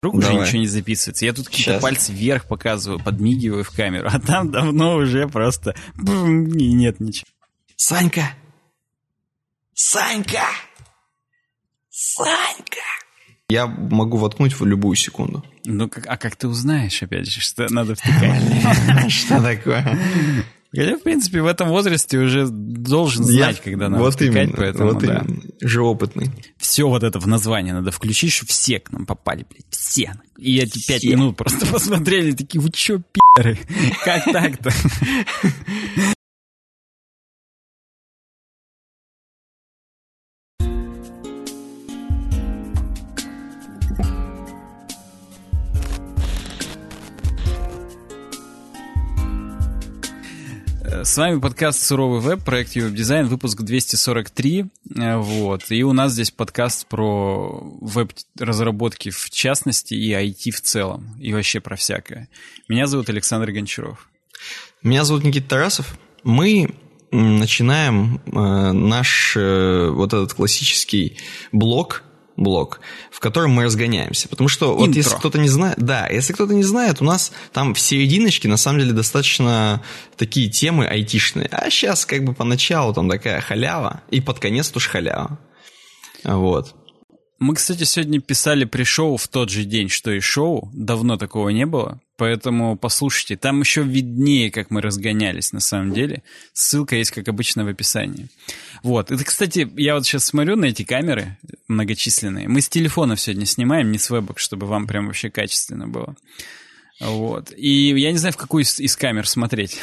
Вдруг уже ничего не записывается. Я тут какие-то пальцы вверх показываю, подмигиваю в камеру, а там давно уже просто нет ничего. Санька! Я могу воткнуть в любую секунду. Ну, как ты узнаешь, опять же, что надо втыкать? Что такое? Я, в принципе, в этом возрасте уже должен знать, когда надо втыкать, поэтому вот именно, же опытный. Все вот это в название надо включить, чтобы все к нам попали, блядь, все. И эти 5 минут просто посмотрели, такие, вы чё, пи***ры? Как так-то? С вами подкаст «Суровый веб», проект «Веб-дизайн», выпуск 243. Вот. И у нас здесь подкаст про веб-разработки в частности и IT в целом, и вообще про всякое. Меня зовут Александр Гончаров. Меня зовут Никита Тарасов. Мы начинаем наш вот этот классический блок, в котором мы разгоняемся. Потому что вот если кто-то не знает, если кто-то не знает, у нас там в серединочке на самом деле достаточно такие темы айтишные. А сейчас как бы поначалу там такая халява, и под конец тоже халява. Вот. Мы, кстати, сегодня писали пришоу в тот же день, что и шоу. Давно такого не было. Поэтому послушайте. Там еще виднее, как мы разгонялись на самом деле. Ссылка есть, как обычно, в описании. Вот. Это, кстати, я вот сейчас смотрю на эти камеры многочисленные. Мы с телефонов сегодня снимаем, не с вебок, чтобы вам прям вообще качественно было. Вот. И я не знаю, в какую из камер смотреть.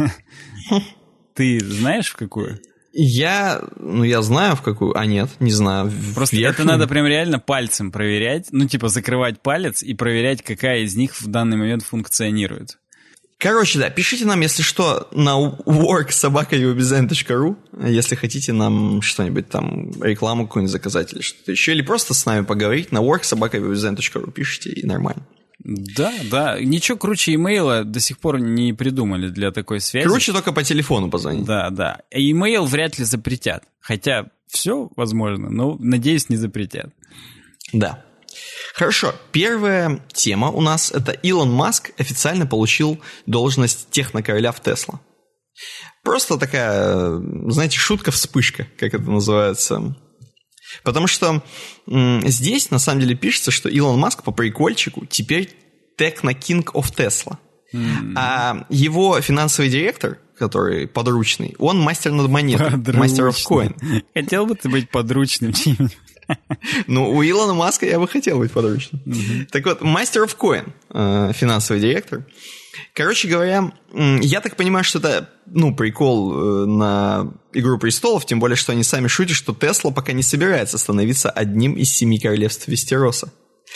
Ты знаешь, в какую? Я знаю, в какую, нет, не знаю. Просто это надо прям реально пальцем проверять, закрывать палец и проверять, какая из них в данный момент функционирует. Короче, пишите нам, если что, на work@webdesign.ru, если хотите нам что-нибудь там, рекламу какую-нибудь заказать или что-то еще, или просто с нами поговорить, на work@webdesign.ru пишите, и нормально. Да, ничего круче имейла до сих пор не придумали для такой связи. Круче только по телефону позвонить. Да. Имейл вряд ли запретят, хотя все возможно, но, надеюсь, не запретят. Да. Хорошо, первая тема у нас – это Илон Маск официально получил должность технокороля в Tesla. Просто такая, знаете, шутка-вспышка, как это называется. Потому что здесь на самом деле пишется, что Илон Маск по прикольчику теперь Techno-King of Tesla. А его финансовый директор, который подручный, он мастер над монетой, мастер of coin. Хотел бы ты быть подручным чем-нибудь? У Илона Маска я бы хотел быть подручным. Так вот, мастер of coin, финансовый директор. Короче говоря, я так понимаю, что это, прикол на «Игру престолов», тем более, что они сами шутят, что Тесла пока не собирается становиться одним из 7 королевств Вестероса.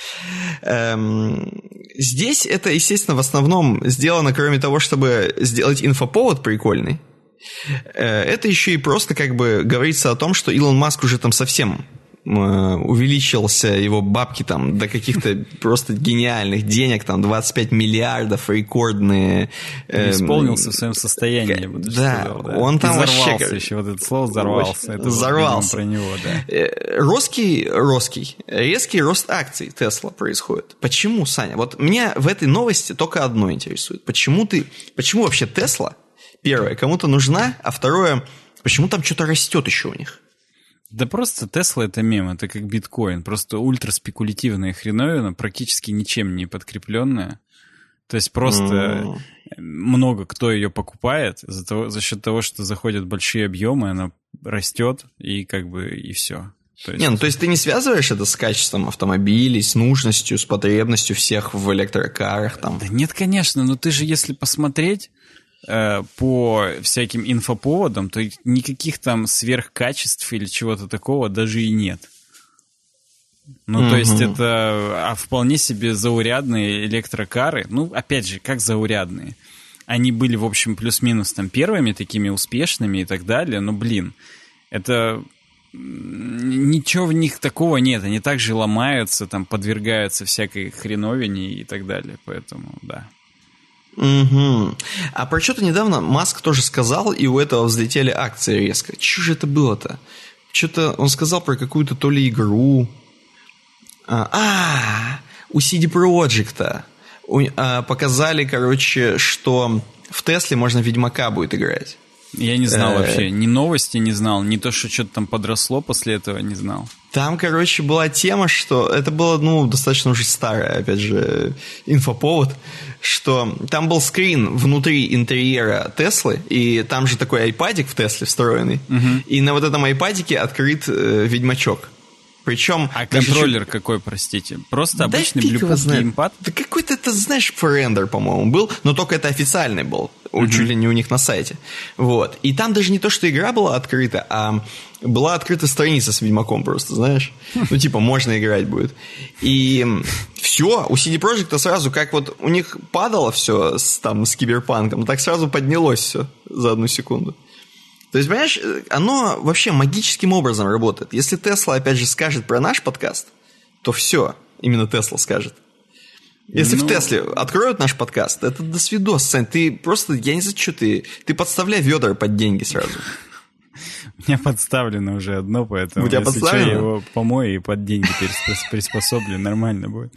Здесь это, естественно, в основном сделано, кроме того, чтобы сделать инфоповод прикольный, это еще и просто как бы говорится о том, что Илон Маск уже там совсем увеличился, его бабки там до каких-то просто гениальных денег, там 25 миллиардов рекордные. Исполнился в своем состоянии, я бы даже сказал. Да, он там вообще... еще, вот это слово «взорвался». Это взорвался. Про него, да. Резкий рост акций Tesla происходит. Почему, Саня? Вот меня в этой новости только одно интересует. Почему вообще Tesla, первое, кому-то нужна, а второе, почему там что-то растет еще у них? Да просто Тесла — это мем, это как биткоин, просто ультраспекулятивная хреновина, практически ничем не подкрепленная. То есть просто много кто ее покупает, за счет того, что заходят большие объемы, она растет, и и все. То есть ты не связываешь это с качеством автомобилей, с нужностью, с потребностью всех в электрокарах там? Да нет, конечно, но ты же, если посмотреть по всяким инфоповодам, то никаких там сверхкачеств или чего-то такого даже и нет. То есть это вполне себе заурядные электрокары. Опять же, как заурядные? Они были, в общем, плюс-минус там первыми такими успешными и так далее, но, это... Ничего в них такого нет. Они также ломаются, там, подвергаются всякой хреновине и так далее. Поэтому, да. Угу. А про что-то недавно Маск тоже сказал, и у этого взлетели акции резко. Что же это было-то? Что-то он сказал про какую-то то ли игру. у CD Projekt'а показали, короче, что в Тесле можно Ведьмака будет играть. Я не знал вообще, ни новости не знал, ни то, что что-то там подросло после этого, не знал. Там, короче, была тема, что это было, достаточно уже старое, опять же, инфоповод, что там был скрин внутри интерьера Теслы, и там же такой айпадик в Тесле встроенный, и на вот этом айпадике открыт Ведьмачок. Причем... А контроллер какой, простите? Просто обычный Bluetooth геймпад? Да какой-то, это, знаешь, Forender, по-моему, был, но только это официальный был, чуть ли не у них на сайте. Вот. И там даже не то, что игра была открыта, а была открыта страница с Ведьмаком просто, знаешь? Типа, можно играть будет. И все, у CD Projekt сразу, как вот у них падало все с Киберпанком, так сразу поднялось все за одну секунду. То есть, понимаешь, оно вообще магическим образом работает. Если Тесла, опять же, скажет про наш подкаст, то все, именно Тесла скажет. Если в Тесле откроют наш подкаст, это до свидос, Сань. Ты просто, я не знаю, что ты подставляй ведра под деньги сразу. У меня подставлено уже одно, поэтому у тебя если подставлено? что, я его помою и под деньги приспособлю, нормально будет.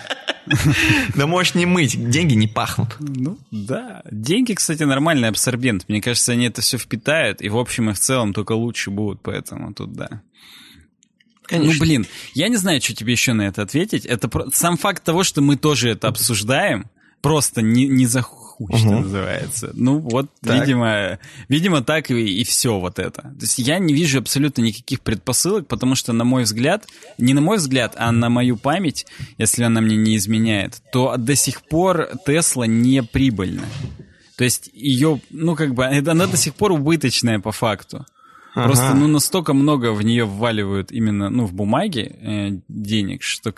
Да можешь не мыть, деньги не пахнут. Да. Деньги, кстати, нормальный абсорбент. Мне кажется, они это все впитают, и в общем и в целом только лучше будут, поэтому тут да. Конечно. Я не знаю, что тебе еще на это ответить. Это сам факт того, что мы тоже это обсуждаем, просто не захуй, что называется. Так. Видимо, так и все вот это. То есть я не вижу абсолютно никаких предпосылок, потому что, на мой взгляд, не на мой взгляд, а на мою память, если она мне не изменяет, то до сих пор Тесла не прибыльна. То есть ее, она до сих пор убыточная по факту. Просто, настолько много в нее вваливают именно, в бумаги денег, что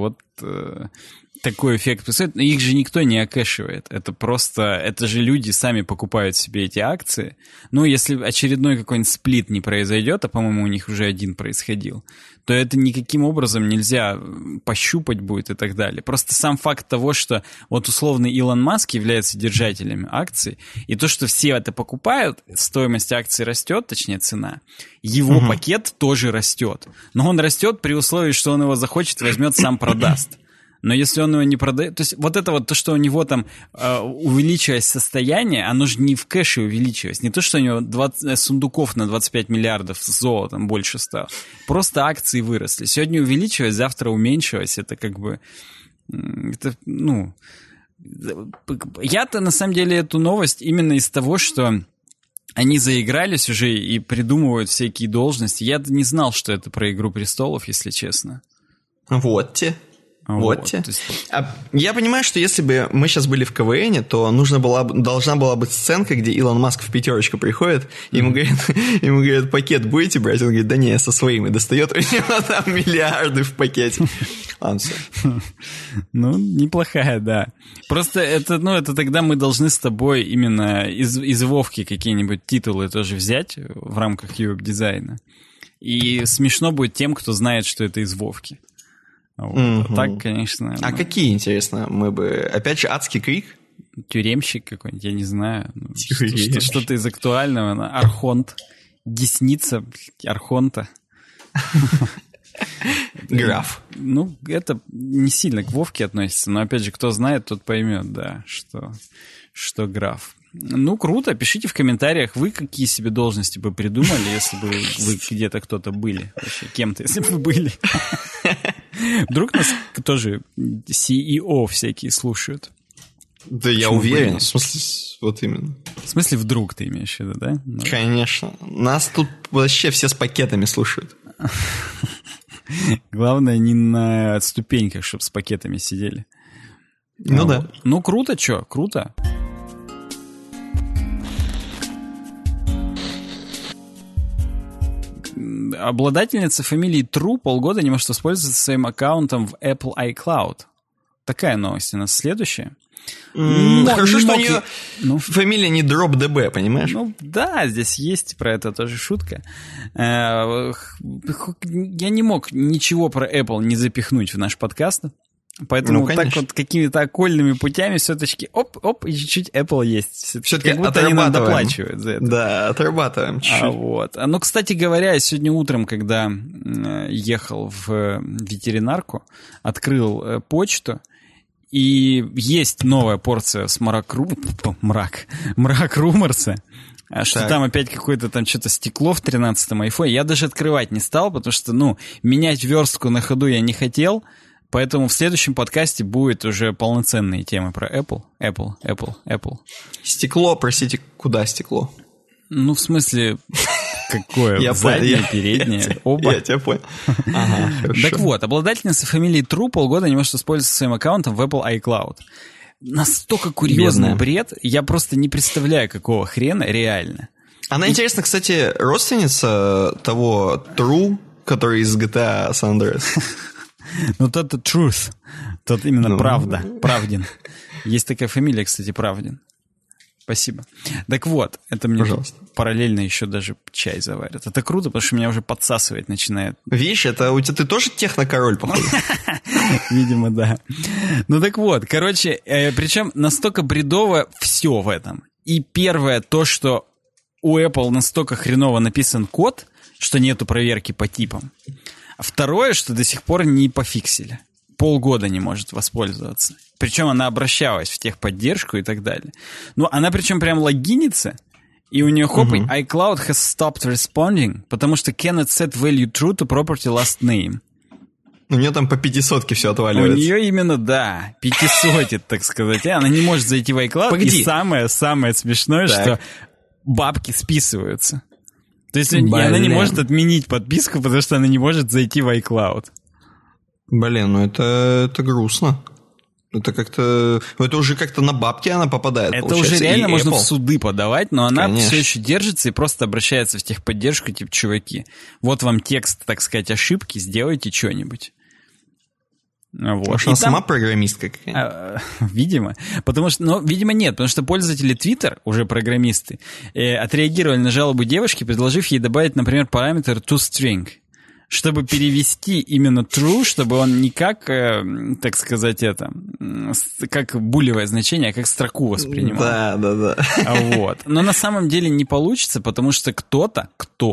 такой эффект происходит. Но их же никто не окэшивает. Это же люди сами покупают себе эти акции. Если очередной какой-нибудь сплит не произойдет, а, по-моему, у них уже один происходил, то это никаким образом нельзя пощупать будет и так далее. Просто сам факт того, что условный Илон Маск является держателем акций, и то, что все это покупают, стоимость акций растет, точнее цена, его пакет тоже растет. Но он растет при условии, что он его захочет, возьмет, сам продаст. Но если он его не продает... То есть то, что у него там увеличилось состояние, оно же не в кэше увеличилось. Не то, что у него 20 сундуков на 25 миллиардов с золотом больше стало. Просто акции выросли. Сегодня увеличилось, завтра уменьшилось. Это Я-то, на самом деле, эту новость именно из того, что они заигрались уже и придумывают всякие должности. Я не знал, что это про «Игру престолов», если честно. Вот те. Я понимаю, что если бы мы сейчас были в КВН, то должна была быть сценка, где Илон Маск в пятерочку приходит, и ему говорят, пакет будете брать? Он говорит, да не, я со своим, и достает у него там миллиарды в пакете. Ладно, все. Неплохая, да. Просто это тогда мы должны с тобой именно из Вовки какие-нибудь титулы тоже взять в рамках UX-дизайна. И смешно будет тем, кто знает, что это из Вовки. А так, конечно... А какие, интересно, мы бы... Опять же, «Адский крик»? Тюремщик какой-нибудь, я не знаю. Что-то из актуального. Архонт. Десница Архонта. Граф. Это не сильно к Вовке относится, но, опять же, кто знает, тот поймет, да, что граф. Круто, пишите в комментариях, вы какие себе должности бы придумали, если бы вы где-то кто-то были, вообще, кем-то, если бы вы были. Вдруг нас тоже CEO всякие слушают. Да я уверен, в смысле, вот именно. В смысле, вдруг ты имеешь в виду, да? Конечно. Нас тут вообще все с пакетами слушают. Главное, не на ступеньках, чтобы с пакетами сидели. Да. Круто, чё, круто. Обладательница фамилии True полгода не может воспользоваться своим аккаунтом в Apple iCloud. Такая новость у нас следующая. Хорошо, что у нее фамилия не DropDB, понимаешь? Да, здесь есть про это тоже шутка. Я не мог ничего про Apple не запихнуть в наш подкаст. Поэтому вот так вот какими-то окольными путями все-таки оп, и чуть-чуть Apple есть. Все-таки как будто они нам доплачивают за это. Да, отрабатываем чуть-чуть. Ну, кстати говоря, я сегодня утром, когда ехал в ветеринарку, открыл почту, и есть новая порция с мрак Руморса, что так. Там опять какое-то там что-то стекло в 13-м айфоне. Я даже открывать не стал, потому что, менять верстку на ходу я не хотел. Поэтому в следующем подкасте будет уже полноценные темы про Apple. Стекло, простите, куда стекло? Ну, в смысле, какое? Заднее, переднее, оба? Я тебя понял. Ага, хорошо. Так вот, обладательница фамилии True полгода не может воспользоваться своим аккаунтом в Apple iCloud. Настолько курьезный бред, я просто не представляю, какого хрена реально. Она, интересно, кстати, родственница того True, который из GTA San Andreas. Ну, тот truth. Тот именно правда. Правдин. Есть такая фамилия, кстати, Правдин. Спасибо. Так вот, это мне параллельно еще даже чай заварят. Это круто, потому что меня уже подсасывать начинает. Видишь, это у тебя ты тоже технокороль, походу? Видимо, да. Ну так вот, короче, причем настолько бредово все в этом. И первое, то, что у Apple настолько хреново написан код, что нету проверки по типам. А второе, что до сих пор не пофиксили. Полгода не может воспользоваться. Причем она обращалась в техподдержку и так далее. Ну, она причем прям логинится, и у нее хоп, iCloud has stopped responding, потому что cannot set value true to property last name. У нее там по 500-ке все отваливается. У нее именно, да, 500, так сказать. Она не может зайти в iCloud. Погоди. И самое смешное, так. Что бабки списываются. То есть она не может отменить подписку, потому что она не может зайти в iCloud. Блин, ну это грустно. Это как-то... Это уже как-то на бабки она попадает, это уже реально можно Apple. В суды подавать, но она все еще держится и просто обращается в техподдержку, типа, чуваки, вот вам текст, так сказать, ошибки, сделайте что-нибудь. Вот. Может, она сама программистка какая-нибудь? Видимо. Потому что, видимо, нет, потому что пользователи Twitter, уже программисты, отреагировали на жалобу девушки, предложив ей добавить, например, параметр toString, чтобы перевести именно true, чтобы он не как, так сказать, как булевое значение, а как строку воспринимал. Да. Вот. Но на самом деле не получится, потому что кто-то...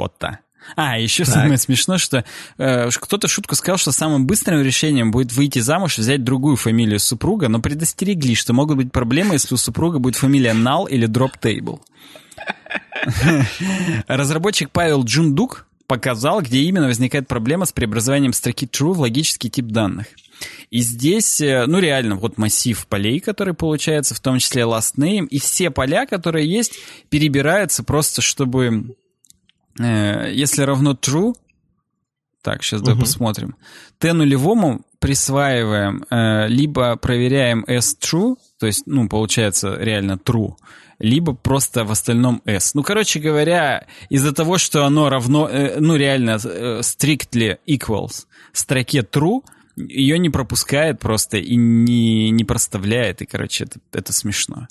еще самое смешное, что кто-то шутку сказал, что самым быстрым решением будет выйти замуж и взять другую фамилию супруга, но предостерегли, что могут быть проблемы, если у супруга будет фамилия Null или Drop Table. Разработчик Павел Джундук показал, где именно возникает проблема с преобразованием строки true в логический тип данных. И здесь, реально, вот массив полей, который получается, в том числе last name, и все поля, которые есть, перебираются просто, чтобы... Если равно true, так, сейчас давай посмотрим, t0 присваиваем, либо проверяем s true, то есть, получается реально true, либо просто в остальном s. Короче говоря, из-за того, что оно равно, реально strictly equals строке true, ее не пропускает просто и не проставляет, и, короче, это смешно.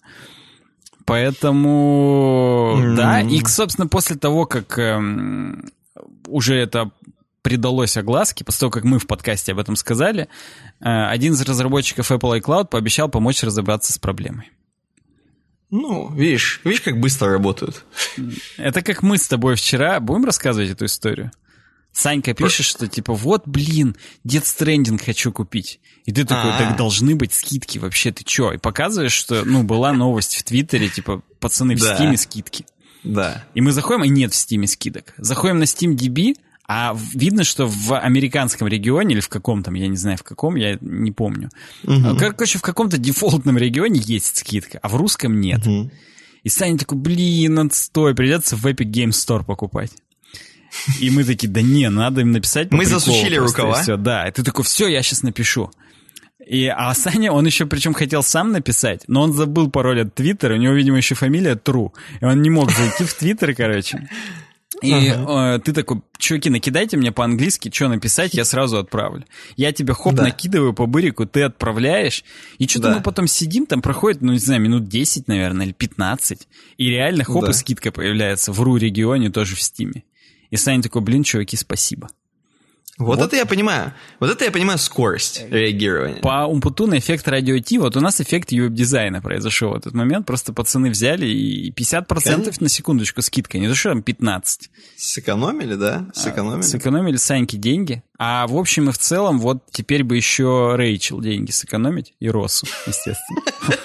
Поэтому, да, и, собственно, после того, как уже это придалось огласке, после того, как мы в подкасте об этом сказали, один из разработчиков Apple iCloud пообещал помочь разобраться с проблемой. Видишь, как быстро работают. Это как мы с тобой вчера. Будем рассказывать эту историю? Санька пишет, что типа, вот, блин, Death Stranding хочу купить. И ты такой, так должны быть скидки вообще, ты чё? И показываешь, что, была новость в Твиттере, типа, пацаны, в Стиме скидки. Да. И мы заходим, и нет в Стиме скидок. Заходим на SteamDB, а видно, что в американском регионе, или в каком там, я не знаю в каком, я не помню. Короче, в каком-то дефолтном регионе есть скидка, а в русском нет. И Саня такой, блин, отстой, придется в Epic Games Store покупать. И мы такие, да не, надо им написать по приколу. Мы засучили рукава. Все, да, и ты такой, все, я сейчас напишу. А Саня, он еще причем хотел сам написать, но он забыл пароль от Твиттера, у него, видимо, еще фамилия True, и он не мог зайти в Твиттер, короче. И ты такой, чуваки, накидайте мне по-английски, что написать, я сразу отправлю. Я тебе накидываю по бырику, ты отправляешь, и что-то мы потом сидим, там проходит, не знаю, минут 10, наверное, или 15, и реально и скидка появляется в РУ регионе, тоже в Стиме. И Саня такой, блин, чуваки, спасибо. Вот это я понимаю. Вот это я понимаю скорость реагирования. По Умпутуну эффект радио Ти, вот у нас эффект веб-дизайна произошел в этот момент. Просто пацаны взяли и 50% на секундочку скидка. Не то, что там 15. Сэкономили, да? Сэкономили Саньки деньги. А в общем и в целом, вот теперь бы еще Рэйчел деньги сэкономить. И Россу, естественно.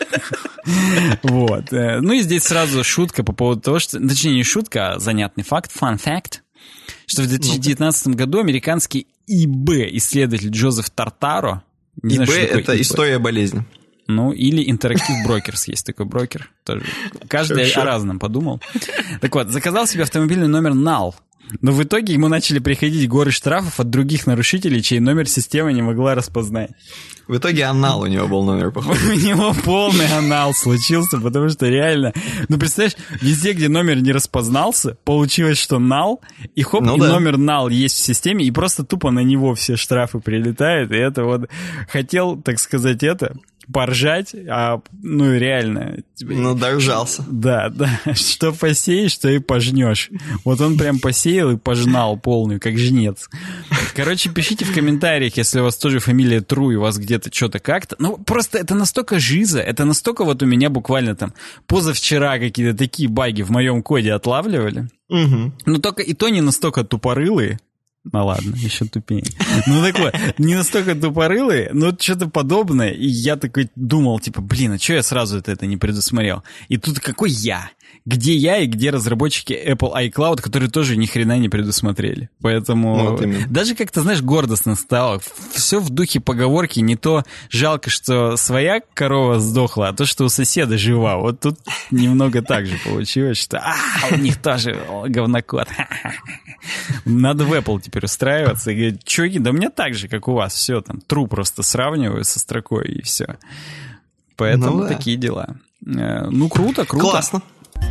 Вот. Ну и здесь сразу шутка по поводу того, что... Точнее, не шутка, а занятный факт, fun fact, что в 2019 году американский ИБ-исследователь Джозеф Тартаро... ИБ — это история болезни. Ну, или Interactive Brokers, есть такой брокер. Тоже. Каждый о разном подумал. Так вот, заказал себе автомобильный номер NAL. Но в итоге ему начали приходить горы штрафов от других нарушителей, чей номер система не могла распознать. В итоге анал у него был номер, походу. У него полный анал случился, потому что реально... Ну, представляешь, везде, где номер не распознался, получилось, что NAL, и хоп, и номер NAL есть в системе, и просто тупо на него все штрафы прилетают, и это вот... Хотел, так сказать, поржать, а, ну, реально... Ну, доржался. Да. Что посеешь, что и пожнешь. Вот он прям посеял и пожнал полную, как жнец. Короче, пишите в комментариях, если у вас тоже фамилия Тру, и у вас где-то что-то как-то... Ну, просто это настолько жиза, это настолько вот у меня буквально там позавчера какие-то такие баги в моем коде отлавливали. Угу. Но только и то не настолько тупорылые. Ну ладно, еще тупее. Ну так вот, не настолько тупорылые, но что-то подобное. И я такой думал, типа, блин, а что я сразу это не предусмотрел? И тут какой я? Где я и где разработчики Apple iCloud, которые тоже ни хрена не предусмотрели. Поэтому вот даже как-то, знаешь, гордостно стало. Все в духе поговорки. Не то жалко, что своя корова сдохла, а то, что у соседа жива. Вот тут немного так же получилось, что у них тоже говнокод. Надо в Apple теперь устраиваться и говорить, чуваки, да у меня так же, как у вас. Все, там, true просто сравниваю со строкой и все. Поэтому такие дела. Ну, круто. Классно.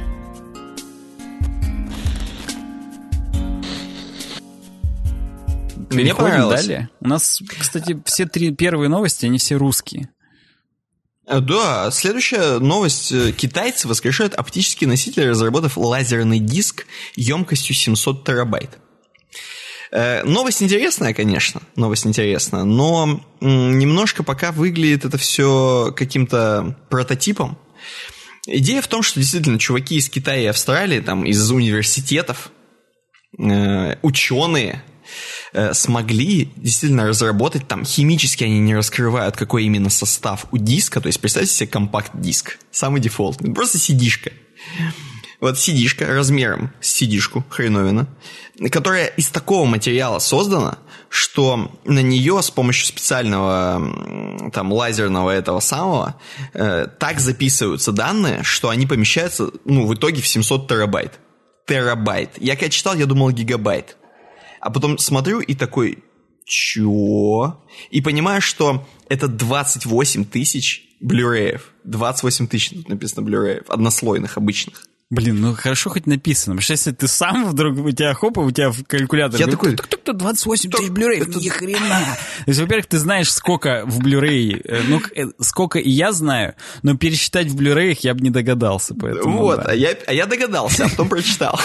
Переходим далее. У нас, кстати, все 3 первые новости, они все русские. Да, следующая новость. Китайцы воскрешают оптические носители, разработав лазерный диск емкостью 700 терабайт. Новость интересная, конечно, но немножко пока выглядит это все каким-то прототипом. Идея в том, что действительно чуваки из Китая и Австралии, там, из университетов, ученые, смогли действительно разработать, там химически они не раскрывают, какой именно состав у диска, то есть представьте себе компакт-диск, самый дефолтный, просто CD-шка. Вот CD-шка размером с CD-шку, хреновина, которая из такого материала создана, что на нее с помощью специального там лазерного этого самого так записываются данные, что они помещаются, в итоге в 700 терабайт. Я когда читал, я думал гигабайт. А потом смотрю и такой, чё? И понимаю, что это 28 тысяч Blu-ray'ев. 28 тысяч тут написано Blu-ray'ев, однослойных, обычных. Блин, ну хорошо хоть написано. Потому что если ты сам вдруг, у тебя в калькулятор... Я такой... 28 тысяч Blu-ray, ни хрена. То есть, во-первых, ты знаешь, сколько в Blu-ray, сколько и я знаю, но пересчитать в Blu-ray я бы не догадался. Поэтому, вот, да. а я догадался, а потом прочитал.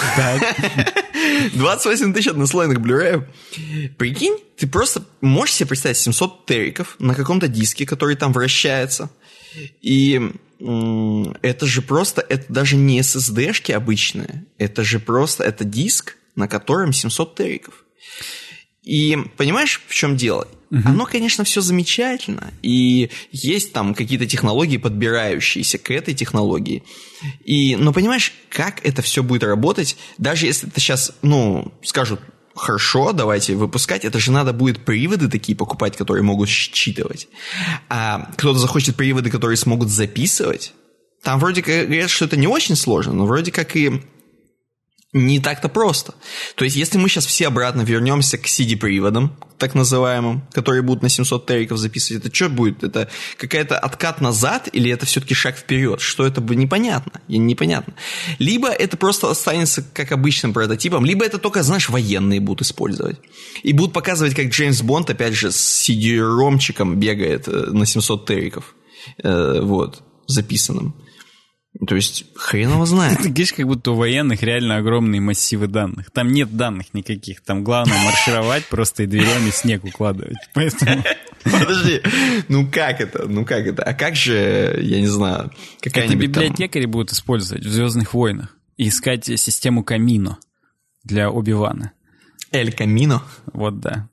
28 тысяч однослойных Blu-ray. Прикинь, ты просто можешь себе представить 700 териков на каком-то диске, который там вращается. И... это же просто, это даже не SSD-шки обычные, это же просто, это диск, на котором 700 териков. И понимаешь, в чем дело? Оно, конечно, все замечательно, и есть там какие-то технологии, подбирающиеся к этой технологии. Но понимаешь, как это все будет работать, даже если это сейчас, скажут, хорошо, давайте выпускать. Это же надо будет приводы такие покупать, которые могут считывать. А кто-то захочет приводы, которые смогут записывать. Там вроде как говорят, что это не очень сложно, но вроде как и не так-то просто. То есть, если мы сейчас все обратно вернемся к CD-приводам, так называемым, которые будут на 700 териков записывать, это что будет? Это какая-то откат назад или это все-таки шаг вперед? Что это бы непонятно. Либо это просто останется как обычным прототипом, либо это только, знаешь, военные будут использовать. И будут показывать, как Джеймс Бонд, опять же, с CD-ромчиком бегает на 700 териков. Записанным. То есть, хрен его знает. Ты говоришь, как будто у военных реально огромные массивы данных. Там нет данных никаких. Там главное маршировать просто и дверями снег укладывать. Поэтому... Подожди, ну как это? А как же, я не знаю, какая-нибудь это библиотекари будут использовать в «Звездных войнах» и искать систему Камино для Оби-Вана. Эль Камино? Вот, да.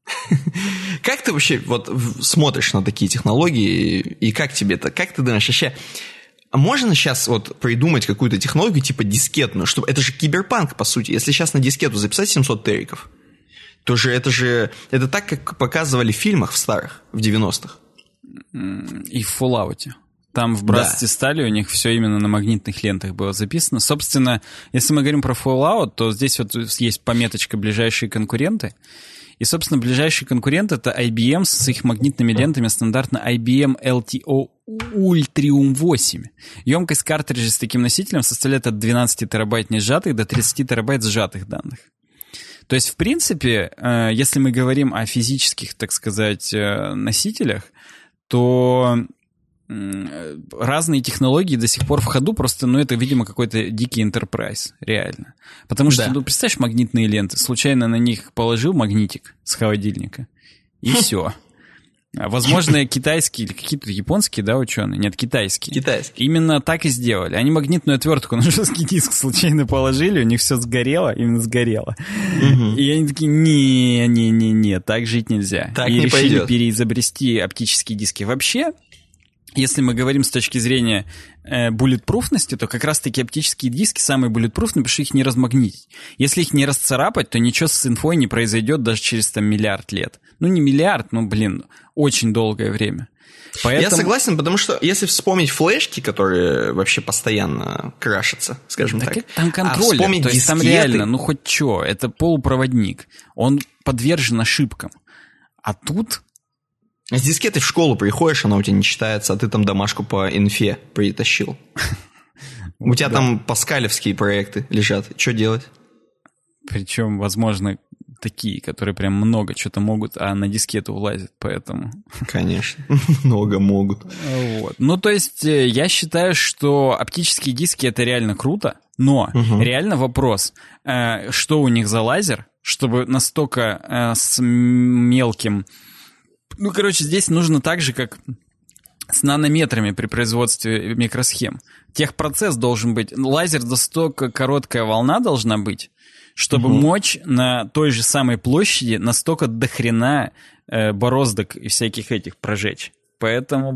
Как ты вообще вот смотришь на такие технологии, и как тебе это? Как ты думаешь, вообще... Можно сейчас вот придумать какую-то технологию типа дискетную, чтобы это же киберпанк, по сути. Если сейчас на дискету записать 700 териков, то же это так, как показывали в фильмах в старых, в 90-х. И в Fallout. Там в «Братстве стали» у них все именно на магнитных лентах было записано. Собственно, если мы говорим про Fallout, то здесь вот есть пометочка «Ближайшие конкуренты». И, собственно, ближайший конкурент — это IBM с их магнитными лентами, стандартно IBM LTO Ultrium 8. Емкость картриджей с таким носителем составляет от 12 терабайт не сжатых до 30 терабайт сжатых данных. То есть, в принципе, если мы говорим о физических, так сказать, носителях, то разные технологии до сих пор в ходу, просто, это, видимо, какой-то дикий enterprise, реально. Потому что, представляешь, магнитные ленты, случайно на них положил магнитик с холодильника, и все. Возможно, китайские или какие-то японские, да, ученые? Нет, китайские. Китайские. Именно так и сделали. Они магнитную отвертку на жесткий диск случайно положили, у них все сгорело, именно сгорело. И они такие, не, так жить нельзя. Так и не решили пойдет. Переизобрести оптические диски. Вообще, если мы говорим с точки зрения буллетпруфности, то как раз-таки оптические диски самые буллетпруфные, потому что их не размагнитить. Если их не расцарапать, то ничего с инфой не произойдет даже через миллиард лет. Не миллиард, очень долгое время. Поэтому... Я согласен, потому что если вспомнить флешки, которые вообще постоянно крашатся, скажем так. Там контроллер, вспомнить то есть дискеты... там реально, хоть что, это полупроводник. Он подвержен ошибкам. А тут... С дискетой в школу приходишь, она у тебя не читается, а ты там домашку по инфе притащил. У тебя там паскалевские проекты лежат. Что делать? Причем, возможно, такие, которые прям много что-то могут, а на дискету влазят, поэтому... Конечно, много могут. Вот. То есть, я считаю, что оптические диски — это реально круто, но реально вопрос, что у них за лазер, чтобы настолько с мелким... здесь нужно так же, как с нанометрами при производстве микросхем. Техпроцесс должен быть... Лазер настолько короткая волна должна быть, чтобы мочь на той же самой площади настолько дохрена бороздок и всяких этих прожечь. Поэтому,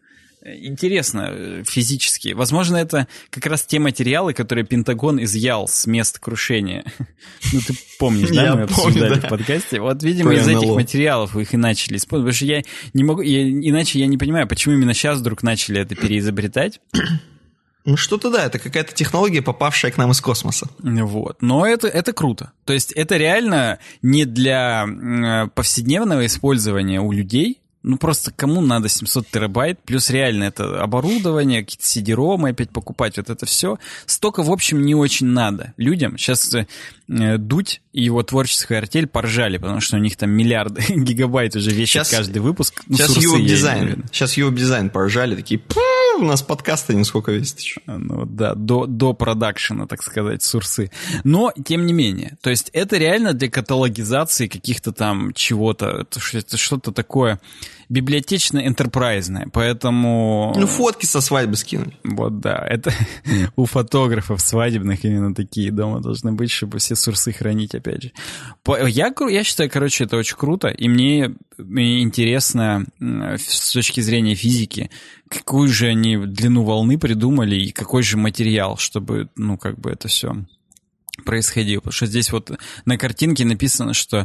интересно физически. Возможно, это как раз те материалы, которые Пентагон изъял с мест крушения. Ты помнишь, да? Мы обсуждали в подкасте. Вот, видимо, из этих материалов их и начали использовать. Потому что я не могу... Иначе я не понимаю, почему именно сейчас вдруг начали это переизобретать. Что-то да, это какая-то технология, попавшая к нам из космоса. Вот. Но это круто. То есть это реально не для повседневного использования у людей. Просто кому надо 700 терабайт, плюс реально это оборудование, какие-то CD-ромы опять покупать, вот это все. Столько, в общем, не очень надо людям. Сейчас Дудь и его творческая артель поржали, потому что у них там миллиарды гигабайт уже весит каждый выпуск. Сейчас Europe Design поржали, такие... У нас подкасты нисколько весит еще. До продакшена, так сказать, сурсы. Но, тем не менее, то есть это реально для каталогизации каких-то там чего-то, это что-то такое библиотечно-энтерпрайзное, поэтому... Фотки со свадьбы скинули. Вот, да, это у фотографов свадебных именно такие дома должны быть, чтобы все сурсы хранить, опять же. Я считаю, это очень круто, и мне интересно с точки зрения физики, какую же они длину волны придумали и какой же материал, чтобы, это все происходило. Потому что здесь вот на картинке написано, что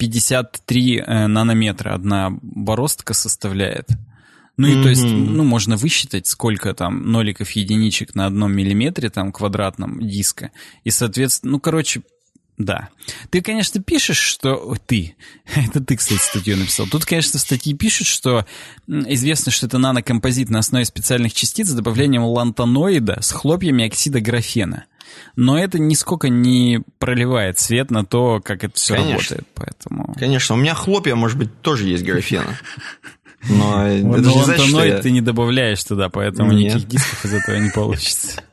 53 нанометра одна бороздка составляет. И то есть, можно высчитать, сколько там ноликов, единичек на 1 миллиметре там квадратном диска. И, соответственно, да. Ты, конечно, пишешь, что... Это ты, кстати, статью написал. Тут, конечно, в статье пишут, что известно, что это нанокомпозит на основе специальных частиц с добавлением лантаноида с хлопьями оксида графена. Но это нисколько не проливает свет на то, как это все работает. Поэтому... Конечно, у меня хлопья, может быть, тоже есть графена. Но это же не значит, что Антоноид ты не добавляешь туда, поэтому никаких дисков из этого не получится.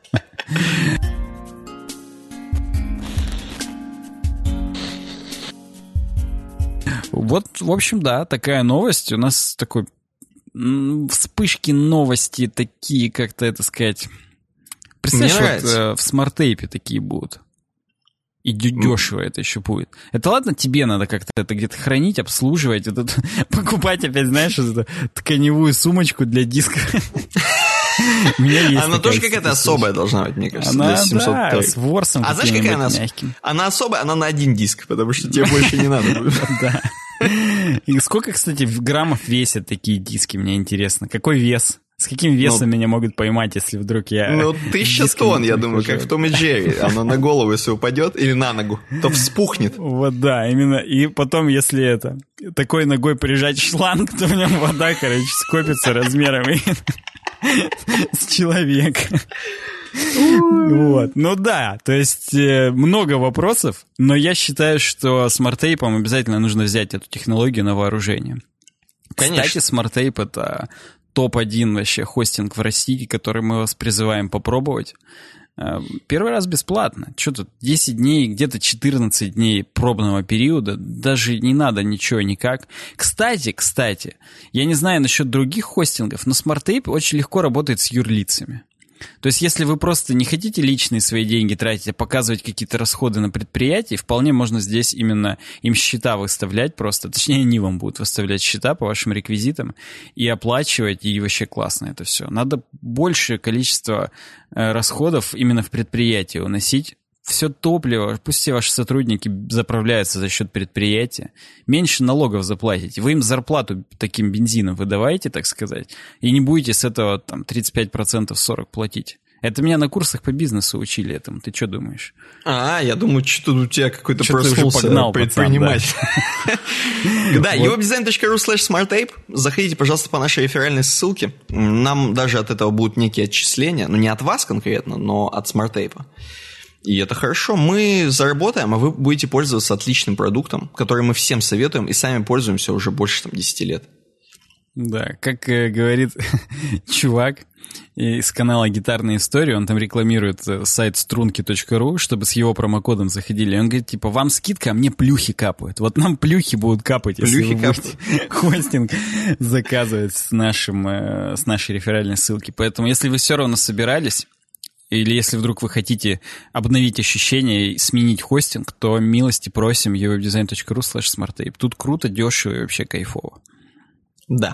Вот, в общем, да, такая новость. У нас такой вспышки новости такие, как-то это сказать. Представляешь, вот в смарт-тейпе такие будут. И дешево это еще будет. Это ладно, тебе надо как-то это где-то хранить, обслуживать, покупать опять, знаешь, эту тканевую сумочку для дисков. Она тоже какая-то особая должна быть, мне кажется. Она, да, с ворсом. А знаешь, какая она? Она особая, она на один диск, потому что тебе больше не надо будет. Да. И сколько, кстати, граммов весят такие диски, мне интересно. Какой вес? С каким весом меня могут поймать, если вдруг я... 1000 тонн, я думаю, как в Том и Джерри. Оно на голову, если упадет, или на ногу, то вспухнет. Вот да, именно. И потом, если такой ногой прижать шланг, то в нем вода, скопится размером с человека. Вот. Ну да, то есть много вопросов, но я считаю, что смарт-тейпом обязательно нужно взять эту технологию на вооружение. Конечно. Кстати, смарт-тейп — это топ-1 вообще хостинг в России, который мы вас призываем попробовать. Первый раз бесплатно. Что тут, 10 дней, где-то 14 дней пробного периода. Даже не надо ничего никак. Кстати, я не знаю насчет других хостингов, но смарт-тейп очень легко работает с юрлицами. То есть, если вы просто не хотите личные свои деньги тратить, а показывать какие-то расходы на предприятии, вполне можно здесь именно им счета выставлять просто. Точнее, они вам будут выставлять счета по вашим реквизитам и оплачивать, и вообще классно это все. Надо большее количество расходов именно в предприятии уносить. Все топливо, пусть все ваши сотрудники заправляются за счет предприятия, меньше налогов заплатите. Вы им зарплату таким бензином выдаваете, так сказать, и не будете с этого там 35%, 40% платить. Это меня на курсах по бизнесу учили этому. Ты что думаешь? Я думаю, что у тебя какой-то проснулся предприниматель. Да, uwebdesign.ru/smarttape. Заходите, пожалуйста, по нашей реферальной ссылке. Нам даже от этого будут некие отчисления. Ну, не от вас конкретно, но от смарт-тейпа. И это хорошо, мы заработаем, а вы будете пользоваться отличным продуктом, который мы всем советуем и сами пользуемся уже больше 10 лет. Да, как говорит чувак из канала «Гитарные истории», он там рекламирует сайт strunki.ru, чтобы с его промокодом заходили. Он говорит, типа, вам скидка, а мне плюхи капают. Вот нам плюхи будут капать, если вы будете хостинг заказывать с нашей реферальной ссылки. Поэтому, если вы все равно собирались, или если вдруг вы хотите обновить ощущения и сменить хостинг, то милости просим uwebdesign.ru/smarttape. Тут круто, дешево и вообще кайфово. Да.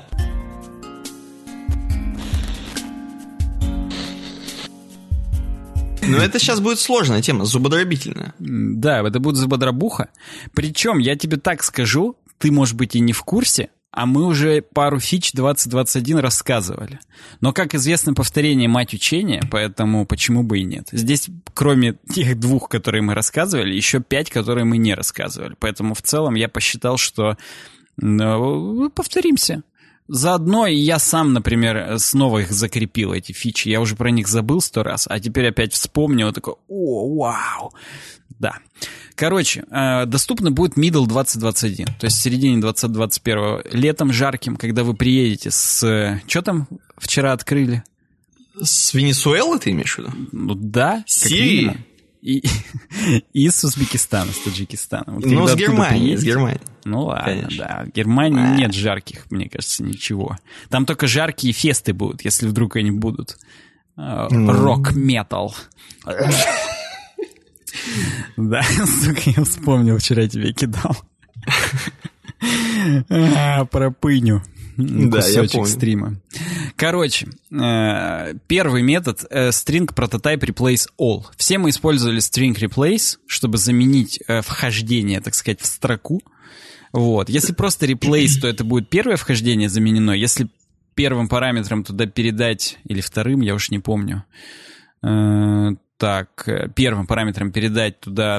Но это сейчас будет сложная тема, зубодробительная. Да, это будет зубодробуха. Причем, я тебе так скажу, ты, может быть, и не в курсе, а мы уже пару фич 2021 рассказывали. Но, как известно, повторение — мать учения, поэтому почему бы и нет. Здесь, кроме тех 2, которые мы рассказывали, еще 5, которые мы не рассказывали. Поэтому в целом я посчитал, что повторимся. Заодно и я сам, например, снова их закрепил, эти фичи. Я уже про них забыл 100 раз, а теперь опять вспомнил, такой, вау. Да. Короче, доступно будет middle 2021, то есть в середине 2021, летом жарким, когда вы приедете с... Что там вчера открыли? С Венесуэлы ты имеешь в виду? Ну да. Сирии? И с Узбекистана, с Таджикистана. Вот с Германии. Ну ладно, конечно. Да. В Германии нет жарких, мне кажется, ничего. Там только жаркие фесты будут, если вдруг они будут. Рок-метал. Да, сука, я вспомнил, вчера тебе кидал. Про пыню. Да, я помню. Стрима. Короче, первый метод string prototype replace all. Все мы использовали string replace, чтобы заменить вхождение, так сказать, в строку. Вот. Если просто replace, то это будет первое вхождение заменено. Если первым параметром туда передать, или вторым, я уж не помню. Так, первым параметром передать туда,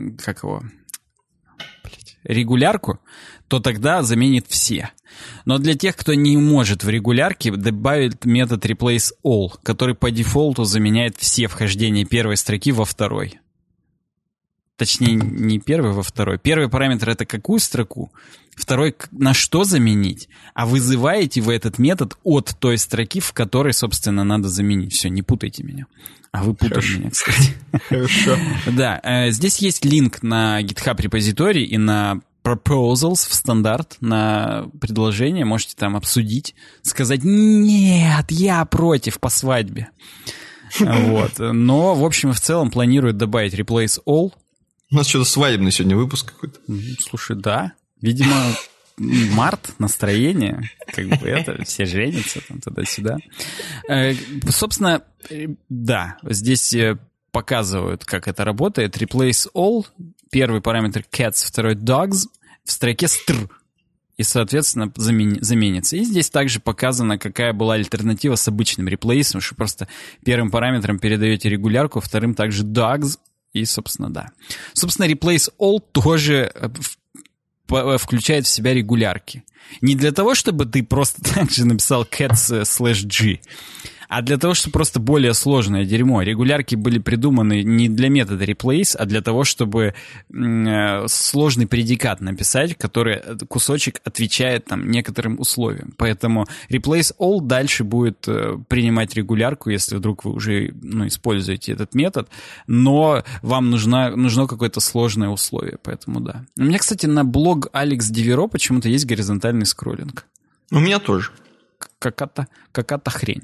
регулярку, то тогда заменит все. Но для тех, кто не может в регулярке, добавит метод replace all, который по дефолту заменяет все вхождения первой строки во второй. Точнее, не первый во второй. Первый параметр — это какую строку, второй — на что заменить, а вызываете вы этот метод от той строки, в которой, собственно, надо заменить. Все, не путайте меня. А вы путали меня, кстати. Хорошо. Да, здесь есть линк на GitHub репозиторий и на proposals в стандарт, на предложение. Можете там обсудить, сказать: нет, я против по свадьбе. Вот. Но, в общем и в целом, планируют добавить replace all. У нас что-то свадебный сегодня выпуск какой-то. Слушай, да. Видимо, март, настроение, как бы это, все женятся, там, туда-сюда. Собственно, да, здесь показывают, как это работает. Replace all, первый параметр cats, второй dogs, в строке str, и, соответственно, заменится. И здесь также показано, какая была альтернатива с обычным реплейсом, что просто первым параметром передаете регулярку, вторым также dogs, и, собственно, да. Собственно, replace all тоже включает в себя регулярки. Не для того, чтобы ты просто так же написал cats/g, а для того, чтобы просто более сложное дерьмо. Регулярки были придуманы не для метода replace, а для того, чтобы сложный предикат написать, который кусочек отвечает там некоторым условиям. Поэтому replace all дальше будет принимать регулярку, если вдруг вы уже используете этот метод, но вам нужно какое-то сложное условие, поэтому да. У меня, кстати, на блог Алекс Деверо почему-то есть горизонтальный скроллинг. У меня тоже. Какая-то хрень.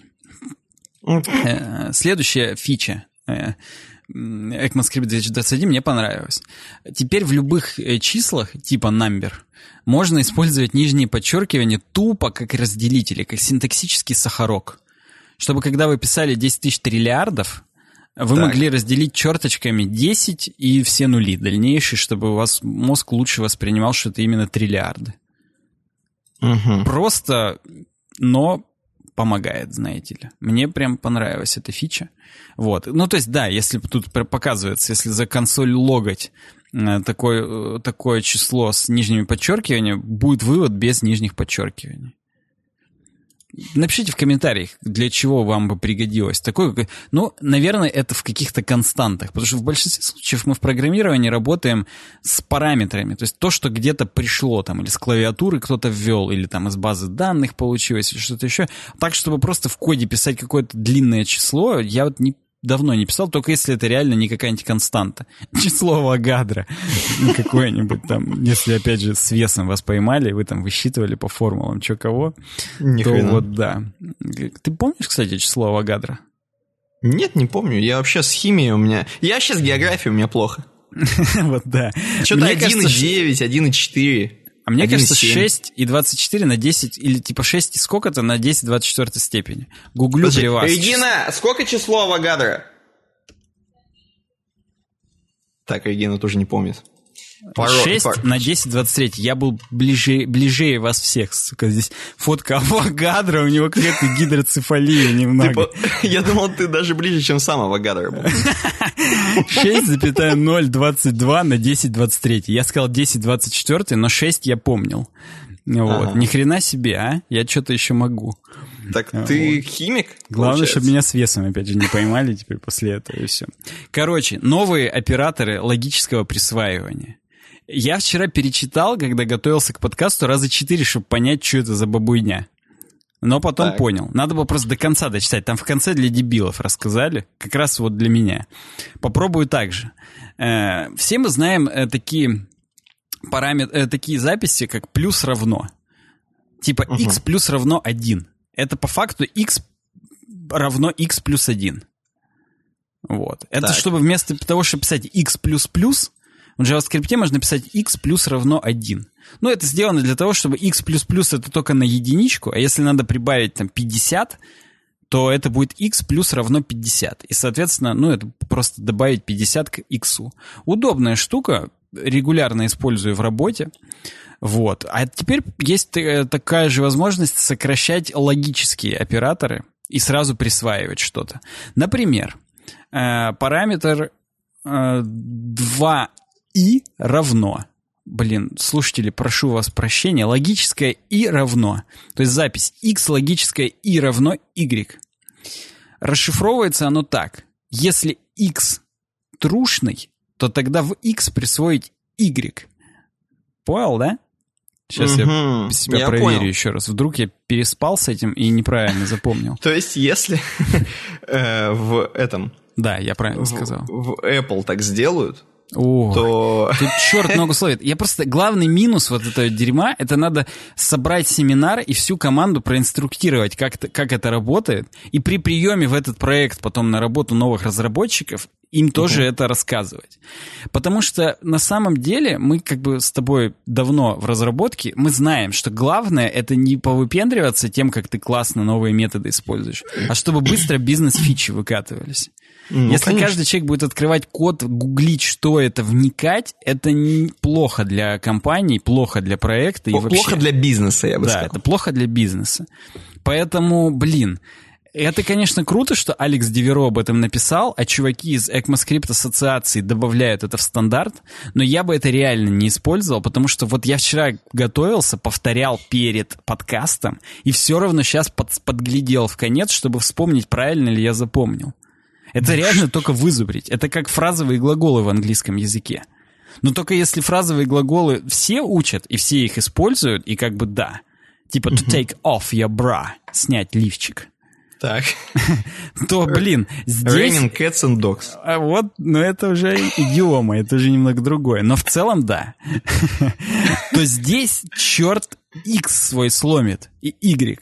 Следующая фича ECMAScript 2021 мне понравилась. Теперь в любых числах типа number можно использовать нижние подчеркивания тупо как разделители, как синтаксический сахарок. Чтобы когда вы писали 10 тысяч триллиардов, вы могли разделить черточками 10 и все нули дальнейшие, чтобы у вас мозг лучше воспринимал, что это именно триллиарды. Просто, но помогает, знаете ли. Мне прям понравилась эта фича. Вот. Ну, то есть, да, если тут показывается, если за консоль логать такое число с нижними подчеркиваниями, будет вывод без нижних подчеркиваний. Напишите в комментариях, для чего вам бы пригодилось такое. Ну, наверное, это в каких-то константах, потому что в большинстве случаев мы в программировании работаем с параметрами, то есть то, что где-то пришло там, или с клавиатуры кто-то ввел, или там из базы данных получилось, или что-то еще. Так, чтобы просто в коде писать какое-то длинное число, я вот давно не писал, только если это реально не какая-нибудь константа. Число Авогадро какое-нибудь там, если, опять же, с весом вас поймали, вы там высчитывали по формулам, что кого, то вот да. Ты помнишь, кстати, число Авогадро? Нет, не помню. Я вообще с химией у меня... Я вообще с географией у меня плохо. Вот да. Что-то 1,9, 1,4... А мне кажется, 6 и 24 на 10, или типа 6 и сколько-то на 10 24 степени. Гуглю при вас. Регина, сколько число Авогадро? Так, Регина тоже не помнит. 6 на 10 23. Я был ближее вас всех, сука. Здесь фотка Авогадро, у него какая-то гидроцефалия немного. Я думал, ты даже ближе, чем сам Авогадро был. 6,022 на 10 23. Я сказал 10 24, но 6 я помнил. Вот. Ни хрена себе, а? Я что-то еще могу. Так ты химик? Главное, чтобы меня с весом, опять же, не поймали теперь после этого, и все. Короче, новые операторы логического присваивания. Я вчера перечитал, когда готовился к подкасту, раза 4, чтобы понять, что это за бабуйня. Но потом понял. Надо было просто до конца дочитать. Там в конце для дебилов рассказали. Как раз вот для меня. Попробую так же. Все мы знаем такие записи, как плюс равно. Типа x плюс равно 1. Это по факту x равно x плюс 1. Вот. Это чтобы вместо того, чтобы писать x плюс плюс, в JavaScript можно писать x плюс равно 1. Ну, это сделано для того, чтобы x плюс плюс это только на единичку, а если надо прибавить там 50, то это будет x плюс равно 50. И, соответственно, это просто добавить 50 к x. Удобная штука, регулярно использую в работе. Вот. А теперь есть такая же возможность сокращать логические операторы и сразу присваивать что-то. Например, параметр 2i равно. Слушатели, прошу вас прощения. Логическое и равно. То есть запись x логическое и равно y. Расшифровывается оно так. Если x трушный, то тогда в X присвоить Y. Понял, да? Сейчас я себя проверю еще раз. Вдруг я переспал с этим и неправильно запомнил. То есть, если в этом... Да, я правильно сказал. В Apple так сделают, то... Тут черт ногу словит. Я просто... Главный минус вот этого дерьма, это надо собрать семинар и всю команду проинструктировать, как это работает. И при приеме в этот проект потом на работу новых разработчиков им тоже это рассказывать. Потому что на самом деле мы как бы с тобой давно в разработке, мы знаем, что главное это не повыпендриваться тем, как ты классно новые методы используешь, а чтобы быстро бизнес-фичи выкатывались. Если конечно. Каждый человек будет открывать код, гуглить, что это, вникать, это плохо для компании, плохо для проекта. Плохо и вообще. Для бизнеса, я бы сказал. Да, это плохо для бизнеса. Поэтому, это, конечно, круто, что Алекс Деверо об этом написал, а чуваки из ECMAScript ассоциации добавляют это в стандарт, но я бы это реально не использовал, потому что вот я вчера готовился, повторял перед подкастом, и все равно сейчас подглядел в конец, чтобы вспомнить, правильно ли я запомнил. Это реально только вызубрить. Это как фразовые глаголы в английском языке. Но только если фразовые глаголы все учат, и все их используют, и как бы да. Типа to take off your bra, снять лифчик. Так. То, здесь... Raining cats and dogs. А вот, это уже идиома, это уже немного другое. Но в целом, да. То здесь черт X свой сломит, и Y.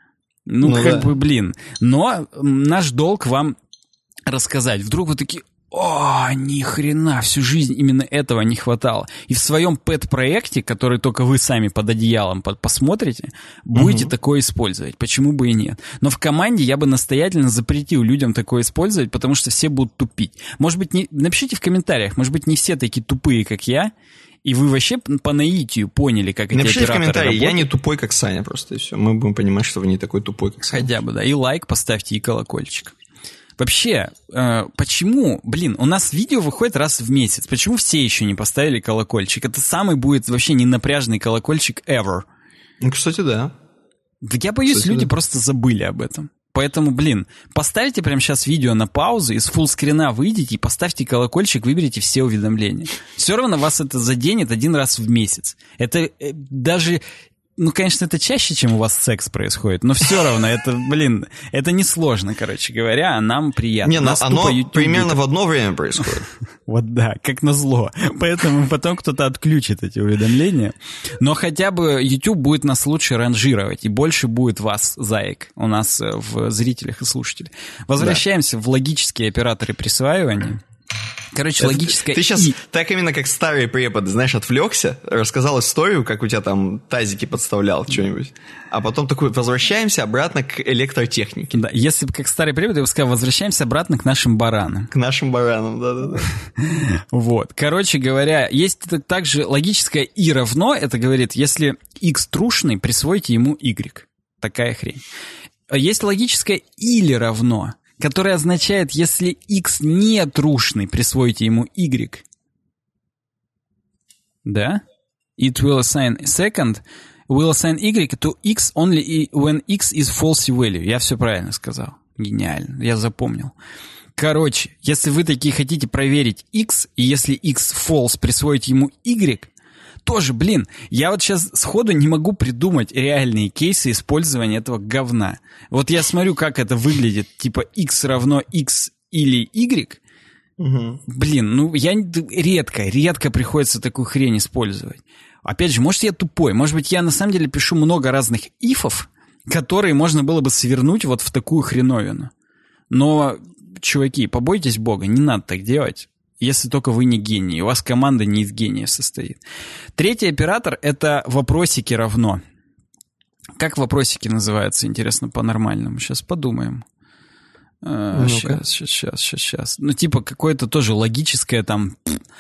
Но наш долг вам рассказать. Вдруг вы такие, ни хрена, всю жизнь именно этого не хватало. И в своем пэт-проекте, который только вы сами под одеялом посмотрите, будете такое использовать. Почему бы и нет? Но в команде я бы настоятельно запретил людям такое использовать, потому что все будут тупить. Может быть, напишите в комментариях, может быть, не все такие тупые, как я, и вы вообще по наитию поняли, как эти операторы работают. Напишите в комментарии, я не тупой, как Саня, просто и все. Мы будем понимать, что вы не такой тупой, как Саня. Хотя бы, да. И лайк поставьте, и колокольчик. Вообще, почему, у нас видео выходит раз в месяц. Почему все еще не поставили колокольчик? Это самый будет вообще ненапряжный колокольчик ever. Кстати, да. Я боюсь, люди просто забыли об этом. Поэтому, поставьте прямо сейчас видео на паузу, из фуллскрина выйдите и поставьте колокольчик, выберите все уведомления. Все равно вас это заденет один раз в месяц. Это даже... конечно, это чаще, чем у вас секс происходит, но все равно это, это несложно, короче говоря, а нам приятно. Оно примерно в одно время происходит. Вот да, как назло. Поэтому потом кто-то отключит эти уведомления. Но хотя бы YouTube будет нас лучше ранжировать, и больше будет вас, заек, у нас в зрителях и слушателях. Возвращаемся в логические операторы присваивания. Короче, логическое... Ты сейчас так именно как старый препод, знаешь, отвлекся, рассказал историю, как у тебя там тазики подставлял, что-нибудь, а потом такой, возвращаемся обратно к электротехнике. Да, если бы как старый препод, я бы сказал, возвращаемся обратно к нашим баранам. К нашим баранам, да-да-да. Вот, короче говоря, есть также логическое «и» равно, это говорит, если x трушный, присвойте ему y. Такая хрень. Есть логическое «или» равно, которое означает, если x не трушный, присвойте ему y. Да? It will assign y to x only when x is false value. Я все правильно сказал. Гениально. Я запомнил. Короче, если вы такие хотите проверить x, и если x false, присвоить ему y, тоже, я вот сейчас сходу не могу придумать реальные кейсы использования этого говна. Вот я смотрю, как это выглядит, типа x равно x или y. Я редко приходится такую хрень использовать. Опять же, может, я тупой, может быть, я на самом деле пишу много разных ифов, которые можно было бы свернуть вот в такую хреновину. Но, чуваки, побойтесь Бога, не надо так делать. Если только вы не гений, у вас команда не из гениев состоит. Третий оператор — это вопросики равно. Как вопросики называются, интересно, по-нормальному? Сейчас подумаем. Сейчас. Типа какое-то тоже логическое там...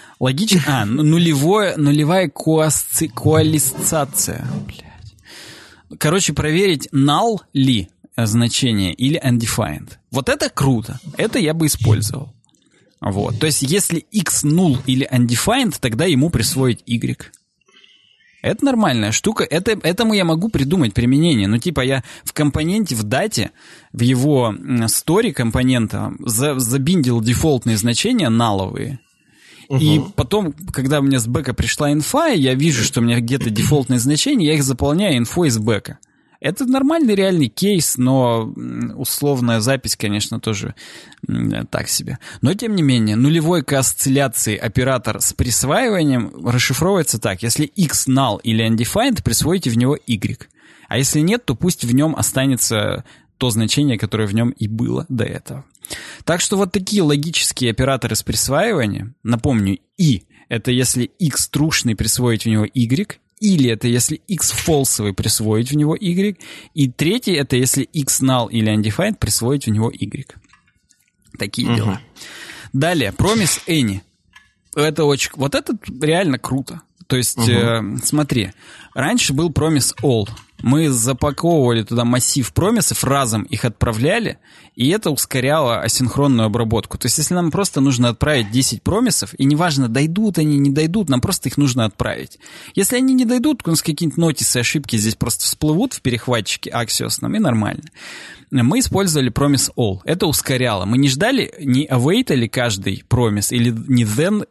нулевая коалисцация. Короче, проверить null ли значение или undefined. Вот это круто. Это я бы использовал. Вот. То есть, если x null или undefined, тогда ему присвоить y. Это нормальная штука. Этому я могу придумать применение. Я в компоненте, в дате, в его story компонента забиндил дефолтные значения налловые. И потом, когда у меня с бэка пришла инфа, и я вижу, что у меня где-то дефолтные значения, я их заполняю инфой из бэка. Это нормальный реальный кейс, но условная запись, конечно, тоже так себе. Но, тем не менее, нулевой к осцилляции оператор с присваиванием расшифровывается так. Если x null или undefined, присвоите в него y. А если нет, то пусть в нем останется то значение, которое в нем и было до этого. Так что вот такие логические операторы с присваиванием, напомню, и это если x трушный присвоить в него y, или это если x фолсовый присвоить в него y, и третий это если x null или undefined присвоить в него y. Такие дела. Далее, promise any. Это очень... Вот это реально круто. То есть, смотри, раньше был promise all. Мы запаковывали туда массив промисов, разом их отправляли, и это ускоряло асинхронную обработку. То есть, если нам просто нужно отправить 10 промисов, и неважно, дойдут они, не дойдут, нам просто их нужно отправить. Если они не дойдут, у нас какие-нибудь нотисы, ошибки здесь просто всплывут в перехватчике Axios, и нормально. Мы использовали promise all. Это ускоряло. Мы не ждали, не await каждый промис, или не then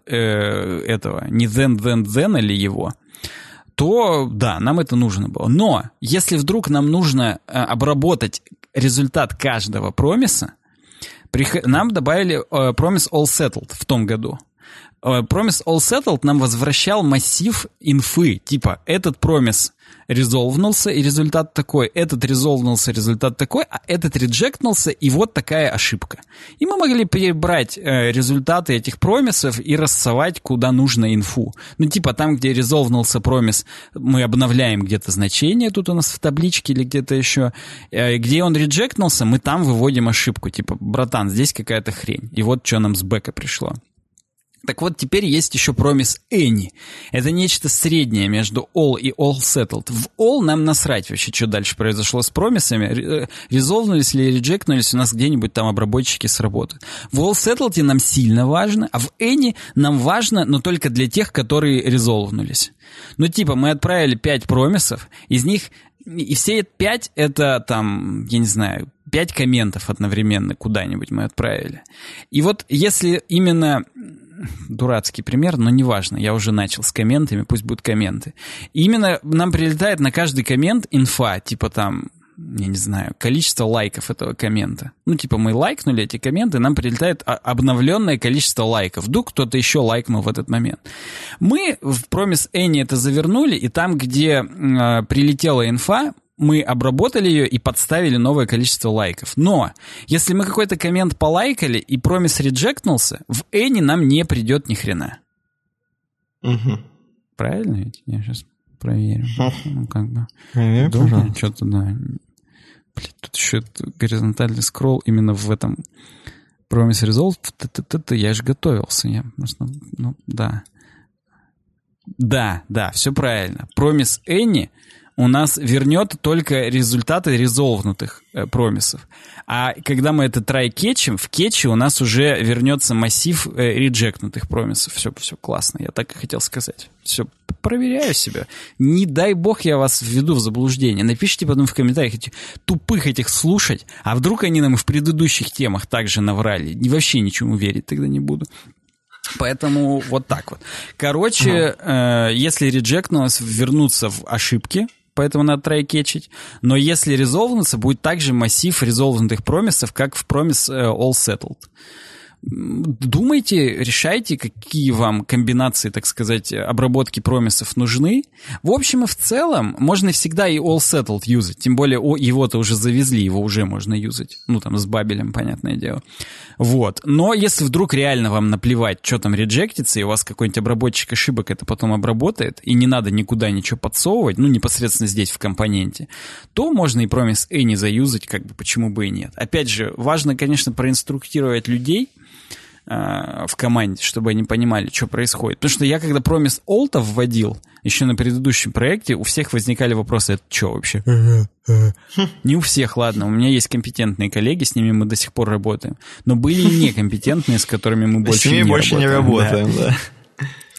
не then или его, то да, нам это нужно было. Но если вдруг нам нужно обработать результат каждого промиса, нам добавили promise all settled в том году. Promise all settled нам возвращал массив инфы, типа этот промис резолвнулся, и результат такой, этот резолвнулся, результат такой, а этот реджектнулся, и вот такая ошибка. И мы могли перебрать результаты этих промисов и рассовать куда нужно инфу. Ну, типа там, где резолвнулся промис, мы обновляем где-то значение, тут у нас в табличке или где-то еще. Где он реджектнулся, мы там выводим ошибку. Типа, братан, здесь какая-то хрень. И вот что нам с бэка пришло. Так вот, теперь есть еще promise any. Это нечто среднее между all и all settled. В all нам насрать вообще, что дальше произошло с промисами. Резолвнулись или реджектнулись у нас где-нибудь там обработчики сработают. В all settled нам сильно важно, а в any нам важно, но только для тех, которые резолвнулись. Ну, типа, мы отправили 5 промисов, из них... И все 5 это там, я не знаю, 5 комментов одновременно куда-нибудь мы отправили. И вот если именно... Дурацкий пример, но неважно, я уже начал с комментами, пусть будут комменты. И именно нам прилетает на каждый коммент инфа, типа там, я не знаю, количество лайков этого коммента. Ну, типа мы лайкнули эти комменты, нам прилетает обновленное количество лайков. Вдруг кто-то еще лайкнул в этот момент. Мы в promise any это завернули, и там, где прилетела инфа, мы обработали ее и подставили новое количество лайков. Но если мы какой-то коммент полайкали и промис реджектнулся, в any нам не придет ни хрена. Правильно ведь? Я сейчас проверю. Ну, как бы. Думаю, что-то, да. Блин, тут еще горизонтальный скролл именно в этом promise resolve. Я же готовился. Ну, да. Да, все правильно. Promise any у нас вернет только результаты резолвнутых промисов. А когда мы это try-кетчим, в кетче у нас уже вернется массив реджектнутых промисов. Все классно, я так и хотел сказать. Все, проверяю себя. Не дай бог я вас введу в заблуждение. Напишите потом в комментариях тупых этих слушать, а вдруг они нам и в предыдущих темах также наврали. И вообще ничему верить тогда не буду. Поэтому вот так вот. Короче, если реджектнулось, вернуться в ошибки, поэтому надо try-кетчить. Но если резолвнуться, будет также массив резолвнутых промисов, как в promise all settled. Думайте, решайте, какие вам комбинации, так сказать, обработки промисов нужны. В общем и в целом, можно всегда и all settled юзать. Тем более, его-то уже завезли, его уже можно юзать. Ну, там, с бабелем, понятное дело. Вот. Но если вдруг реально вам наплевать, что там реджектится, и у вас какой-нибудь обработчик ошибок это потом обработает, и не надо никуда ничего подсовывать, ну, непосредственно здесь, в компоненте, то можно и promise any заюзать, как бы, почему бы и нет. Опять же, важно, конечно, проинструктировать людей в команде, чтобы они понимали, что происходит. Потому что я, когда promise all вводил, еще на предыдущем проекте, у всех возникали вопросы, это что вообще? Не у всех, ладно, у меня есть компетентные коллеги, с ними мы до сих пор работаем, но были и некомпетентные, с которыми мы больше не работаем. Да.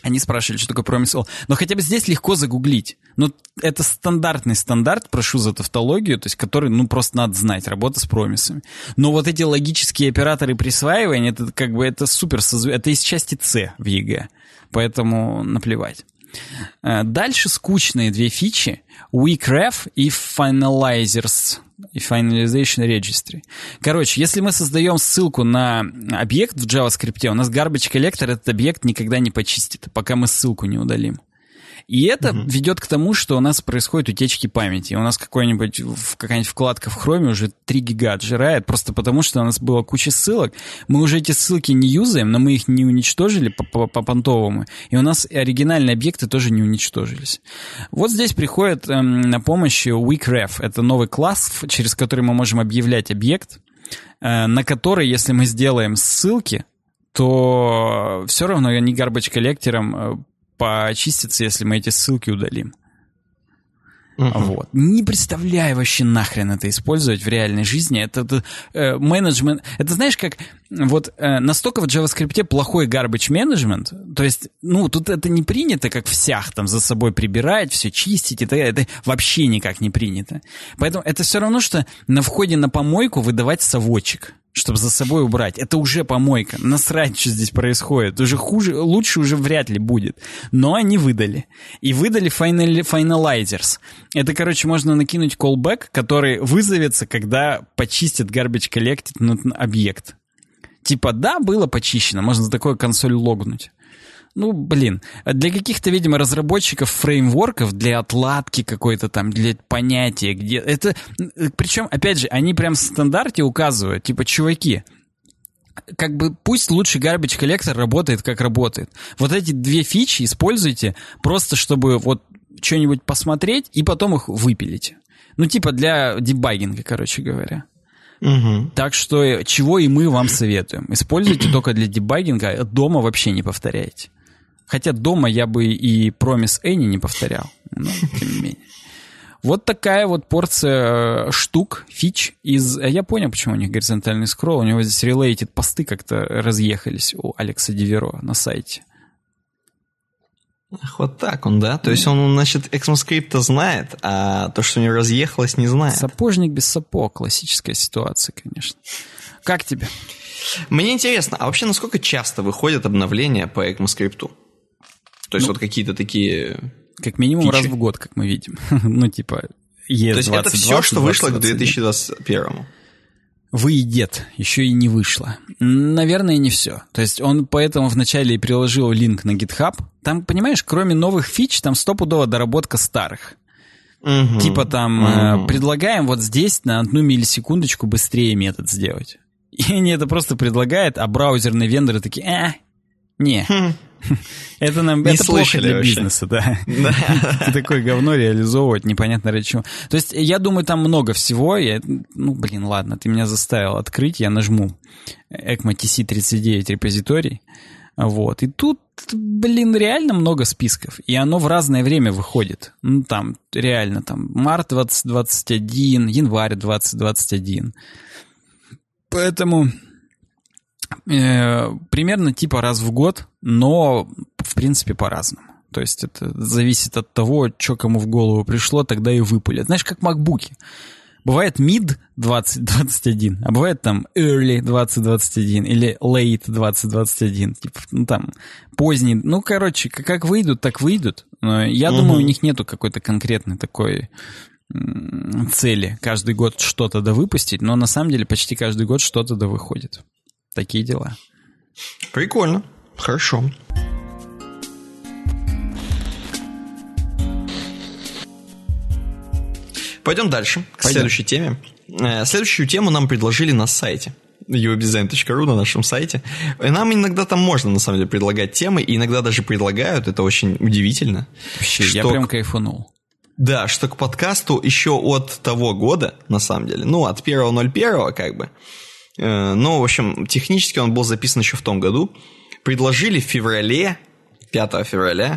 Они спрашивали, что такое Promise All. Но хотя бы здесь легко загуглить. Ну, это стандартный стандарт, прошу за тавтологию, то есть который, ну, просто надо знать, работа с промисами. Но вот эти логические операторы присваивания, это как бы, это супер, это из части С в ЕГЭ. Поэтому наплевать. Дальше скучные две фичи. WeakRef и Finalizers. И Finalization Registry. Короче, если мы создаем ссылку на объект в JavaScript, у нас garbage collector этот объект никогда не почистит, пока мы ссылку не удалим. И это ведет к тому, что у нас происходят утечки памяти. У нас какая-нибудь вкладка в Chrome уже 3 гига отжирает, просто потому что у нас была куча ссылок. Мы уже эти ссылки не юзаем, но мы их не уничтожили по-понтовому. И у нас оригинальные объекты тоже не уничтожились. Вот здесь приходит на помощь WeakRef. Это новый класс, через который мы можем объявлять объект, на который, если мы сделаем ссылки, то все равно они garbage коллектором почистится, если мы эти ссылки удалим. Вот. Не представляю вообще нахрен это использовать в реальной жизни. Это менеджмент. Это знаешь, как вот настолько в JavaScript плохой garbage management, то есть, ну, тут это не принято, как в сях, там, за собой прибирать, все чистить и так далее. Это вообще никак не принято. Поэтому это все равно, что на входе на помойку выдавать совочек, чтобы за собой убрать. Это уже помойка. Насрать, что здесь происходит. Уже хуже, лучше уже вряд ли будет. Но они выдали. И выдали Finalizers. Это, короче, можно накинуть callback, который вызовется, когда почистят garbage collected объект. Типа, да, было почищено. Можно за такое консоль логнуть. Ну, блин, для каких-то, видимо, разработчиков фреймворков, для отладки какой-то там, для понятия, где... Это, причем, опять же, они прям в стандарте указывают, типа, чуваки, как бы пусть лучше garbage collector работает, как работает. Вот эти две фичи используйте просто, чтобы вот что-нибудь посмотреть и потом их выпилить. Ну, типа для дебагинга, короче говоря. Так что, чего и мы вам советуем. Используйте только для дебагинга, дома вообще не повторяйте. Хотя дома я бы и Promise Any не повторял, но тем не менее. Вот такая вот порция штук, фич из... Я понял, почему у них горизонтальный скролл. У него здесь related посты как-то разъехались у Алекса Диверо на сайте. Ах, вот так он, да? То есть он, значит, ECMAScript знает, а то, что у него разъехалось, не знает. Сапожник без сапог. Классическая ситуация, конечно. Как тебе? Мне интересно, а вообще насколько часто выходят обновления по ECMAScript? То есть вот какие-то такие... Как минимум фичи. Раз в год, как мы видим. Ну, типа, ES2020. То есть это все, что вышло к 2021? Выйдет, еще и не вышло. Наверное, не все. То есть он поэтому вначале и приложил линк на GitHub. Там, понимаешь, кроме новых фич, там стопудово доработка старых. Типа там предлагаем вот здесь на 1 миллисекундочку быстрее метод сделать. И они это просто предлагают, а браузерные вендоры такие, не. Это нам это плохо для бизнеса, да. Такое говно реализовывать, непонятно ради чего. То есть, я думаю, там много всего. Ну, блин, ладно, ты меня заставил открыть, я нажму ECMA TC39 репозиторий. Вот. И тут, блин, реально много списков. И оно в разное время выходит. Ну, там, реально, там, март 2021, январь 2021. Поэтому... примерно типа раз в год, но в принципе по-разному. То есть это зависит от того, что кому в голову пришло, тогда и выпалят. Знаешь, как макбуки. Бывает mid 2021, а бывает там early 2021 или late 2021. Типа, ну там поздний. Ну, короче, как выйдут, так выйдут. Но я думаю, у них нету какой-то конкретной такой цели каждый год что-то довыпустить, но на самом деле почти каждый год что-то довыходит. Такие дела. Прикольно. Хорошо. Пойдем дальше, к следующей теме. Следующую тему нам предложили на сайте uwebdesign.ru, на нашем сайте. И нам иногда там можно, на самом деле, предлагать темы, и иногда даже предлагают, это очень удивительно. Вообще, я прям кайфанул. Да, что к подкасту еще от того года, на самом деле, ну, от 1.01, как бы, но, в общем, технически он был записан еще в том году. Предложили в феврале, 5 февраля,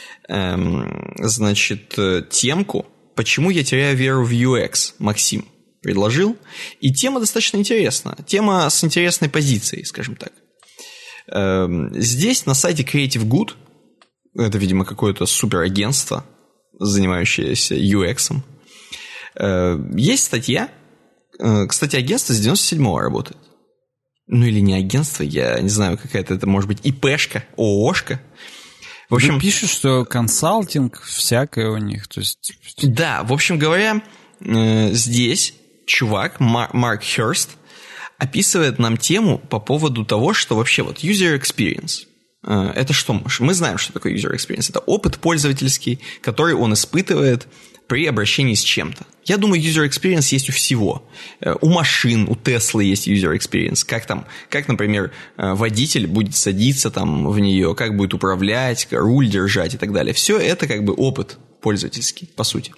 значит, темку «Почему я теряю веру в UX?» Максим предложил. И тема достаточно интересная. Тема с интересной позицией, скажем так. Здесь на сайте Creative Good Это, видимо, какое-то суперагентство, занимающееся UX-ом. Есть статья. Кстати, агентство с 97-го работает. Ну, или не агентство, я не знаю, какая-то это, может быть, ИПшка, ООшка. В общем, пишут, что консалтинг всякое у них. То есть... Да, в общем говоря, здесь чувак, Марк Хёрст, описывает нам тему по поводу того, что вообще вот user experience. Это что? Мы знаем, что такое user experience. Это опыт пользовательский, который он испытывает при обращении с чем-то. Я думаю, user experience есть у всего. У машин, у Теслы есть user experience. Как, например, водитель будет садиться там в нее, как будет управлять, руль держать и так далее. Все это как бы опыт пользовательский, по сути.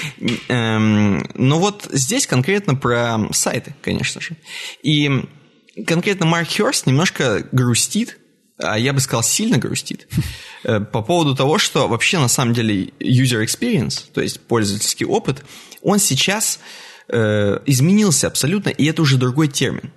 Но вот здесь конкретно про сайты, конечно же. И конкретно Марк Хёрст немножко грустит, а я бы сказал, сильно грустит, по поводу того, что вообще на самом деле user experience, то есть пользовательский опыт, он сейчас изменился абсолютно, и это уже другой термин.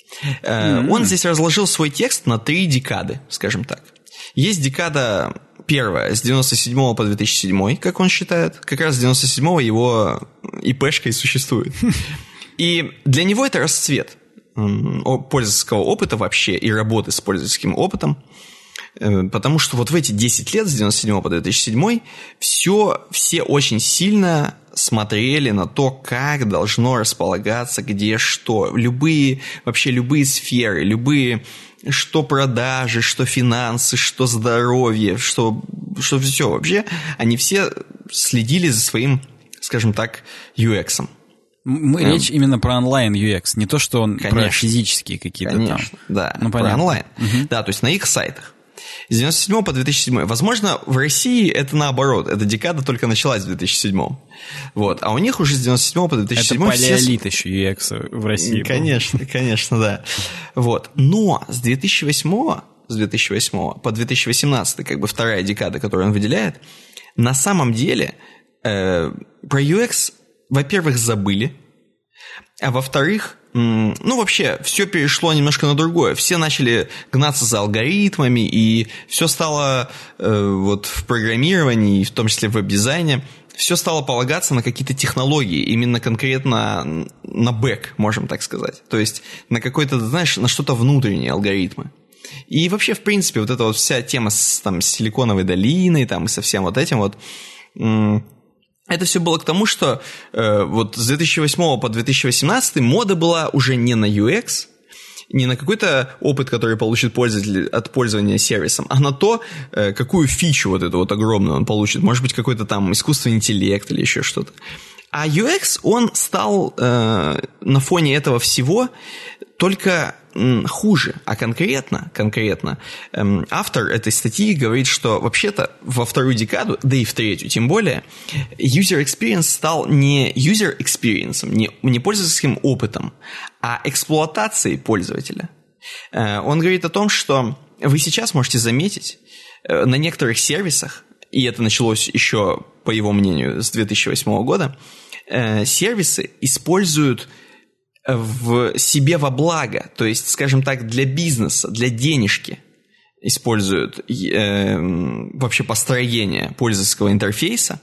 Он здесь разложил свой текст на 3 декады, скажем так. Есть декада первая, с 97 по 2007, как он считает. Как раз с 97 его ИПшка и существует. И для него это расцвет пользовательского опыта вообще и работы с пользовательским опытом, потому что вот в эти 10 лет, с 97 по 2007, все очень сильно смотрели на то, как должно располагаться, где что. Любые сферы, что продажи, что финансы, что здоровье, что все вообще, они все следили за своим, скажем так, UX-ом. Речь именно про онлайн UX, не то, что он про физические какие-то там. Да, про онлайн. Да, то есть на их сайтах. С 97 по 2007. Возможно, в России это наоборот. Эта декада только началась в 2007. Вот. А у них уже с 97 по 2007... Это палеолит еще UX в России. Конечно, да. Вот. Но с 2008 по 2018, как бы вторая декада, которую он выделяет, на самом деле про UX, во-первых, забыли, а во-вторых, вообще, все перешло немножко на другое. Все начали гнаться за алгоритмами, и все стало вот в программировании, в том числе в веб-дизайне, все стало полагаться на какие-то технологии, именно конкретно на бэк, можем так сказать. То есть на какой-то, знаешь, на что-то внутреннее алгоритмы. И вообще, в принципе, вот эта вот вся тема с Силиконовой долиной там, и со всем вот этим вот... Это все было к тому, что вот с 2008 по 2018 мода была уже не на UX, не на какой-то опыт, который получит пользователь от пользования сервисом, а на то, какую фичу вот эту вот огромную он получит. Может быть, какой-то там искусственный интеллект или еще что-то. А UX, он стал на фоне этого всего только хуже. А конкретно автор этой статьи говорит, что вообще-то во вторую декаду, да и в третью тем более, user experience стал не user experience, не пользовательским опытом, а эксплуатацией пользователя. Он говорит о том, что вы сейчас можете заметить на некоторых сервисах, и это началось еще, по его мнению, с 2008 года, сервисы используют в себе во благо, то есть, скажем так, для бизнеса, для денежки используют вообще построение пользовательского интерфейса,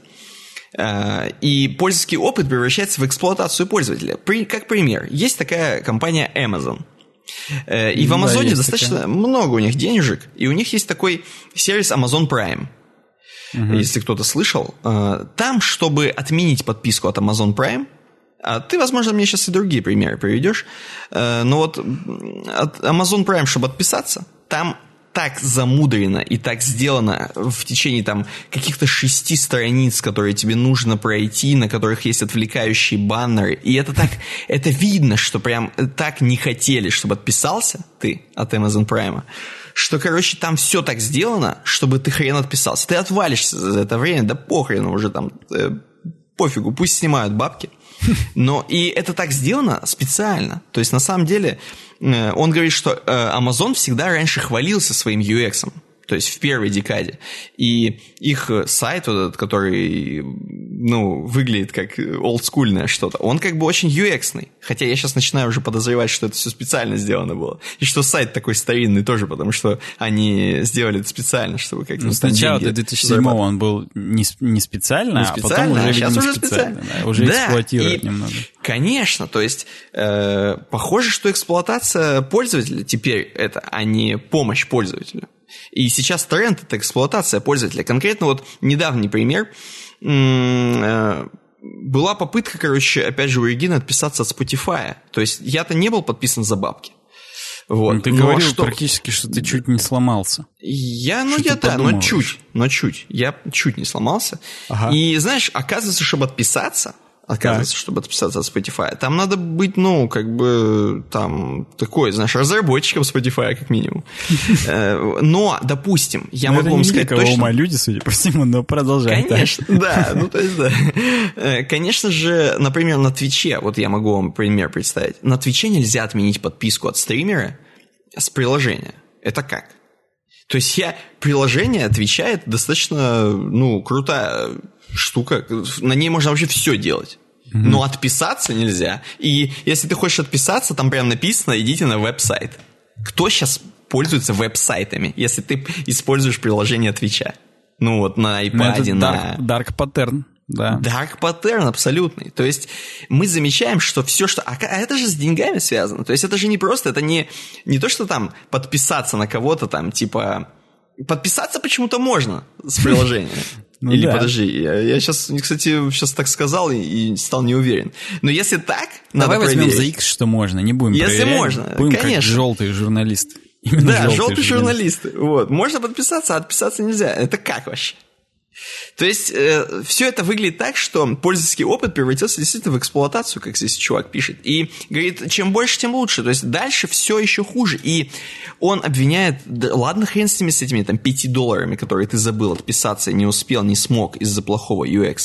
и пользовательский опыт превращается в эксплуатацию пользователя. Как пример, есть такая компания Amazon. И в Амазоне достаточно много у них денежек, и у них есть такой сервис Amazon Prime. Если кто-то слышал, там, чтобы отменить подписку от Amazon Prime, а ты, возможно, мне сейчас и другие примеры приведешь, но вот от Amazon Prime, чтобы отписаться, там так замудрено и так сделано в течение там каких-то 6 страниц, которые тебе нужно пройти, на которых есть отвлекающие баннеры, и это видно, что прям так не хотели, чтобы отписался ты от Amazon Prime, что, короче, там все так сделано, чтобы ты хрен отписался. Ты отвалишься за это время, да похрену уже там, пофигу, пусть снимают бабки. Но и это так сделано специально. То есть, на самом деле, он говорит, что Amazon всегда раньше хвалился своим UX-ом. То то есть в первой декаде. И их сайт, вот этот, который, ну, выглядит как олдскульное что-то, он как бы очень UX-ный. Хотя я сейчас начинаю уже подозревать, что это все специально сделано было. И что сайт такой старинный тоже, потому что они сделали это специально, чтобы как-то... Ну, сначала до 2007 он был не специально, а потом уже, сейчас уже специально. Да, уже эксплуатируют немного. Конечно, то есть похоже, что эксплуатация пользователя теперь это, а не помощь пользователю. И сейчас тренд – это эксплуатация пользователя. Конкретно вот недавний пример. Была попытка, короче, опять же у Регины отписаться от Spotify. То есть я-то не был подписан за бабки. Вот. Ты говорил практически, что ты чуть не сломался. Я чуть не сломался. Ага. И знаешь, оказывается, чтобы отписаться от Spotify, там надо быть, ну, как бы, там, такой, знаешь, разработчиком Spotify, как минимум. Но, допустим, я могу вам сказать точно... ума люди, судя по всему, но продолжай. Конечно, да, ну, то есть, да. Конечно же, например, на Твиче, вот я могу вам пример представить, на Твиче нельзя отменить подписку от стримера с приложения. Это как? То есть приложение Твича, это достаточно, ну, крутая штука, на ней можно вообще все делать. Но отписаться нельзя. И если ты хочешь отписаться, там прям написано, идите на веб-сайт. Кто сейчас пользуется веб-сайтами, если ты используешь приложение Твича? Ну вот на iPad, на... Dark Pattern, да. Dark Pattern абсолютный. То есть мы замечаем, что все, что... А это же с деньгами связано. То есть это же не просто, это не то, что там подписаться на кого-то там, типа... Подписаться почему-то можно с приложения. Ну, или да. Подожди, я сейчас, кстати, так сказал и стал не уверен. Но если так, давай возьмем за X, что можно, не будем проверять. Если можно, будем конечно. Как желтые журналисты. Да, желтые журналисты. Вот. Можно подписаться, а отписаться нельзя. Это как вообще? То есть все это выглядит так, что пользовательский опыт превратился действительно в эксплуатацию, как здесь чувак пишет. И говорит, чем больше, тем лучше. То есть дальше все еще хуже. И он обвиняет, да, ладно, хрен с этими там, $5, которые ты забыл отписаться, не успел, не смог из-за плохого UX.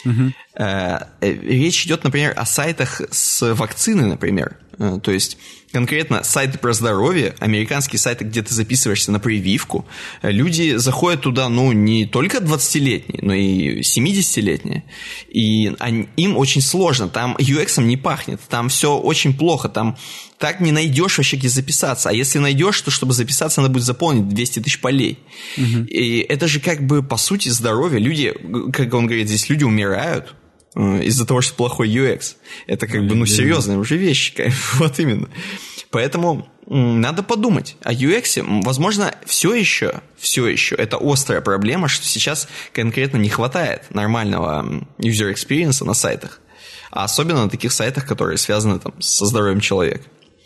Речь идет, например, о сайтах с вакциной, например. То есть конкретно сайты про здоровье, американские сайты, где ты записываешься на прививку, люди заходят туда, ну, не только 20-летние, но и 70-летние. И им очень сложно, там UX-ом не пахнет, там все очень плохо, там так не найдешь вообще, где записаться. А если найдешь, то чтобы записаться, надо будет заполнить 200 тысяч полей. И это же как бы, по сути, здоровье. Люди, как он говорит, здесь люди умирают из-за того, что плохой UX. Это как бы, ну, серьезные уже вещи. Вот именно. Поэтому надо подумать о UX. Возможно, все еще это острая проблема, что сейчас конкретно не хватает нормального user experience на сайтах. А особенно на таких сайтах, которые связаны там со здоровьем человека.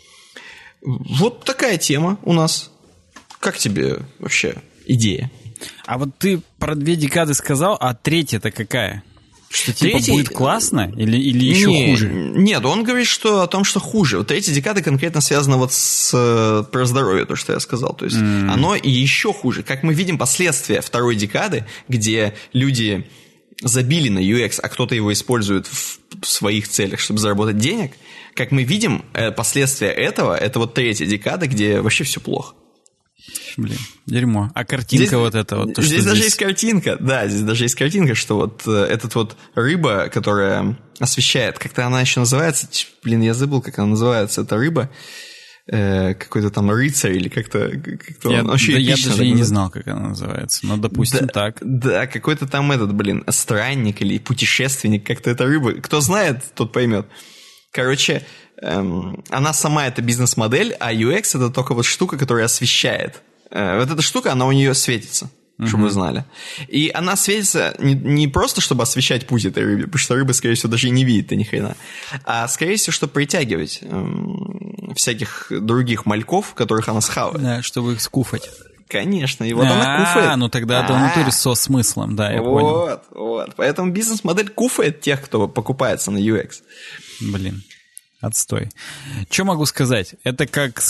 Вот такая тема у нас. Как тебе вообще идея? А вот ты про 2 декады сказал, а третья-то какая? Что типа будет классно или еще хуже? Нет, он говорит, что о том, что хуже. Вот 3-я декада конкретно связана вот про здоровье, то, что я сказал. То есть оно и еще хуже. Как мы видим последствия 2-й декады, где люди забили на UX, а кто-то его использует в своих целях, чтобы заработать денег. Как мы видим, последствия этого, это вот 3-я декада, где вообще все плохо. Блин, дерьмо. А картинка здесь, вот эта вот. Здесь даже есть картинка, да, здесь даже есть картинка, что вот этот вот рыба, которая освещает, как-то она еще называется, блин, я забыл, как она называется, эта рыба, какой-то там рыцарь или как-то я даже и не знал, как она называется, но допустим да, так. Да, какой-то там странник или путешественник, как-то эта рыба, кто знает, тот поймет. Короче, она сама это бизнес-модель, а UX это только вот штука, которая освещает. Вот эта штука, она у нее светится, чтобы вы знали. И она светится не просто, чтобы освещать путь этой рыбе, потому что рыба, скорее всего, даже и не видит ни хрена, а, скорее всего, чтобы притягивать всяких других мальков, которых она схавает. Да, чтобы их скуфать. Конечно, и вот она куфает. Ну тогда это внутри со смыслом, да, я понял. Вот. Поэтому бизнес-модель куфает тех, кто покупается на UX. Блин. Отстой. Что могу сказать? Это как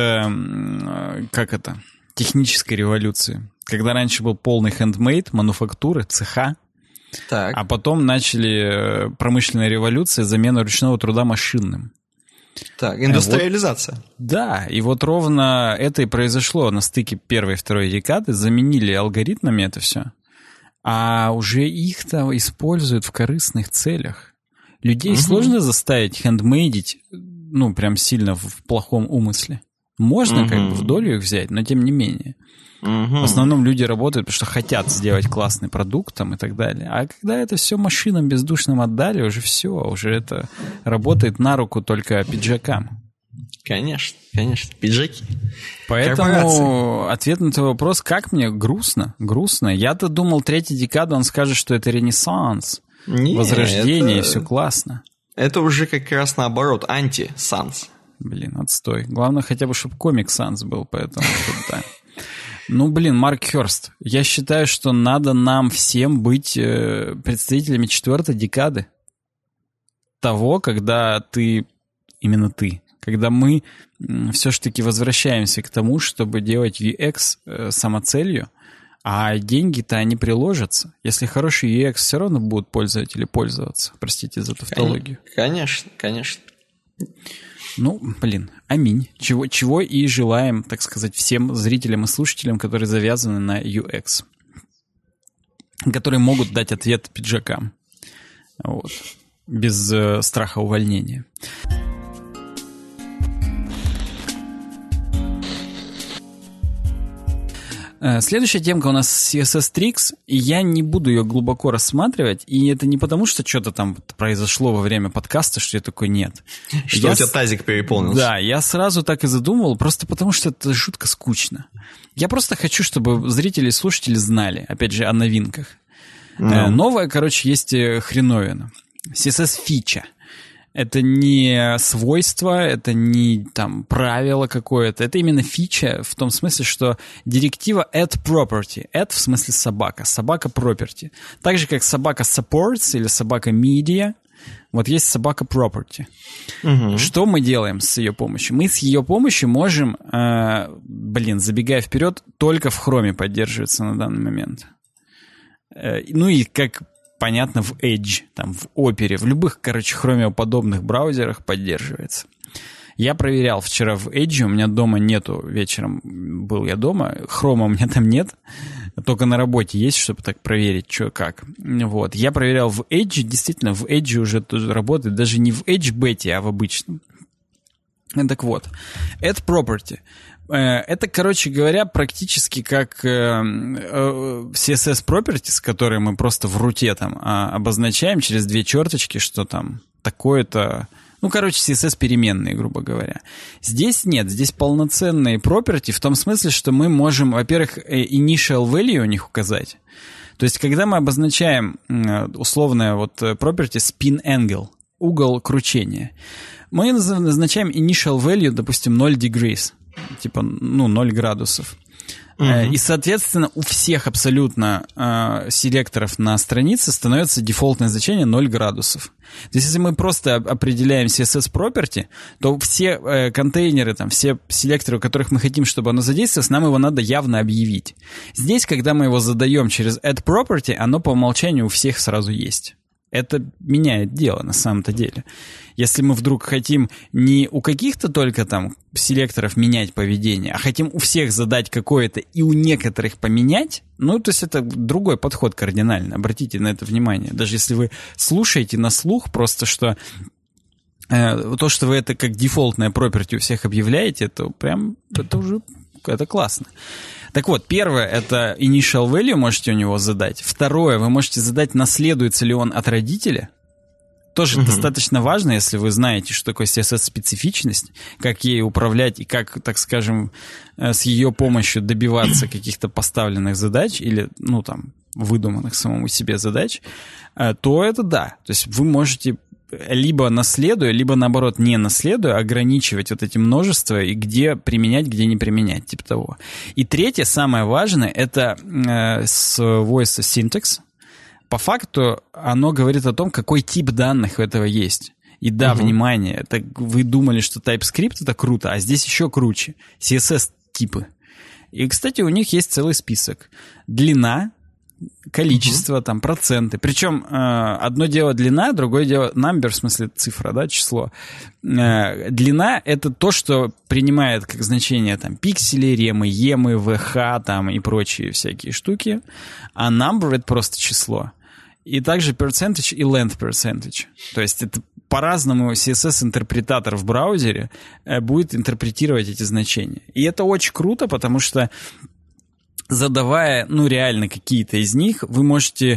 технической революции. Когда раньше был полный хендмейд, мануфактуры, цеха, так. А потом начали промышленная революция, замена ручного труда машинным. Так, индустриализация. Да, и вот ровно это и произошло на стыке первой и второй декады. Заменили алгоритмами это все. А уже их-то используют в корыстных целях. Людей сложно заставить хендмейдить, ну, прям сильно в плохом умысле. Можно как бы в долю их взять, но тем не менее. В основном люди работают, потому что хотят сделать классный продукт там и так далее. А когда это все машинам бездушным отдали, уже все, уже это работает на руку только пиджакам. Конечно, конечно, пиджаки. Поэтому ответ на твой вопрос, как мне? Грустно, грустно. Я-то думал, третья декада, он скажет, что это ренессанс, возрождение, и все классно. Это уже как раз наоборот, анти-санс. Блин, отстой. Главное хотя бы, чтобы комик-санс был, поэтому да. Ну, блин, Марк Хёрст, я считаю, что надо нам всем быть представителями четвертой декады. Того, когда именно ты, когда мы все-таки возвращаемся к тому, чтобы делать UX самоцелью, а деньги-то они приложатся. Если хороший UX, все равно будут пользователи пользоваться. Простите за тавтологию. Конечно, конечно. Ну, блин, аминь. Чего и желаем, так сказать, всем зрителям и слушателям, которые завязаны на UX. Которые могут дать ответ пиджакам. Вот. Без страха увольнения. Следующая темка у нас CSS Tricks, и я не буду ее глубоко рассматривать, и это не потому, что что-то там произошло во время подкаста, что я такой, нет. Что у тебя тазик переполнился. Да, я сразу так и задумывал, просто потому что это жутко скучно. Я просто хочу, чтобы зрители и слушатели знали, опять же, о новинках. Новая, короче, есть хреновина. CSS-фича. Это не свойство, это не там правило какое-то, это именно фича в том смысле, что директива add property. Add в смысле собака, собака property. Так же, как собака supports или собака media, вот есть собака property. Что мы делаем с ее помощью? Мы с ее помощью можем, забегая вперед, только в Chrome поддерживается на данный момент. Ну и как... понятно, в Edge, там, в Opera, в любых, короче, хромеоподобных браузерах поддерживается. Я проверял вчера в Edge, у меня дома нету, вечером был я дома, хрома у меня там нет, только на работе есть, чтобы так проверить, что как. Вот. Я проверял в Edge, действительно, в Edge уже тоже работает, даже не в Edge Beta, а в обычном. Так вот, add property. Это, короче говоря, практически как CSS properties, которые мы просто в руте там обозначаем через две черточки, что там такое-то... Ну, короче, CSS переменные, грубо говоря. Здесь нет, здесь полноценные property в том смысле, что мы можем, во-первых, initial value у них указать. То есть, когда мы обозначаем условное вот property spin angle, угол кручения, мы назначаем initial value, допустим, 0 degrees. Типа, 0 градусов. И, соответственно, у всех абсолютно селекторов на странице становится дефолтное значение 0 градусов. То есть, если мы просто определяем CSS property, то все контейнеры, там, все селекторы, у которых мы хотим, чтобы оно задействовалось, нам его надо явно объявить. Здесь, когда мы его задаем через add property, оно по умолчанию у всех сразу есть. Это меняет дело на самом-то деле. Если мы вдруг хотим не у каких-то только там селекторов менять поведение, а хотим у всех задать какое-то и у некоторых поменять, ну, то есть это другой подход кардинально. Обратите на это внимание. Даже если вы слушаете на слух, просто что то, что вы это как дефолтное property у всех объявляете, это прям, это классно. Так вот, первое, это initial value можете у него задать. Второе, вы можете задать, наследуется ли он от родителя. Тоже достаточно важно, если вы знаете, что такое CSS-специфичность, как ей управлять и как, так скажем, с ее помощью добиваться каких-то поставленных задач или, выдуманных самому себе задач, то это да. То есть вы можете либо наследуя, либо, наоборот, не наследуя, ограничивать вот эти множества и где применять, где не применять, типа того. И третье, самое важное, это свойство syntax. По факту оно говорит о том, какой тип данных у этого есть. И да, внимание, это вы думали, что TypeScript это круто, а здесь еще круче. CSS-типы. И, кстати, у них есть целый список. Длина, количество, там, проценты. Причем одно дело длина, другое дело number, в смысле цифра, да, число. Длина — это то, что принимает как значение там пиксели, ремы, емы, ВХ там и прочие всякие штуки. А number — это просто число. И также percentage и length percentage. То есть это по-разному CSS-интерпретатор в браузере будет интерпретировать эти значения. И это очень круто, потому что задавая, ну, реально какие-то из них, вы можете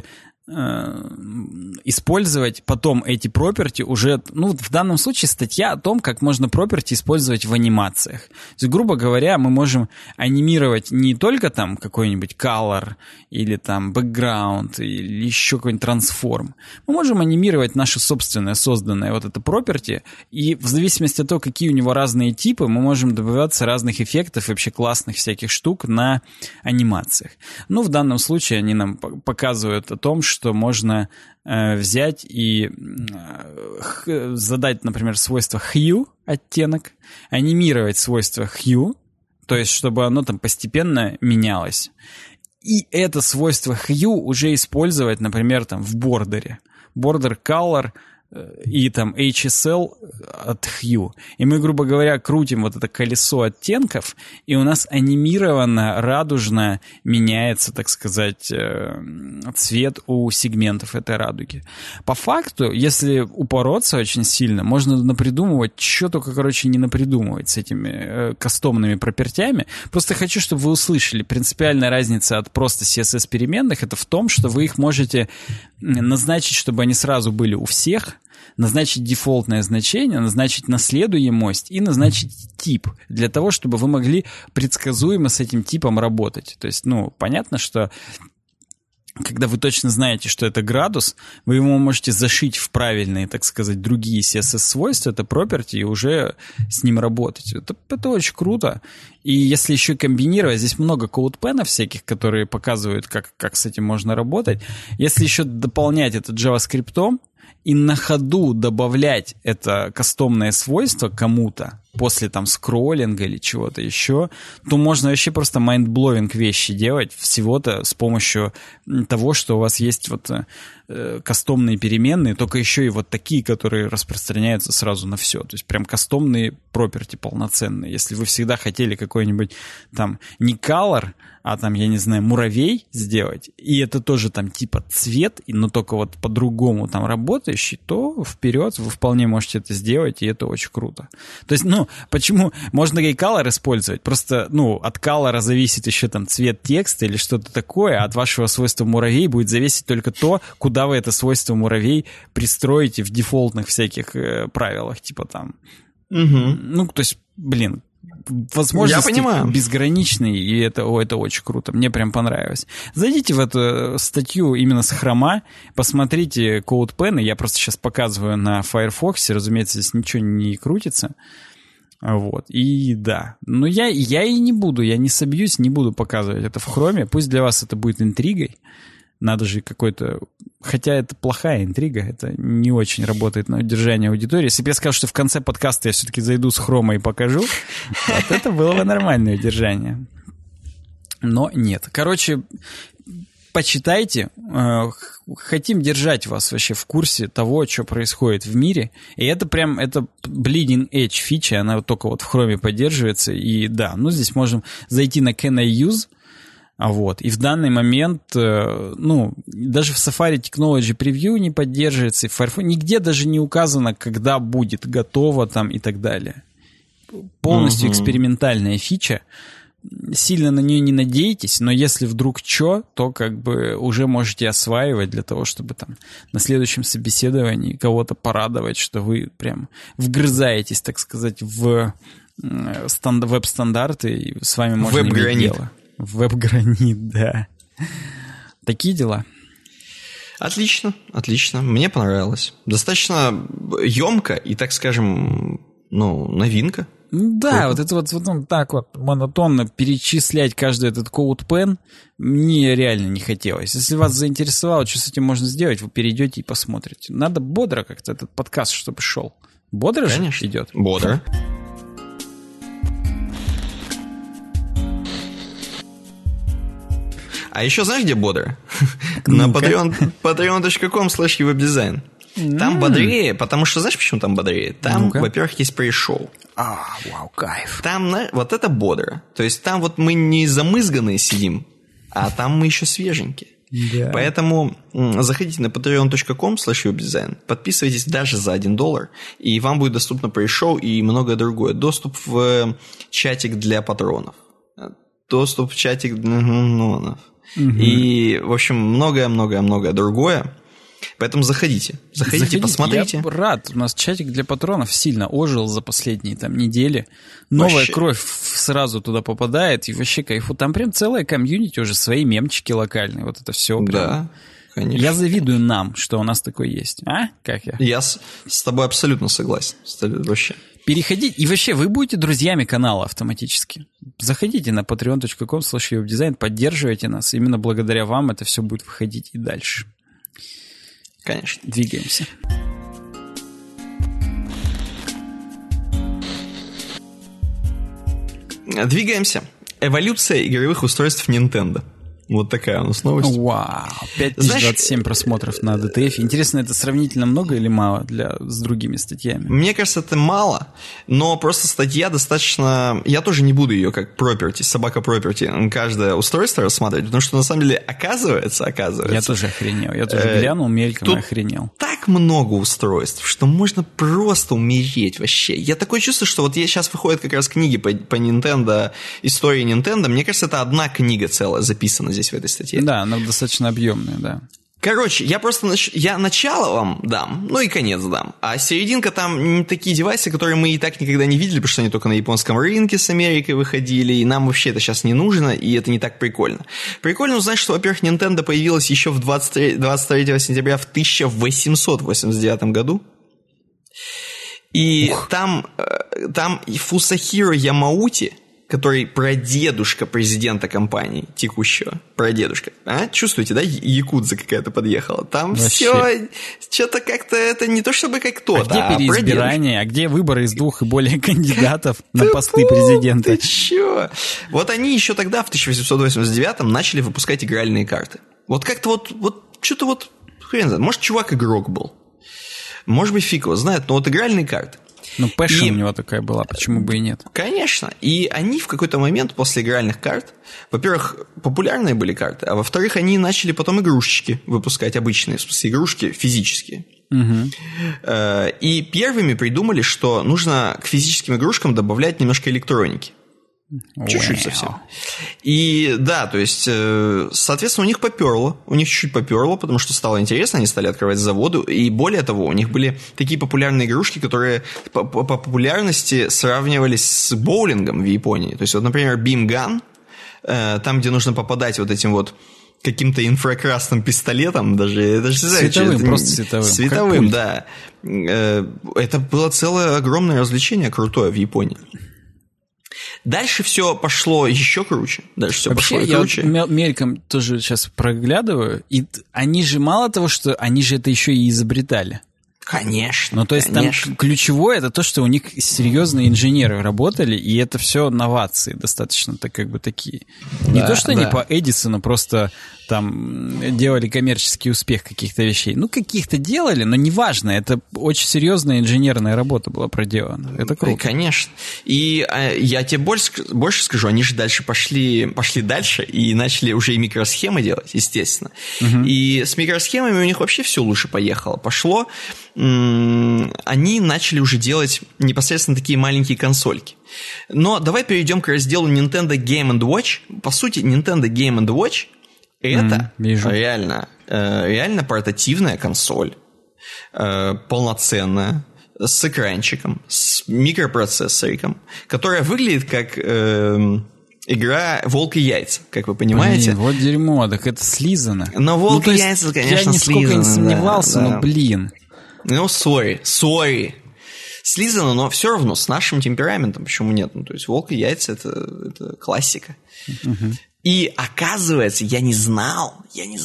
использовать потом эти property уже, ну, в данном случае статья о том, как можно property использовать в анимациях. То есть, грубо говоря, мы можем анимировать не только там какой-нибудь color или там background или еще какой-нибудь transform. Мы можем анимировать наше собственное созданное вот это property, и в зависимости от того, какие у него разные типы, мы можем добиваться разных эффектов, вообще классных всяких штук на анимациях. Ну, в данном случае они нам показывают о том, что можно взять и задать, например, свойство hue, оттенок, анимировать свойство hue, то есть чтобы оно там постепенно менялось. И это свойство hue уже использовать, например, там в бордере. Border color и там HSL от Hue. И мы, грубо говоря, крутим вот это колесо оттенков, и у нас анимированно, радужно меняется, так сказать, цвет у сегментов этой радуги. По факту, если упороться очень сильно, можно напридумывать, что только, короче, не напридумывать с этими кастомными пропертями. Просто хочу, чтобы вы услышали, принципиальная разница от просто CSS-переменных, это в том, что вы их можете назначить, чтобы они сразу были у всех, назначить дефолтное значение, назначить наследуемость и назначить тип, для того, чтобы вы могли предсказуемо с этим типом работать. То есть, ну, понятно, что когда вы точно знаете, что это градус, вы его можете зашить в правильные, так сказать, другие CSS-свойства, это property, и уже с ним работать. Это очень круто. И если еще комбинировать, здесь много CodePen'ов всяких, которые показывают, как с этим можно работать. Если еще дополнять это JavaScript'ом, и на ходу добавлять это кастомное свойство кому-то после там скроллинга или чего-то еще, то можно вообще просто mind-blowing вещи делать всего-то с помощью того, что у вас есть вот кастомные переменные, только еще и вот такие, которые распространяются сразу на все. То есть прям кастомные property полноценные. Если вы всегда хотели какой-нибудь там не color, а там, я не знаю, муравей сделать, и это тоже там типа цвет, но только вот по-другому там работающий, то вперед вы вполне можете это сделать, и это очень круто. То есть, ну, почему? Можно и color использовать, просто, ну, от color зависит еще там цвет текста или что-то такое, а от вашего свойства муравей будет зависеть только то, куда вы это свойство муравей пристроите в дефолтных всяких правилах, типа там. Ну, то есть, блин, возможности безграничные, и это очень круто. Мне прям понравилось. Зайдите в эту статью именно с хрома, посмотрите CodePen, я просто сейчас показываю на Firefox, разумеется, здесь ничего не крутится. Вот, и да. Но я и не буду, я не собьюсь, не буду показывать это в хроме. Пусть для вас это будет интригой. Надо же какой-то... Хотя это плохая интрига, это не очень работает на удержание аудитории. Если бы я сказал, что в конце подкаста я все-таки зайду с хрома и покажу, вот это было бы нормальное удержание. Но нет. Короче, почитайте. Хотим держать вас вообще в курсе того, что происходит в мире. И это прям, это bleeding edge фича, она только вот в хроме поддерживается. И да, ну здесь можем зайти на Can I Use. Вот. И в данный момент, ну, даже в Safari Technology Preview не поддерживается, и в Firefox нигде даже не указано, когда будет готово там и так далее. Полностью экспериментальная фича. Сильно на нее не надейтесь, но если вдруг что, то как бы уже можете осваивать для того, чтобы там на следующем собеседовании кого-то порадовать, что вы прям вгрызаетесь, так сказать, в веб-стандарты, и с вами можно иметь дело. Веб-гранит, да. Такие дела. Отлично, отлично. Мне понравилось. Достаточно емко и, так скажем, ну, новинка. Да, вот это вот так вот монотонно перечислять каждый этот CodePen мне реально не хотелось. Если вас заинтересовало, что с этим можно сделать, вы перейдете и посмотрите. Надо бодро как-то этот подкаст, чтобы шел. Бодро же идет? Бодро. А еще знаешь, где бодро? На patreon.com/webdesign. Там бодрее, потому что, знаешь, почему там бодрее? Там, во-первых, есть пресс-шоу. Вау, кайф. Там, вот это бодро. То есть там вот мы не замызганные сидим, а там мы еще свеженькие. Да. Поэтому заходите на patreon.com/webdesign, подписывайтесь даже за $1, и вам будет доступно пресс-шоу и многое другое. Доступ в чатик для патронов. Доступ в чатик для нонов. И, в общем, многое-многое-многое другое. Поэтому заходите, посмотрите. Я рад, у нас чатик для патронов сильно ожил за последние недели. Новая вообще кровь сразу туда попадает, и вообще кайфу. Там прям целая комьюнити, уже свои мемчики локальные, вот это все. Прям. Да, конечно. Я завидую нам, что у нас такое есть. Как я? Я с тобой абсолютно согласен. Вообще. Переходите, и вообще вы будете друзьями канала автоматически. Заходите на patreon.com/webdesign, поддерживайте нас. Именно благодаря вам это все будет выходить и дальше. Конечно. Двигаемся. Эволюция игровых устройств Nintendo. Вот такая у нас новость. Вау, 5027 просмотров на DTF. Интересно, это сравнительно много или мало с другими статьями? Мне кажется, это мало, но просто статья достаточно... Я тоже не буду ее как property, собака property, каждое устройство рассматривать, потому что на самом деле оказывается... Я тоже охренел. Я тоже глянул мельком и охренел. Так много устройств, что можно просто умереть вообще. Я такое чувство, что вот сейчас выходят как раз книги по Nintendo, истории Nintendo. Мне кажется, это одна книга целая записана здесь в этой статье. Да, она достаточно объемная, да. Короче, я начало вам дам, ну и конец дам. А серединка там не такие девайсы, которые мы и так никогда не видели, потому что они только на японском рынке с Америкой выходили, и нам вообще это сейчас не нужно, и это не так прикольно. Прикольно узнать, что, во-первых, Nintendo появилась еще 23 сентября в 1889 году. И там Фусахиро Ямаути, который прадедушка президента компании текущего, прадедушка. Чувствуете, да, якудза какая-то подъехала? Там все, что-то как-то это не то чтобы как кто-то, а где переизбирание, а где выборы из 2 и более кандидатов на посты президента? Ты чё? Вот они еще тогда, в 1889-м, начали выпускать игральные карты. Вот как-то вот что-то вот, хрен знает, может, чувак игрок был. Может быть, фиг его знает, но вот игральные карты. Ну, пэшн у него такая была, почему бы и нет? Конечно. И они в какой-то момент после игральных карт, во-первых, популярные были карты, а во-вторых, они начали потом игрушечки выпускать, обычные, в смысле, игрушки физические. Угу. И первыми придумали, что нужно к физическим игрушкам добавлять немножко электроники. Чуть-чуть совсем. И да, то есть, соответственно, у них чуть-чуть поперло, потому что стало интересно, они стали открывать заводы, и более того, у них были такие популярные игрушки, которые по популярности сравнивались с боулингом в Японии. То есть, вот, например, Beam Gun, там, где нужно попадать вот этим вот каким-то инфракрасным пистолетом, даже световым, просто световым. Световым, да. Это было целое огромное развлечение крутое в Японии. Дальше все пошло еще круче. Вообще, я мельком тоже сейчас проглядываю, и они же мало того, что они же это еще и изобретали. Конечно. Ну, то есть там ключевое это то, что у них серьезные инженеры работали, и это все новации достаточно-то как бы такие. Не то, что они по Эдисону просто там делали коммерческий успех каких-то вещей. Ну, каких-то делали, но неважно. Это очень серьезная инженерная работа была проделана. Это круто. Конечно. И я тебе больше скажу, они же дальше пошли дальше и начали уже и микросхемы делать, естественно. Угу. И с микросхемами у них вообще все лучше пошло. Они начали уже делать непосредственно такие маленькие консольки. Но давай перейдем к разделу Nintendo Game & Watch. По сути, Nintendo Game & Watch это реально портативная консоль, полноценная, с экранчиком, с микропроцессориком, которая выглядит как игра «Волк и яйца», как вы понимаете. Блин, вот дерьмо, так это слизано. Но «Волк и яйца», конечно, слизано. Я нисколько не сомневался, но блин. Ну, sorry. Слизано, но все равно с нашим темпераментом, почему нет? Ну, то есть «Волк и яйца» это классика. Угу. И оказывается, я не знал,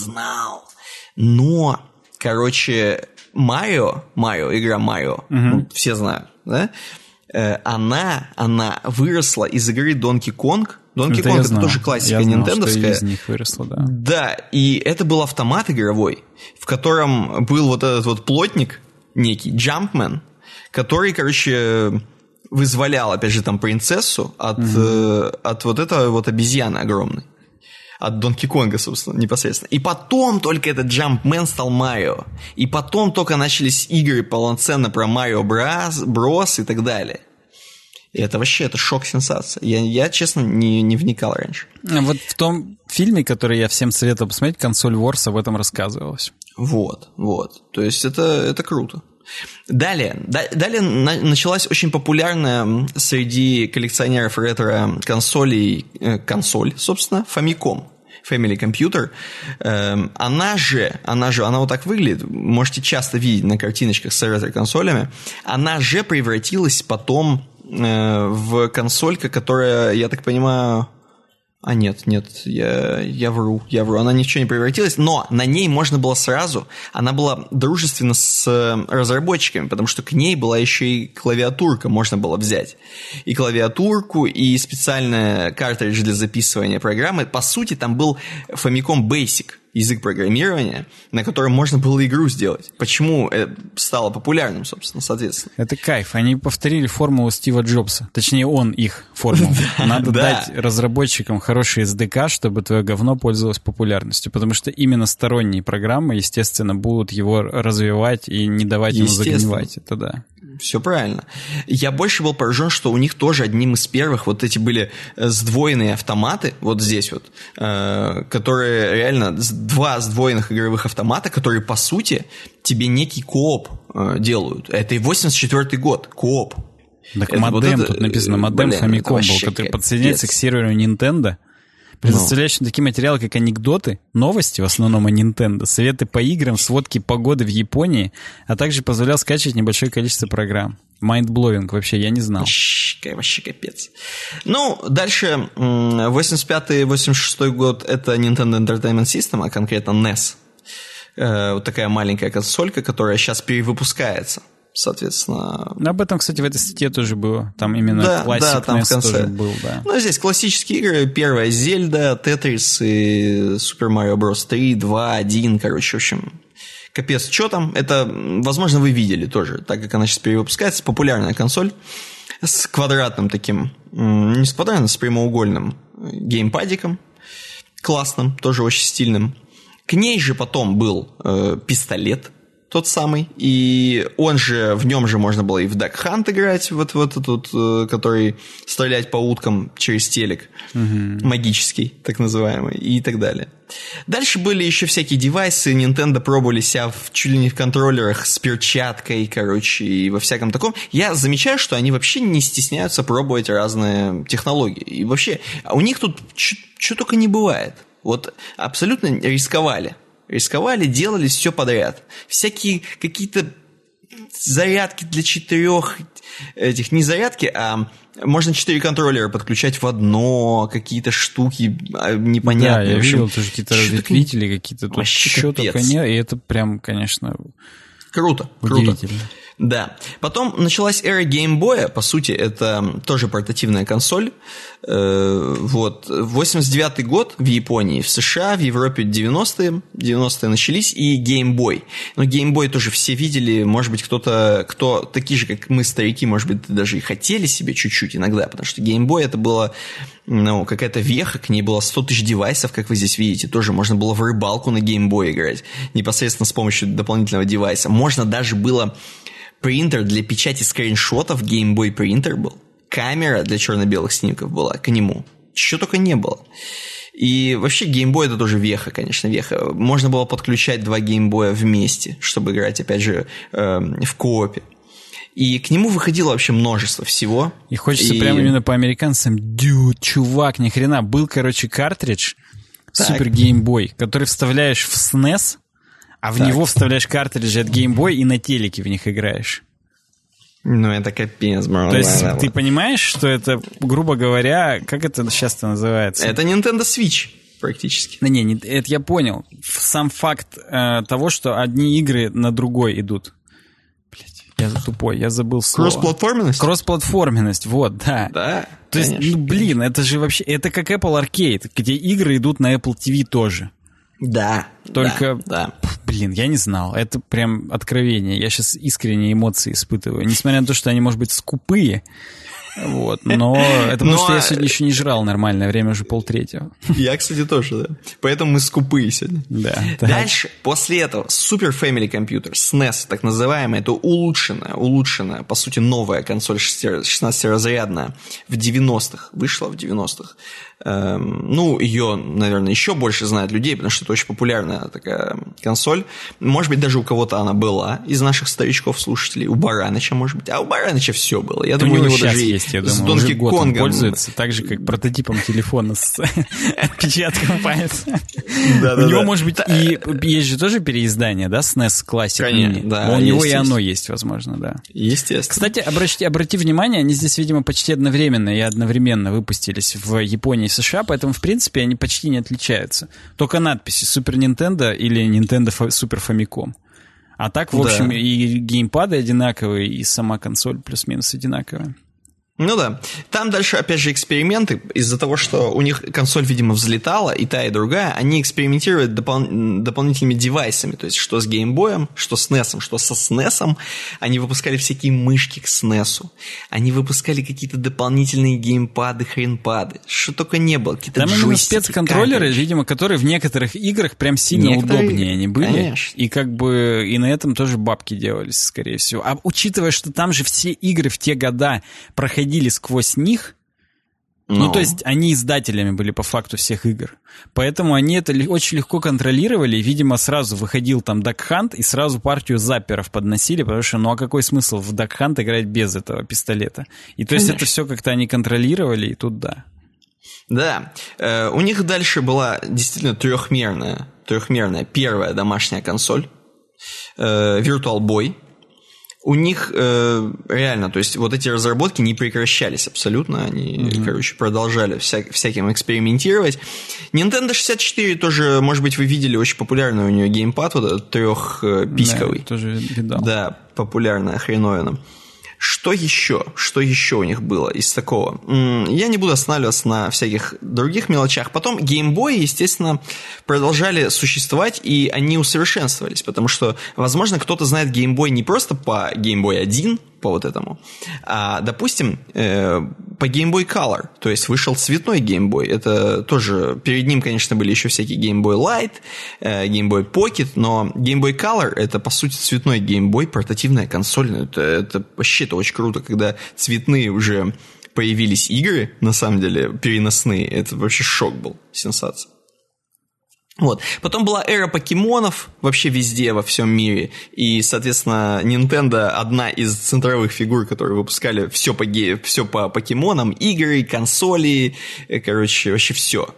но, короче, игра Марио, ну, все знают, да? Она выросла из игры Donkey Kong, Donkey Kong это тоже классика нинтендовская. Из них выросло, да. Да, и это был автомат игровой, в котором был вот этот вот плотник некий, Jumpman, который, короче, вызволял, опять же, там принцессу от вот этого вот обезьяны огромной. От Донки Конга, собственно, непосредственно. И потом только этот Jumpman стал Марио. И потом только начались игры полноценно про Марио Брос и так далее. И это вообще, это шок-сенсация. Я честно, не вникал раньше. Вот в том фильме, который я всем советую посмотреть, «Консоль Wars», об этом рассказывалось. Вот. То есть это круто. Далее началась очень популярная среди коллекционеров ретро-консолей консоль, собственно, Famicom. Family Computer. Она вот так выглядит. Можете часто видеть на картиночках с ретро-консолями. Она же превратилась потом в консолька, которая, я так понимаю... Нет, я вру. Она ни в что не превратилась, но на ней можно было сразу, она была дружественна с разработчиками, потому что к ней была еще и клавиатурка, можно было взять. И клавиатурку, и специальный картридж для записывания программы. По сути, там был Famicom Basic, язык программирования, на котором можно было игру сделать. Почему стало популярным, собственно, соответственно. Это кайф. Они повторили формулу Стива Джобса. Точнее, он их формулу. Надо дать разработчикам хороший SDK, чтобы твое говно пользовалось популярностью. Потому что именно сторонние программы, естественно, будут его развивать и не давать ему загнивать. Это да. Все правильно. Я больше был поражен, что у них тоже одним из первых вот эти были сдвоенные автоматы, вот здесь вот, которые реально два сдвоенных игровых автомата, которые, по сути, тебе некий кооп делают. Это и 84-й год, кооп. Так это модем, вот тут написано, модем Famicom был, который подсоединяется к серверу Nintendo. Предоставляешь такие материалы, как анекдоты, новости, в основном о Nintendo, советы по играм, сводки погоды в Японии, а также позволял скачивать небольшое количество программ. Mind-blowing вообще, я не знал. Вообще капец. Ну, дальше, 85-86 год, это Nintendo Entertainment System, а конкретно NES. Вот такая маленькая консолька, которая сейчас перевыпускается. Соответственно... Об этом, кстати, в этой статье тоже было. Там именно классик там NES в конце. тоже был, да. Ну, здесь классические игры. Первая Зельда, Тетрис и Super Mario Bros. 3, 2, 1, короче, в общем... Капец, что там? Это, возможно, вы видели тоже, так как она сейчас перевыпускается. Популярная консоль с квадратным таким... Не с квадратным, с прямоугольным геймпадиком. Классным, тоже очень стильным. К ней же потом был пистолет, тот самый, и в нем же можно было и в Duck Hunt играть, вот этот, который стрелять по уткам через телек, магический, так называемый, и так далее. Дальше были еще всякие девайсы, Nintendo пробовали себя чуть ли не в контроллерах с перчаткой, короче, и во всяком таком. Я замечаю, что они вообще не стесняются пробовать разные технологии, и вообще, у них тут что только не бывает. Вот абсолютно рисковали, делали все подряд. Всякие какие-то зарядки для 4 этих, не зарядки, а можно 4 контроллера подключать в одно, какие-то штуки непонятные. Да, я видел тоже какие-то разветвители, какие-то тут что только нет, и это прям, конечно, круто. Удивительно. Да. Потом началась эра геймбоя, по сути, это тоже портативная консоль. Вот. 89-й год в Японии, в США, в Европе 90-е начались, и геймбой. Но геймбой тоже все видели, может быть, кто такие же, как мы, старики, может быть, даже и хотели себе чуть-чуть иногда, потому что геймбой это было, какая-то веха, к ней было 100 тысяч девайсов, как вы здесь видите, тоже можно было в рыбалку на геймбой играть, непосредственно с помощью дополнительного девайса. Можно даже было... Принтер для печати скриншотов, Game Boy принтер был. Камера для черно-белых снимков была к нему. Чего только не было. И вообще Game Boy это тоже веха, конечно, веха. Можно было подключать 2 Game Boy вместе, чтобы играть, опять же, в коопе. И к нему выходило вообще множество всего. И хочется прямо именно по американцам. Чувак, ни хрена. Был, короче, картридж Super Game Boy, который вставляешь в SNES, а в него вставляешь картриджи от Game Boy и на телеке в них играешь. Ну, это капец, бро. То есть ты понимаешь, что это, грубо говоря, как это сейчас-то называется? Это Nintendo Switch практически. Не, это я понял. Сам факт того, что одни игры на другой идут. Я тупой, я забыл слово. Кроссплатформенность? Кроссплатформенность, вот, да. Да, То есть, конечно. блин, это же вообще... Это как Apple Arcade, где игры идут на Apple TV тоже. Да. Только, да. Блин, я не знал. Это прям откровение. Я сейчас искренние эмоции испытываю. Несмотря на то, что они, может быть, скупые. Вот, но это потому, что я сегодня еще не жрал нормальное время, уже 2:30. Я, кстати, тоже, да. Поэтому мы скупые сегодня. Да. Дальше, после этого, Super Family компьютер, SNES, так называемая, это улучшенная, по сути, новая консоль 16-разрядная в 90-х, вышла в 90-х. Ее, наверное, еще больше знают людей, потому что это очень популярная такая консоль. Может быть, даже у кого-то она была из наших старичков-слушателей. У Бараныча, может быть. А у Бараныча все было. Я думаю, у него даже есть, я с думаю, уже год он Доnkey Kong'ом пользуется, так же, как прототипом телефона с отпечатком пальца. Да. У него, может быть, и есть же тоже переиздание, да, SNES Classic Mini? Да, у него и оно есть, возможно, да. Естественно. Кстати, обрати внимание, они здесь, видимо, почти одновременно и одновременно выпустились в Японии и США, поэтому, в принципе, они почти не отличаются. Только надписи Super Nintendo или Nintendo Super Famicom. А так, в общем, и геймпады одинаковые, и сама консоль плюс-минус одинаковая. Ну да. Там дальше, опять же, эксперименты. Из-за того, что у них консоль, видимо, взлетала, и та, и другая, они экспериментируют дополнительными девайсами. То есть, что с геймбоем, что с NES, что со SNES. Они выпускали всякие мышки к SNES. Они выпускали какие-то дополнительные геймпады, хренпады. Что только не было. Какие-то там именно спецконтроллеры, видимо, которые в некоторых играх прям сильно удобнее они были. Конечно. И как бы и на этом тоже бабки делались, скорее всего. А учитывая, что там же все игры в те года проходили сквозь них, то есть они издателями были по факту всех игр. Поэтому они это очень легко контролировали, и, видимо, сразу выходил там Duck Hunt, и сразу партию запперов подносили, потому что, а какой смысл в Duck Hunt играть без этого пистолета? И то есть это все как-то они контролировали, и тут да. Да. У них дальше была действительно трехмерная первая домашняя консоль Virtual Boy. У них реально, то есть вот эти разработки не прекращались абсолютно, они, продолжали всяким экспериментировать. Nintendo 64 тоже, может быть, вы видели, очень популярный у нее геймпад, вот этот трехписьковый. Да, тоже видал. Да, популярная хреновина. Что еще у них было из такого? Я не буду останавливаться на всяких других мелочах. Потом геймбои, естественно, продолжали существовать, и они усовершенствовались, потому что, возможно, кто-то знает геймбой не просто по геймбой 1, по вот этому, а, допустим, по Game Boy Color, то есть вышел цветной Game Boy. Это тоже, перед ним, конечно, были еще всякие Game Boy Light, Game Boy Pocket, но Game Boy Color — это, по сути, цветной Game Boy, портативная консоль. Это вообще это очень круто, когда цветные уже появились игры, на самом деле, переносные. Это вообще шок был, сенсация. Вот. Потом была эра покемонов вообще везде, во всем мире. И, соответственно, Nintendo одна из центровых фигур, которые выпускали все по покемонам, игры, консоли, короче, вообще все.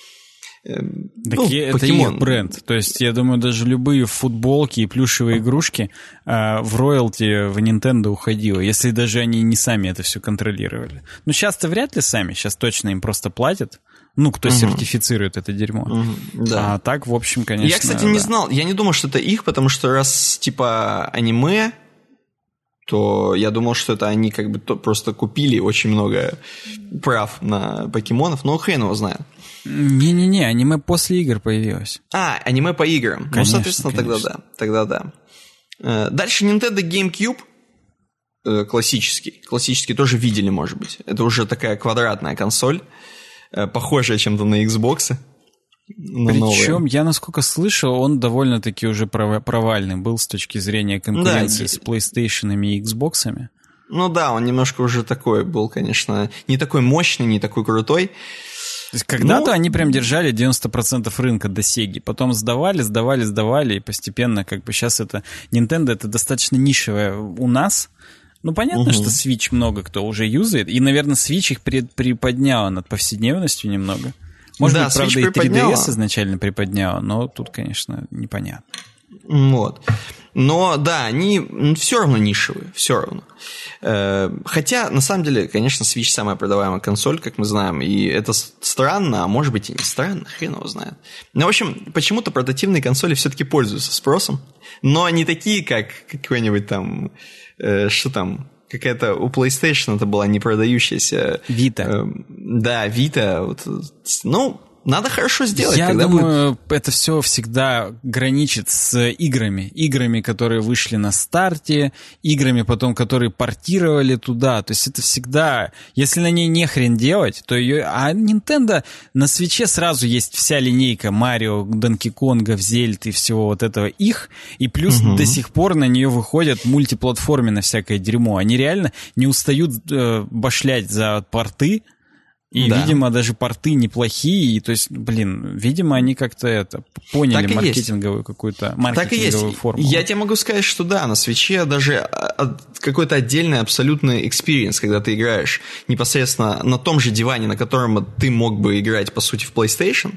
Это их бренд. То есть, я думаю, даже любые футболки и плюшевые игрушки в роялти в Nintendo уходило, если даже они не сами это все контролировали. Ну, сейчас-то вряд ли сами, сейчас точно им просто платят. Кто сертифицирует это дерьмо. Да. А так, в общем, конечно... Я, кстати, не знал, я не думал, что это их, потому что раз, типа, аниме, то я думал, что это они как бы просто купили очень много прав на покемонов, но хрен его знает. Не-не-не, аниме после игр появилось. Аниме по играм. Конечно, соответственно, конечно. Тогда да. Дальше Nintendo GameCube, классический, тоже видели, может быть. Это уже такая квадратная консоль, похожая чем-то на Xbox. Причем, я насколько слышал, он довольно-таки уже провальный был с точки зрения конкуренции с PlayStation и Xbox. Ну да, он немножко уже такой был, конечно, не такой мощный, не такой крутой. То есть когда-то они прям держали 90% рынка до Sega, потом сдавали, и постепенно, как бы сейчас это... Nintendo это достаточно нишевая у нас. Понятно, что Switch много кто уже юзает, и, наверное, Switch их приподняла над повседневностью немного. Может быть, правда, и 3DS изначально приподняла, но тут, конечно, непонятно. Вот. Но, да, они все равно нишевые, все равно. Хотя, на самом деле, конечно, Switch самая продаваемая консоль, как мы знаем, и это странно, а может быть и не странно, хрен его знает. В общем, почему-то портативные консоли все-таки пользуются спросом, но не такие, как какой-нибудь там что там, какая-то у PlayStation это была не продающаяся... Vita. Да, Vita. Вот, ну... Надо хорошо сделать. Я думаю, это все всегда граничит с играми. Играми, которые вышли на старте, играми потом, которые портировали туда. То есть это всегда... Если на ней не хрен делать, то ее... А Nintendo на Switch'е сразу есть вся линейка Марио, Донки Конга, Зельд и всего вот этого их. И плюс до сих пор на нее выходят мультиплатформе на всякое дерьмо. Они реально не устают башлять за порты. И, да. Видимо, даже порты неплохие, то есть, блин, видимо, они как-то поняли маркетинговую какую-то маркетинговую форму. Я тебе могу сказать, что да, на Switch'е даже какой-то отдельный абсолютный экспириенс, когда ты играешь непосредственно на том же диване, на котором ты мог бы играть, по сути, в PlayStation,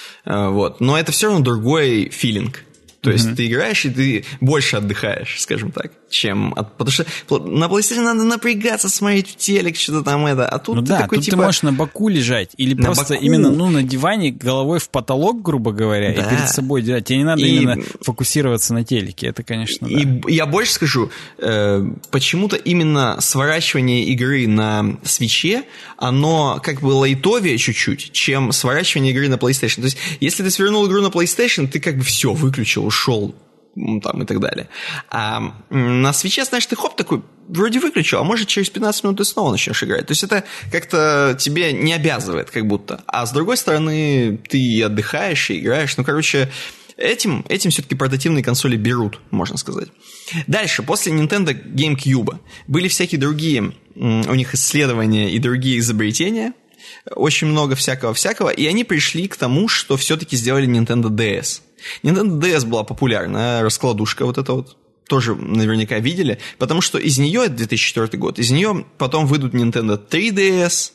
вот, но это все равно другой филинг. То есть ты играешь, и ты больше отдыхаешь, скажем так, чем... Потому что на PlayStation надо напрягаться, смотреть в телек, что-то там это, а тут ну ты да, такой, тут ты можешь на боку лежать, или просто боку. Именно на диване головой в потолок, грубо говоря, да. И перед собой делать. Тебе не надо именно фокусироваться на телеке, это, конечно, да. И я больше скажу, почему-то именно сворачивание игры на Switch'е, оно как бы лайтовее чуть-чуть, чем сворачивание игры на PlayStation. То есть, если ты свернул игру на PlayStation, ты как бы все выключил, ушел там и так далее. А на Switch'е, знаешь, ты хоп такой, вроде выключил, а может через 15 минут ты снова начнешь играть. То есть это как-то тебе не обязывает как будто. А с другой стороны, ты отдыхаешь и играешь. Ну, короче, этим все-таки портативные консоли берут, можно сказать. Дальше, после Nintendo GameCube были всякие другие у них исследования и другие изобретения. Очень много всякого-всякого. И они пришли к тому, что все-таки сделали Nintendo DS. Nintendo DS была популярная, раскладушка вот эта вот. Тоже наверняка видели. Потому что из нее, это 2004 год, из нее потом выйдут Nintendo 3DS.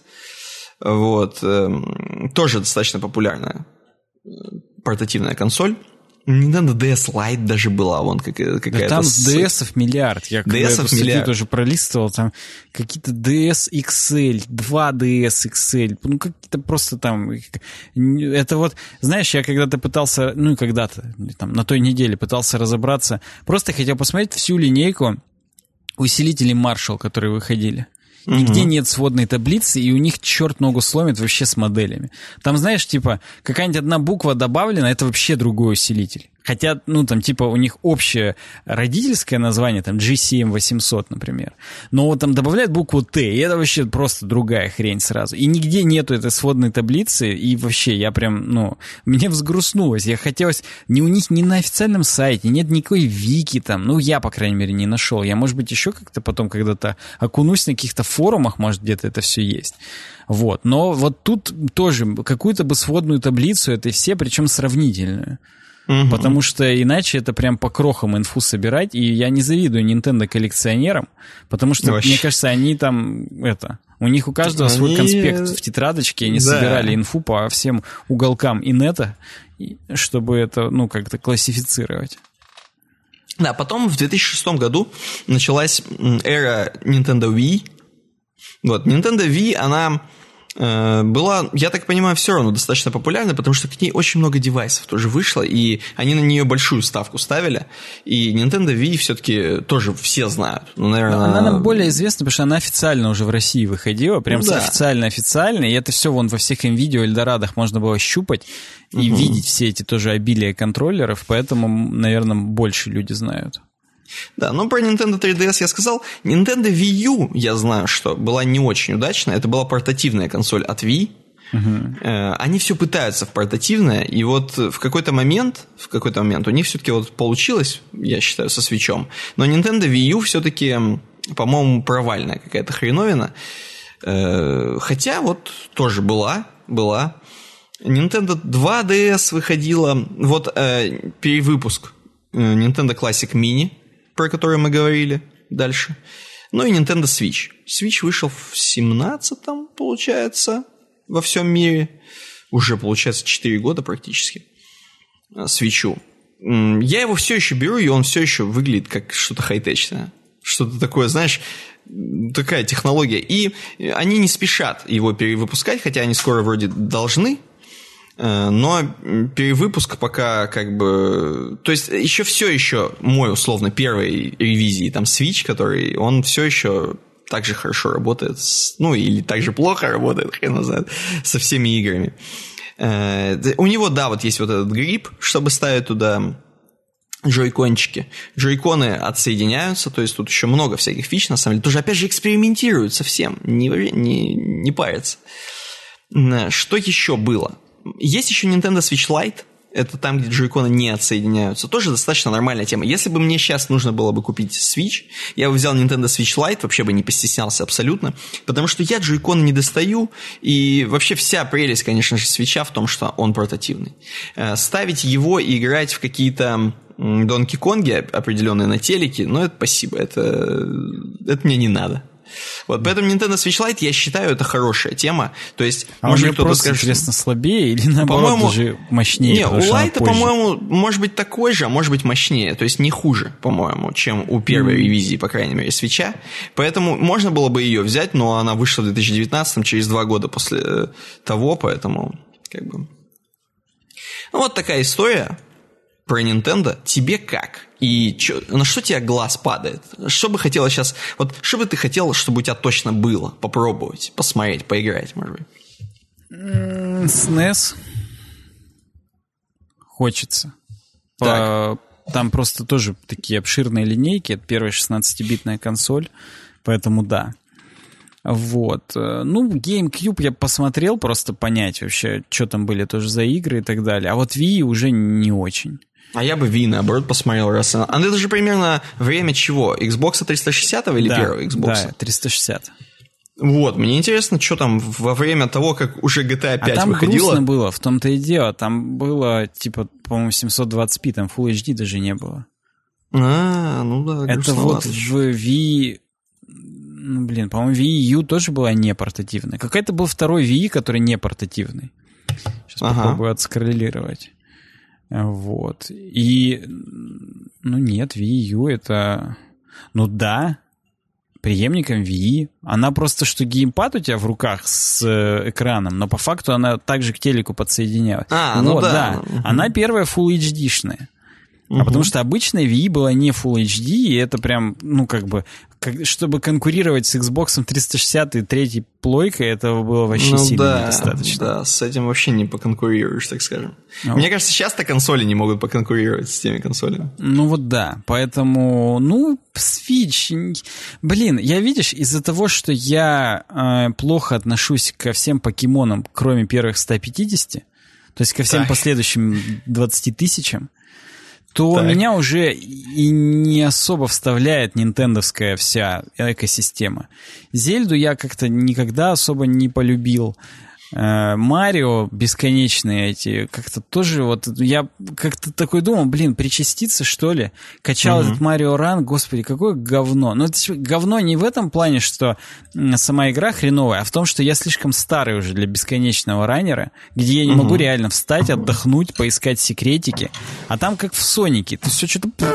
Вот. Тоже достаточно популярная портативная консоль. Nintendo DS Lite даже была, вон какая-то... Да там DS-ов миллиард. Я когда эту статью тоже пролистывал, там какие-то DS XL, 2 DS XL, ну какие-то просто там... Это вот, знаешь, я когда-то пытался, ну когда-то, там, на той неделе пытался разобраться, просто хотел посмотреть всю линейку усилителей Marshall, которые выходили. Нигде нет сводной таблицы, и у них черт ногу сломит вообще с моделями. Там, знаешь, типа, какая-нибудь одна буква добавлена, это вообще другой усилитель. Хотя, ну, там, типа, у них общее родительское название, там, GCM800, например. Но вот там добавляют букву Т, и это вообще просто другая хрень сразу. И нигде нету этой сводной таблицы, и вообще, я прям, ну, мне взгрустнулось. Я хотелось, у них ни на официальном сайте, нет никакой вики там, ну, я, по крайней мере, не нашел. Я, может быть, еще как-то потом когда-то окунусь на каких-то форумах, может, где-то это все есть. Вот. Но вот тут тоже какую-то бы сводную таблицу этой все, причем сравнительную. Потому что иначе это прям по крохам инфу собирать, и я не завидую Nintendo коллекционерам, потому что, мне кажется, они там, у них у каждого свой конспект в тетрадочке, они собирали инфу по всем уголкам инета, чтобы это, ну, как-то классифицировать. Да, потом в 2006 году началась эра Nintendo Wii. Вот, Nintendo Wii, она... была, я так понимаю, все равно достаточно популярна, потому что к ней очень много девайсов тоже вышло, и они на нее большую ставку ставили, и Nintendo Wii все-таки тоже все знают. Ну, наверное... Она нам более известна, потому что она официально уже в России выходила, прям официально, и это все вон во всех видео Эльдорадах можно было щупать и видеть все эти тоже обилие контроллеров, поэтому, наверное, больше люди знают. Да, но про Nintendo 3DS я сказал. Nintendo Wii U, я знаю, что была не очень удачная. Это была портативная консоль от Wii. Они все пытаются в портативное, и вот в какой-то момент у них все-таки вот получилось, я считаю, со Switch'ом. Но Nintendo Wii U все-таки, по-моему, провальная какая-то хреновина. Хотя вот тоже была. Nintendo 2DS выходила. Вот перевыпуск Nintendo Classic Mini, про который мы говорили дальше. Ну и Nintendo Switch. Switch вышел в 17-м, получается, во всем мире. Уже, получается, 4 года практически. Switch'у. Я его все еще беру, и он все еще выглядит как что-то хай-течное. Что-то такое, знаешь, такая технология. И они не спешат его перевыпускать, хотя они скоро вроде должны. но перевыпуск пока как бы... То есть еще все еще мой, условно, первой ревизии, там, Switch, который, он все еще так же хорошо работает, ну, или так же плохо работает, хрен знает, со всеми играми. У него, да, вот есть вот этот грипп, чтобы ставить туда джойкончики. Джойконы отсоединяются, то есть тут еще много всяких фич, на самом деле. Тоже, опять же, экспериментируют совсем, не парятся. Что еще было? Есть еще Nintendo Switch Lite. Это там, где джойконы не отсоединяются. Тоже достаточно нормальная тема. Если бы мне сейчас нужно было бы купить Switch, я бы взял Nintendo Switch Lite, вообще бы не постеснялся абсолютно, потому что я джойконы не достаю, и вообще вся прелесть, конечно же, Switch'а в том, что он портативный. Ставить его и играть в какие-то Donkey Kong'и определенные на телеке, ну, это спасибо, это мне не надо. Вот, поэтому Nintendo Switch Lite, я считаю, это хорошая тема. То есть, может быть, кто-то скажет, интересно, слабее или наоборот даже мощнее? Не, у Lite, по-моему, может быть такой же, а может быть мощнее. То есть не хуже, по-моему, чем у первой ревизии, по крайней мере, Switch'а. Поэтому можно было бы ее взять, но она вышла в 2019, через 2 года после того, поэтому как бы... Ну, вот такая история про Nintendo. Тебе как? И на что тебе глаз падает? Что бы хотелось сейчас... Вот что бы ты хотел, чтобы у тебя точно было? Попробовать, посмотреть, поиграть, может быть? SNES. Хочется. Там просто тоже такие обширные линейки. Это первая 16-битная консоль. Поэтому да. Вот. Ну, GameCube я посмотрел, просто понять вообще, что там были тоже за игры и так далее. А вот Wii уже не очень. А я бы Wii, наоборот, посмотрел раз. А это же примерно время чего? Xbox 360 или первого Xbox? Да, 360. Вот, мне интересно, что там во время того, как уже GTA 5 там выходила. Грустно было, в том-то и дело. Там было, типа, по-моему, 720p, там Full HD даже не было. Ну да, это вот в Wii... Ну, блин, по-моему, Wii U тоже была не портативная. Какой-то был второй Wii, который не портативный. Сейчас попробую отскоррелировать. Вот. И, ну нет, Wii U это... Ну да, преемником Wii. Она просто, что геймпад у тебя в руках с экраном, но по факту она также к телеку подсоединялась. Ну да. Она первая Full HD-шная. А потому что обычная Wii была не Full HD, и это прям, ну, как бы, чтобы конкурировать с Xbox 360 и третьей плойкой, этого было вообще сильно недостаточно. Да, с этим вообще не поконкурируешь, так скажем. Мне кажется, сейчас-то консоли не могут поконкурировать с теми консолями. Ну вот да, поэтому, ну, Switch... Блин, я, видишь, из-за того, что я плохо отношусь ко всем покемонам, кроме первых 150, то есть ко всем последующим 20 тысячам, то меня уже и не особо вставляет нинтендовская вся экосистема. Зельду я как-то никогда особо не полюбил. Марио бесконечные эти, как-то тоже вот, я как-то такой думал, блин, причаститься, что ли? Качал этот Марио Ран, господи, какое говно. Но это говно не в этом плане, что сама игра хреновая, а в том, что я слишком старый уже для бесконечного раннера, где я не могу реально встать, отдохнуть, поискать секретики, а там как в Сонике, то все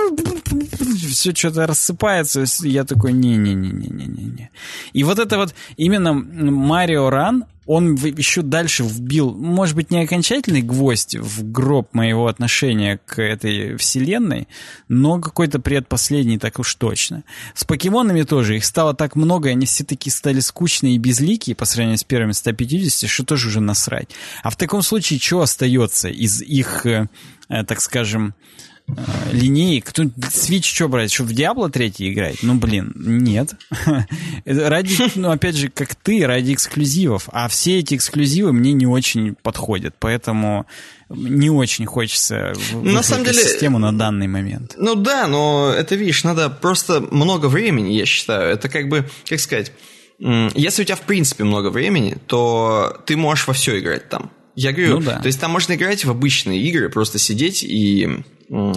что-то рассыпается, я такой, не-не-не-не-не-не. И вот это вот именно Марио Ран, он еще дальше вбил, может быть, не окончательный гвоздь в гроб моего отношения к этой вселенной, но какой-то предпоследний так уж точно. С покемонами тоже. Их стало так много, и они все такие стали скучные и безликие по сравнению с первыми 150, что тоже уже насрать. А в таком случае что остается из их, так скажем, линеек? Switch что брать? Что в Diablo 3 играть? Ну, блин, нет. Ради, ну, опять же, как ты, ради эксклюзивов. А все эти эксклюзивы мне не очень подходят, поэтому не очень хочется в систему на данный момент. Ну да, но это, видишь, надо просто много времени, я считаю. Это как бы, как сказать, если у тебя в принципе много времени, то ты можешь во все играть там. Я говорю, то есть там можно играть в обычные игры, просто сидеть и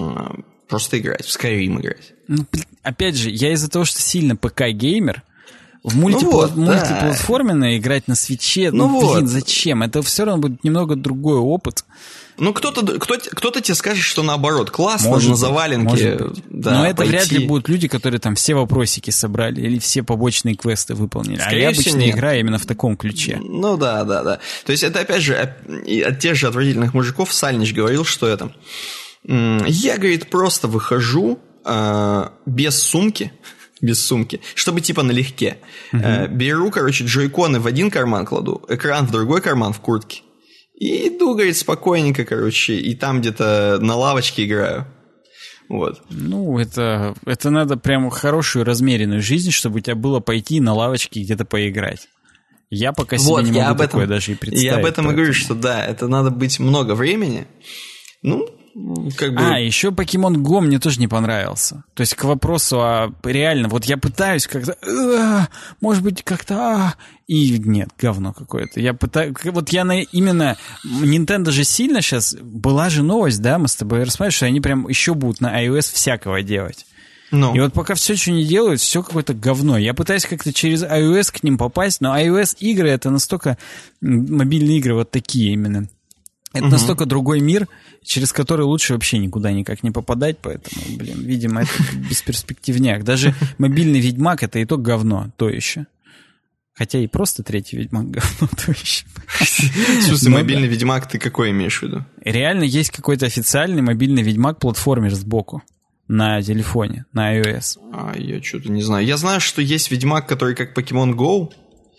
просто играть, в Skyrim играть. Ну, опять же, я из-за того, что сильно ПК-геймер, В мультиплатформенное играть на свитче, зачем? Это все равно будет немного другой опыт. Ну, кто-то тебе скажет, что наоборот, классно, на заваленке. Да, но это вряд ли будут люди, которые там все вопросики собрали или все побочные квесты выполнили. А я обычно играю именно в таком ключе. Ну да. То есть это, опять же, от тех же отвратительных мужиков Сальнич говорил, что это... Я, говорит, просто выхожу без сумки, чтобы типа налегке. Беру, короче, джойконы в один карман кладу, экран в другой карман в куртке. И иду, говорит, спокойненько, короче, и там где-то на лавочке играю. Вот. Ну, это надо прям хорошую размеренную жизнь, чтобы у тебя было пойти на лавочке где-то поиграть. Я пока себе не могу такое даже и представить. Я об этом и говорю, что да, это надо быть много времени. Ну, как бы... еще Pokemon Go мне тоже не понравился. То есть к вопросу реально, вот я пытаюсь как-то, может быть, как-то, и нет, говно какое-то. Именно Nintendo же сильно сейчас, была же новость, да, мы с тобой рассматривали, что они прям еще будут на iOS всякого делать. И вот пока все, что не делают, все какое-то говно. Я пытаюсь как-то через iOS к ним попасть, но iOS-игры — это настолько... Мобильные игры вот такие именно. Это настолько другой мир, через который лучше вообще никуда никак не попадать, поэтому, видимо, это бесперспективняк. Даже мобильный Ведьмак — это и то говно, то еще. Хотя и просто третий Ведьмак говно, то еще. В смысле, мобильный Ведьмак ты какой имеешь в виду? Реально есть какой-то официальный мобильный Ведьмак-платформер сбоку на телефоне, на iOS. Я что-то не знаю. Я знаю, что есть Ведьмак, который как Pokemon Go.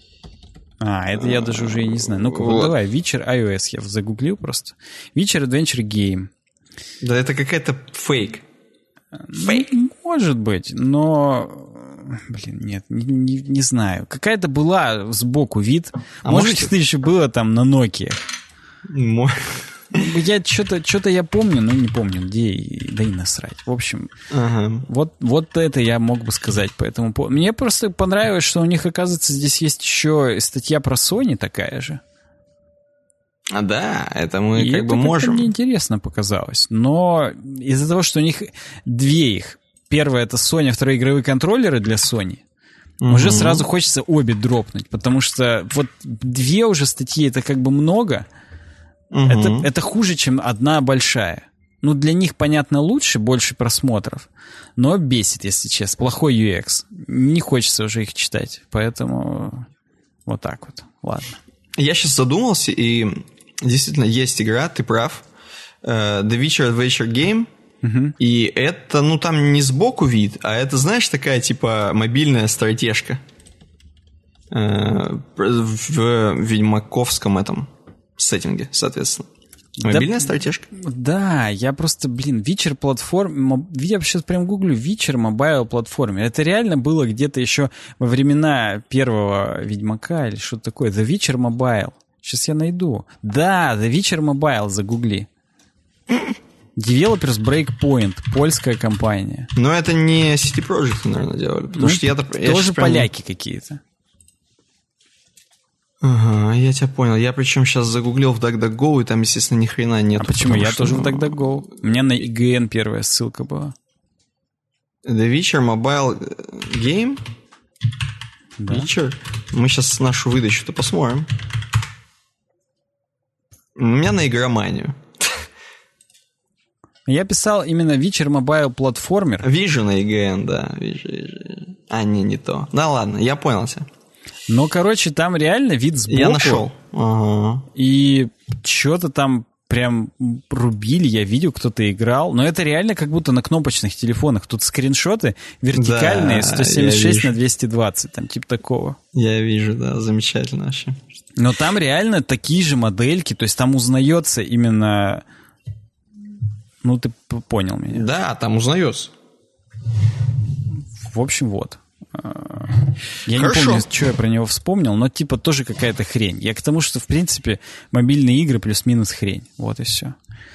Это я даже уже и не знаю. Ну-ка, вот давай, Witcher iOS, я загуглил просто. Witcher Adventure Game. Да это какая-то фейк. Может быть, но... нет, не знаю. Какая-то была сбоку вид. Может, это еще было там на Nokia. Я что-то я помню, но не помню, где, да и насрать. В общем, вот это я мог бы сказать по этому поводу. Мне просто понравилось, что у них, оказывается, здесь есть еще статья про Sony такая же. Да, это мы как бы можем. Это мне интересно показалось. Но из-за того, что у них две их. Первая — это Sony, вторая — игровые контроллеры для Sony. Уже сразу хочется обе дропнуть, потому что вот две уже статьи — это как бы много. Это хуже, чем одна большая. Ну, для них, понятно, лучше, больше просмотров, но бесит, если честно. Плохой UX. Не хочется уже их читать, поэтому вот так вот. Ладно. Я сейчас задумался, и действительно есть игра, ты прав. The Witcher Adventure Game. И это, ну, там не сбоку вид, а это, знаешь, такая, типа, мобильная стратежка. В ведьмаковском этом сеттинге, соответственно. Мобильная стратежка. Да, я просто, Witcher платформ... Я сейчас прям гуглю Witcher Mobile платформе. Это реально было где-то еще во времена первого Ведьмака или что-то такое. The Witcher Mobile. Сейчас я найду. Да, The Witcher Mobile, загугли. Developers Breakpoint, польская компания. Но это не City Project, наверное, делали. Потому что я тоже поляки какие-то. Ага, я тебя понял. Я причем сейчас загуглил в DuckDuckGo, и там, естественно, ни хрена нет. А почему? Я тоже в DuckDuckGo. У меня на IGN первая ссылка была. The Witcher Mobile Game? Да. Witcher? Мы сейчас нашу выдачу-то посмотрим. У меня на игроманию. Я писал именно Witcher Mobile платформер. Вижу на IGN, да. Вижу. Не то. Да ладно, я понял тебя. Но, короче, там реально вид сбоку. Я нашел. Ага. И что-то там прям рубили, я видел, кто-то играл. Но это реально как будто на кнопочных телефонах. Тут скриншоты вертикальные, да, 176 на 220, там типа такого. Я вижу, да, замечательно вообще. Но там реально такие же модельки, то есть там узнается именно... Ну, ты понял меня. Да, там узнается. В общем, вот. Я не помню, что я про него вспомнил, но типа тоже какая-то хрень. Я к тому, что в принципе мобильные игры плюс-минус хрень. Вот и все.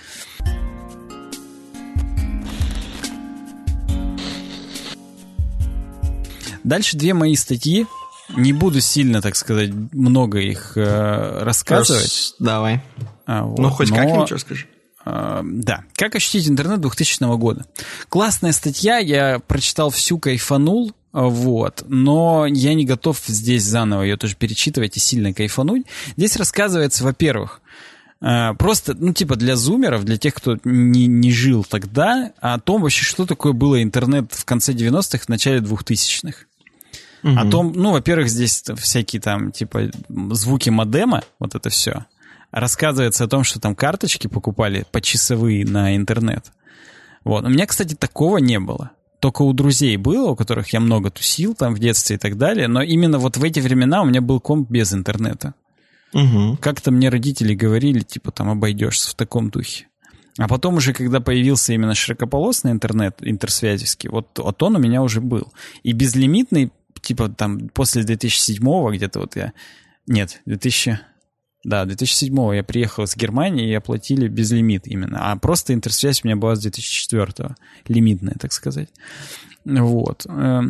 Дальше две мои статьи. Не буду сильно, так сказать, много их рассказывать. Давай. Ну, хоть как-нибудь расскажи. Да. Как ощутить интернет 2000 года? Классная статья, я прочитал всю, кайфанул. Вот. Но я не готов здесь заново ее тоже перечитывать и сильно кайфануть. Здесь рассказывается, во-первых, просто, ну, типа для зумеров, для тех, кто не жил тогда, о том вообще, что такое было интернет в конце 90-х, в начале 2000-х. О том, ну, во-первых, здесь всякие там, типа, звуки модема, вот это все. Рассказывается о том, что там карточки покупали почасовые на интернет. Вот. У меня, кстати, такого не было. Только у друзей было, у которых я много тусил там в детстве и так далее, но именно вот в эти времена у меня был комп без интернета. Как-то мне родители говорили, типа, там, обойдешься в таком духе. А потом уже, когда появился именно широкополосный интернет, интерсвязевский, вот он у меня уже был. И безлимитный, типа, там, после 2007-го где-то вот я... Нет, 2007-го я приехал из Германии, и оплатили безлимит именно. А просто интерсвязь у меня была с 2004-го. Лимитная, так сказать. Вот.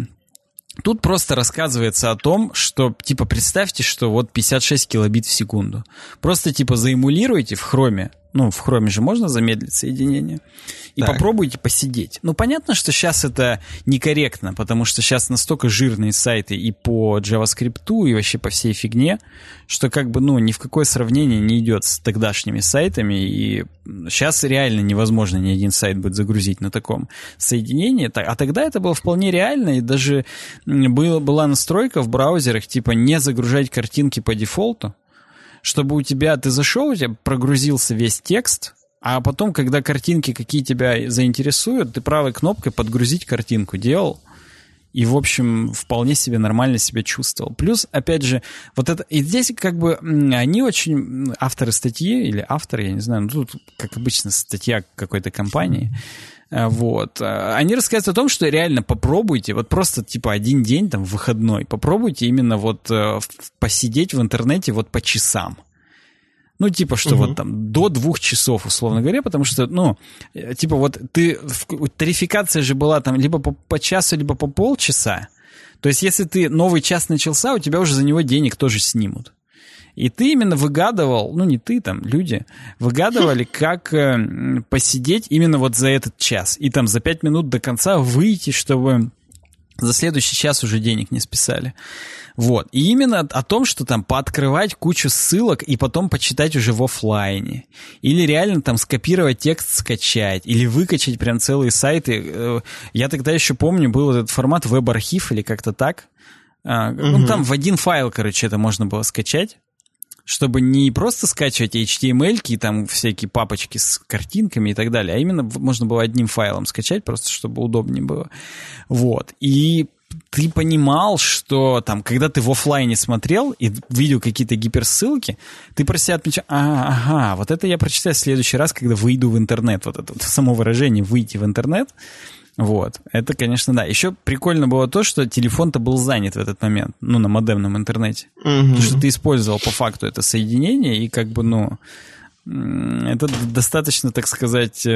Тут просто рассказывается о том, что, типа, представьте, что вот 56 килобит в секунду. Просто, типа, заэмулируйте в хроме. Ну, в хроме же можно замедлить соединение. И попробуйте посидеть. Ну, понятно, что сейчас это некорректно, потому что сейчас настолько жирные сайты и по JavaScript, и вообще по всей фигне, что как бы, ну, ни в какое сравнение не идет с тогдашними сайтами. И сейчас реально невозможно ни один сайт будет загрузить на таком соединении. А тогда это было вполне реально, и даже была настройка в браузерах, типа, не загружать картинки по дефолту, чтобы у тебя, ты зашел, у тебя прогрузился весь текст, а потом, когда картинки какие тебя заинтересуют, ты правой кнопкой подгрузить картинку делал, и, в общем, вполне себе нормально себя чувствовал. Плюс, опять же, вот это, и здесь как бы они очень, авторы статьи, или авторы, я не знаю, ну тут, как обычно, статья какой-то компании, вот, они рассказывают о том, что реально попробуйте, вот просто типа один день там выходной, попробуйте именно вот посидеть в интернете вот по часам. Ну, типа, что вот там до 2 часов, условно говоря, потому что, ну, типа вот тарификация же была там либо по часу, либо по полчаса. То есть, если ты новый час начался, у тебя уже за него денег тоже снимут. И ты именно выгадывал, ну, не ты, там, люди, выгадывали, как посидеть именно вот за этот час. И там за 5 минут до конца выйти, чтобы за следующий час уже денег не списали. Вот. И именно о том, что там пооткрывать кучу ссылок и потом почитать уже в офлайне. Или реально там скопировать текст, скачать. Или выкачать прям целые сайты. Я тогда еще помню, был этот формат веб-архив или как-то так. Ну, там в один файл, короче, это можно было скачать. Чтобы не просто скачивать HTML-ки, там всякие папочки с картинками и так далее, а именно можно было одним файлом скачать, просто чтобы удобнее было. Вот. И ты понимал, что там, когда ты в офлайне смотрел и видел какие-то гиперссылки, ты про себя отмечал, ага, вот это я прочитаю в следующий раз, когда выйду в интернет. Вот это вот само выражение «выйти в интернет». Вот, это, конечно, да. Еще прикольно было то, что телефон-то был занят в этот момент, ну, на модемном интернете. Потому что ты использовал по факту это соединение, и как бы, ну, это достаточно, так сказать,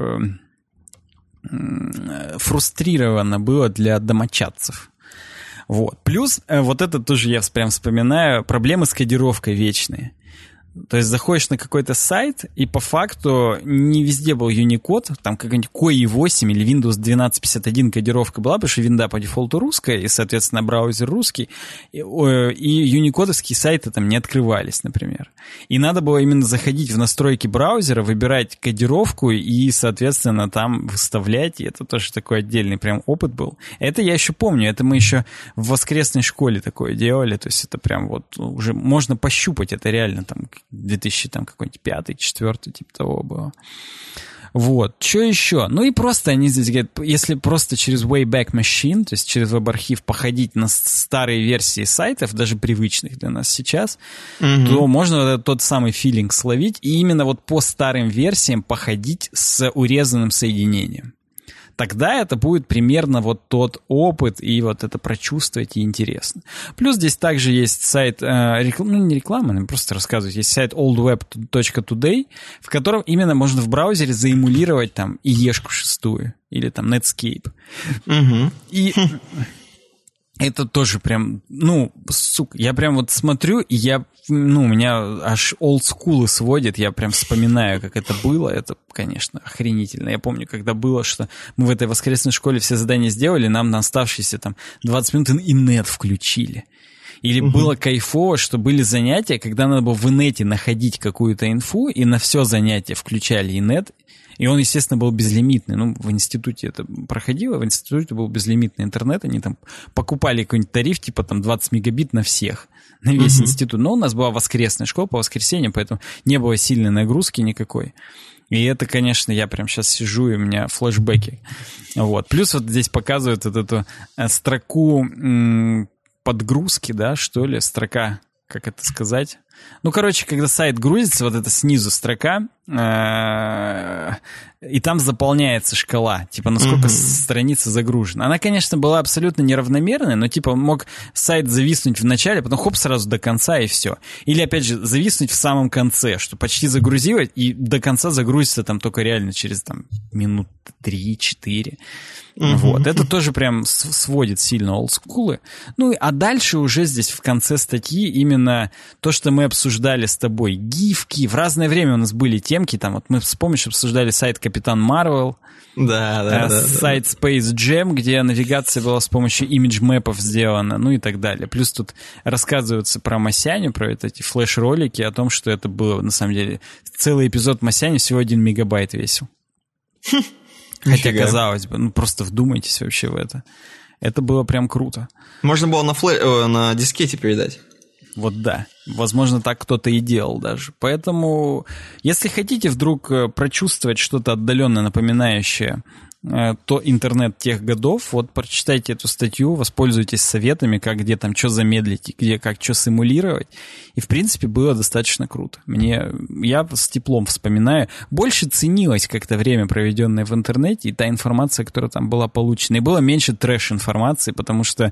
фрустрировано было для домочадцев. Вот. Плюс, вот это тоже я прям вспоминаю, проблемы с кодировкой вечные. То есть заходишь на какой-то сайт, и по факту не везде был Unicode, там какой-нибудь KOI 8 или Windows 12.51 кодировка была, потому что винда по дефолту русская, и, соответственно, браузер русский, и юникодовские сайты там не открывались, например. И надо было именно заходить в настройки браузера, выбирать кодировку и, соответственно, там выставлять, и это тоже такой отдельный прям опыт был. Это я еще помню, это мы еще в воскресной школе такое делали, то есть это прям вот уже можно пощупать, это реально там 2000 там какой-нибудь 5-4 типа того было. Вот. Что еще? Ну и просто они здесь говорят, если просто через Wayback Machine, то есть через веб-архив походить на старые версии сайтов, даже привычных для нас сейчас, то можно вот тот самый филинг словить и именно вот по старым версиям походить с урезанным соединением. Тогда это будет примерно вот тот опыт, и вот это прочувствовать и интересно. Плюс здесь также есть сайт, ну не реклама, но просто рассказывать, есть сайт oldweb.today, в котором именно можно в браузере заэмулировать там IE-шку 6 или там Netscape. И Это тоже прям, сука, я прям вот смотрю, и у меня аж олдскулы сводит, я прям вспоминаю, как это было, это, конечно, охренительно. Я помню, когда было, что мы в этой воскресной школе все задания сделали, нам на оставшиеся там 20 минут и нет включили. Или было кайфово, что были занятия, когда надо было в инете находить какую-то инфу, и на все занятие включали инет, и он, естественно, был безлимитный. В институте это проходило, в институте был безлимитный интернет, они там покупали какой-нибудь тариф, типа там 20 мегабит на всех, на весь институт. Но у нас была воскресная школа по воскресеньям, поэтому не было сильной нагрузки никакой. И это, конечно, я прям сейчас сижу, и у меня флешбеки. Вот. Плюс вот здесь показывают вот эту строку подгрузки, да, что ли, строка, как это сказать? Когда сайт грузится, вот это снизу строка, и там заполняется шкала, типа, насколько страница загружена. Она, конечно, была абсолютно неравномерная, но, типа, мог сайт зависнуть в начале, потом хоп, сразу до конца, и все. Или, опять же, зависнуть в самом конце, что почти загрузилось, и до конца загрузится там только реально через, там, минут 3-4. Вот. Это тоже прям сводит сильно олдскулы. А дальше уже здесь в конце статьи именно то, что мы обсуждали с тобой. Гифки. В разное время у нас были темки. Там вот мы, вспомнишь, обсуждали сайт Капитан Марвел. Да. Сайт Space Jam, где навигация была с помощью имидж-мэпов сделана, и так далее. Плюс тут рассказывается про Масяню, про эти флеш-ролики, о том, что это было, на самом деле, целый эпизод Масяни всего 1 мегабайт весил. Хотя, казалось бы, просто вдумайтесь вообще в это. Это было прям круто. Можно было на дискете передать. Вот да. Возможно, так кто-то и делал даже. Поэтому, если хотите вдруг прочувствовать что-то отдаленно напоминающее то интернет тех годов, вот прочитайте эту статью, воспользуйтесь советами, как где там что замедлить, где как что симулировать. И, в принципе, было достаточно круто. Я с теплом вспоминаю. Больше ценилось как-то время, проведенное в интернете, и та информация, которая там была получена. И было меньше трэш-информации, потому что,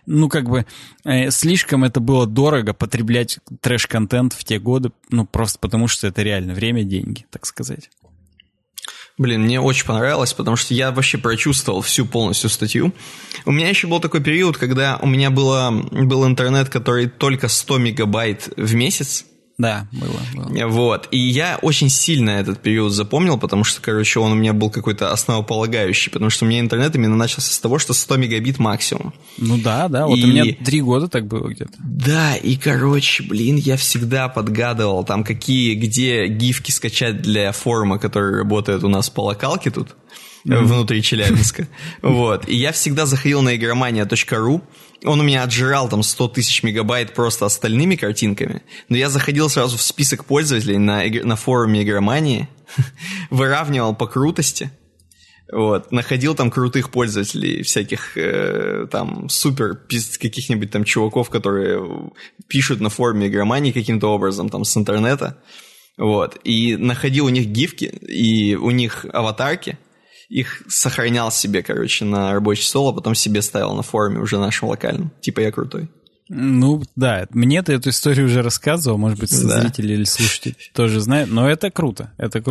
слишком это было дорого потреблять трэш-контент в те годы, просто потому что это реально время, деньги, так сказать. Блин, мне очень понравилось, потому что я вообще прочувствовал всю полностью статью. У меня еще был такой период, когда у меня был интернет, который только 100 мегабайт в месяц. Да, было. Вот, и я очень сильно этот период запомнил, потому что, он у меня был какой-то основополагающий, потому что у меня интернет именно начался с того, что 100 мегабит максимум. Да, вот у меня 3 года так было где-то. Да, и, я всегда подгадывал, там, где гифки скачать для форума, который работает у нас по локалке тут, внутри Челябинска. Вот, и я всегда заходил на игромания.ру. Он у меня отжирал там 100 тысяч мегабайт просто остальными картинками, но я заходил сразу в список пользователей на форуме игромании, выравнивал по крутости, вот, находил там крутых пользователей, всяких там супер каких-нибудь там чуваков, которые пишут на форуме игромании каким-то образом там с интернета, вот, и находил у них гифки и у них аватарки. Их сохранял себе, на рабочий стол, а потом себе ставил на форуме уже нашем локальном. Типа я крутой. Да, мне ты эту историю уже рассказывал, может быть, зрители или слушатели тоже знают, но это круто.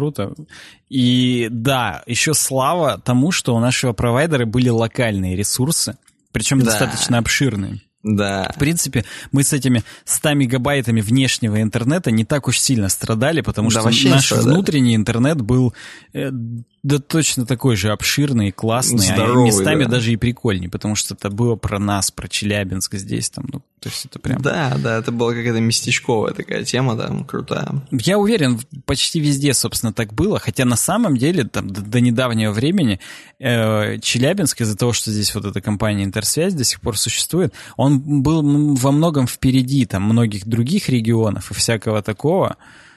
И да, еще слава тому, что у нашего провайдера были локальные ресурсы, причем достаточно обширные. Да. В принципе, мы с этими 100 мегабайтами внешнего интернета не так уж сильно страдали, потому что наш внутренний интернет был точно такой же обширный и классный, здоровый, местами даже и прикольней, потому что это было про нас, про Челябинск здесь. То есть это прям... Да, это была какая-то местечковая такая тема, крутая. Я уверен, почти везде, собственно, так было, хотя на самом деле до недавнего времени Челябинск, из-за того, что здесь вот эта компания Интерсвязь до сих пор существует, он был во многом впереди многих других регионов и всякого такого,